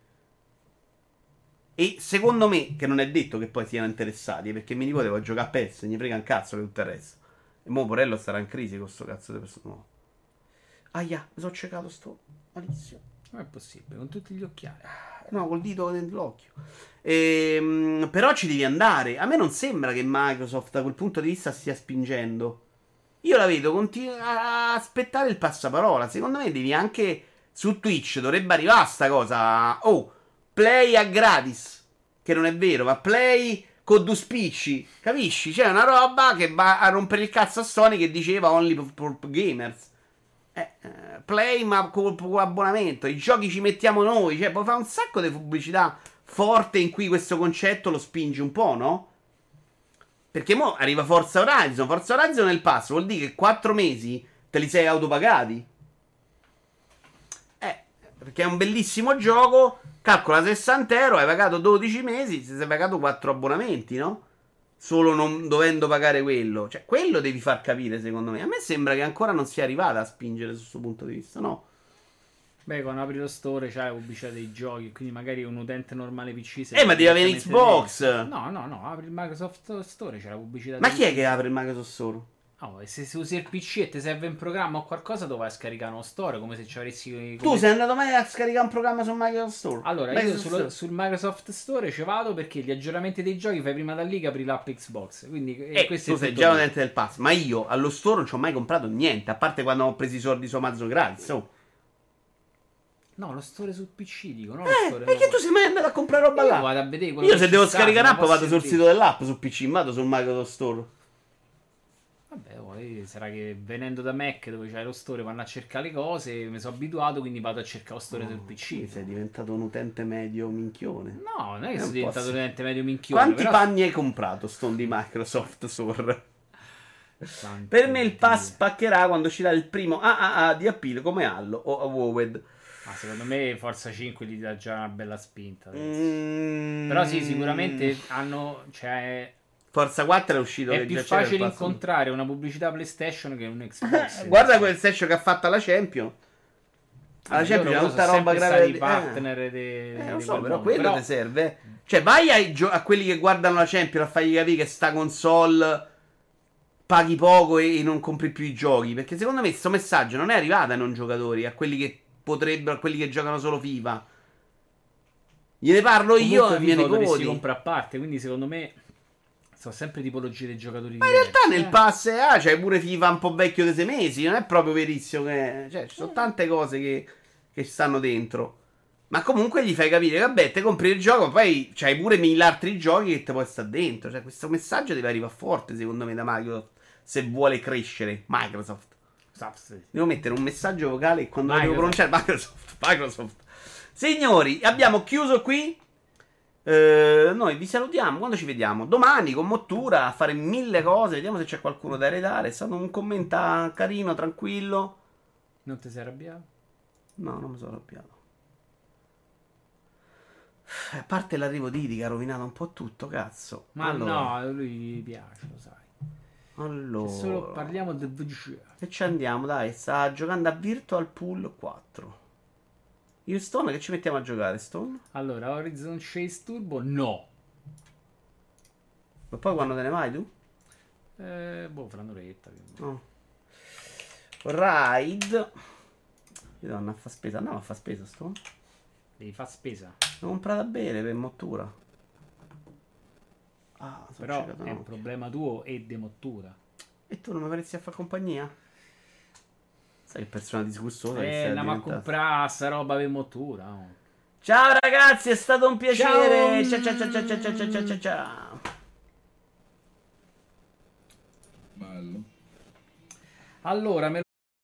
E secondo me, che non è detto che poi siano interessati, perché mio nipote vuole giocare a P E S, gli frega un cazzo che tutto il resto. E mo Porello starà in crisi con sto cazzo di persona nuova. Aia, mi sono ciecato sto malissimo. Non è possibile, con tutti gli occhiali. No, col dito nell'occhio. Ehm, però ci devi andare. A me non sembra che Microsoft da quel punto di vista stia spingendo. Io la vedo continu- a aspettare il passaparola. Secondo me devi anche su Twitch dovrebbe arrivare sta cosa. Oh, play a gratis. Che non è vero, ma play con due spicci. Capisci? C'è una roba che va a rompere il cazzo a Sony che diceva only for gamers. Eh, eh, play ma con, con abbonamento. I giochi ci mettiamo noi. Cioè, puoi fare un sacco di pubblicità forte in cui questo concetto lo spingi un po', no? Perché mo arriva Forza Horizon. Forza Horizon nel pass vuol dire che quattro mesi te li sei autopagati. Eh, perché è un bellissimo gioco. Calcola sessanta euro, hai pagato dodici mesi, ti sei pagato quattro abbonamenti, no? Solo non dovendo pagare quello. Cioè, quello devi far capire, secondo me. A me sembra che ancora non sia arrivata a spingere su questo punto di vista, no? Beh, quando apri lo store c'hai la pubblicità dei giochi, quindi magari un utente normale P C... se Eh, ma devi avere direttamente Xbox! dentro. No, no, no, apri il Microsoft Store, c'è la pubblicità Ma dei- chi è che apre il Microsoft Store? Oh, e se, se usi il P C e ti serve un programma o qualcosa, dove vai a scaricare uno store, come se ci avessi... Tu come- sei andato mai a scaricare un programma su Microsoft Store? Allora, io Microsoft sullo- Store. sul Microsoft Store ci vado perché gli aggiornamenti dei giochi fai prima da lì che apri l'app Xbox. Quindi e Eh, questo tu è sei tutto già lì. un utente del pass. Ma io allo store non ci ho mai comprato niente. A parte quando ho preso i soldi su Amazon gratis. Oh. No, lo store sul P C, dico, no? Lo Eh, store perché tu sei mai andato a comprare roba Io là? vado a vedere quello Io che se ci devo sta, scaricare non l'app vado sul posso sito dell'app su P C, vado sul Microsoft Store. Vabbè, poi sarà che venendo da Mac dove c'hai lo store vanno a cercare le cose, mi sono abituato, quindi vado a cercare lo store sul P C. Quindi sei diventato un utente medio minchione. No, non è che È sono un diventato po' sì. utente medio minchione. Quanti però... panni hai comprato, Stone di Microsoft Store? Santo Per me il pass Dio. spaccherà quando uscirà il primo A A A di appeal come Allo o WoW. Ma secondo me Forza cinque gli dà già una bella spinta. adesso. Mm. Però sì, sicuramente hanno... Cioè, Forza quattro è uscito è che più già c'era il facile pass. incontrare una pubblicità PlayStation che un Xbox. Eh, guarda quel session che ha fatto alla Champion. Alla Vabbè, Champion c'è loro tutta sono roba sempre grave. stati di- partner de, Eh, di eh, lo so, quel però mondo. quello Però- ti serve. eh. Cioè, vai ai gio- a quelli che guardano la Champion a fargli capire che sta console paghi poco e, e non compri più i giochi. Perché secondo me questo messaggio non è arrivato ai non giocatori, a quelli che potrebbero, a quelli che giocano solo FIFA. Gliene parlo io Comunque ai miei FIFA lo dovresti nipoti. comprare a parte, quindi secondo me sono sempre tipologie di giocatori Ma in diversi. realtà nel eh. pass ah, c'hai pure FIFA un po' vecchio di sei mesi. Non è proprio verissimo che... Cioè, ci sono tante cose che, che stanno dentro. Ma comunque gli fai capire, vabbè, te compri il gioco, poi c'hai pure mille altri giochi che te puoi stare dentro. Cioè, questo messaggio deve arrivare forte, secondo me, da Microsoft. Se vuole crescere Microsoft. Devo mettere un messaggio vocale e quando lo devo Microsoft. pronunciare Microsoft. Microsoft. Signori, abbiamo chiuso qui. Eh, noi vi salutiamo. Quando ci vediamo? Domani con Mottura a fare mille cose. Vediamo se c'è qualcuno da eredare. È stato un commento carino, tranquillo. Non ti sei arrabbiato? No, non mi sono arrabbiato. A parte l'arrivo di Idi che ha rovinato un po' tutto, cazzo. Ma allora, no, a lui gli piace, lo sai. Allora. Se solo parliamo del V G C. E ci andiamo, dai. Sta giocando a Virtual Pool quattro. Io Stone, che ci mettiamo a giocare, Stone? Allora, Horizon Chase Turbo, no. Ma poi quando te ne vai tu? Eh, boh, fra un'oretta. Che... No. Ride. Io devo andare a fare spesa. Andiamo a fare spesa, Stone. Devi fare spesa. L'ho comprata a bere per mottura. Ah, sono Però ciecato, è no. un problema tuo e di mottura. E tu non mi faresti a fare compagnia? Sai che persona disgustosa che Eh, sei andiamo a diventata. comprare sta roba per mottura. Oh. Ciao ragazzi, è stato un piacere. Ciao. Ciao ciao ciao ciao ciao ciao ciao ciao ciao. Bello. Allora, me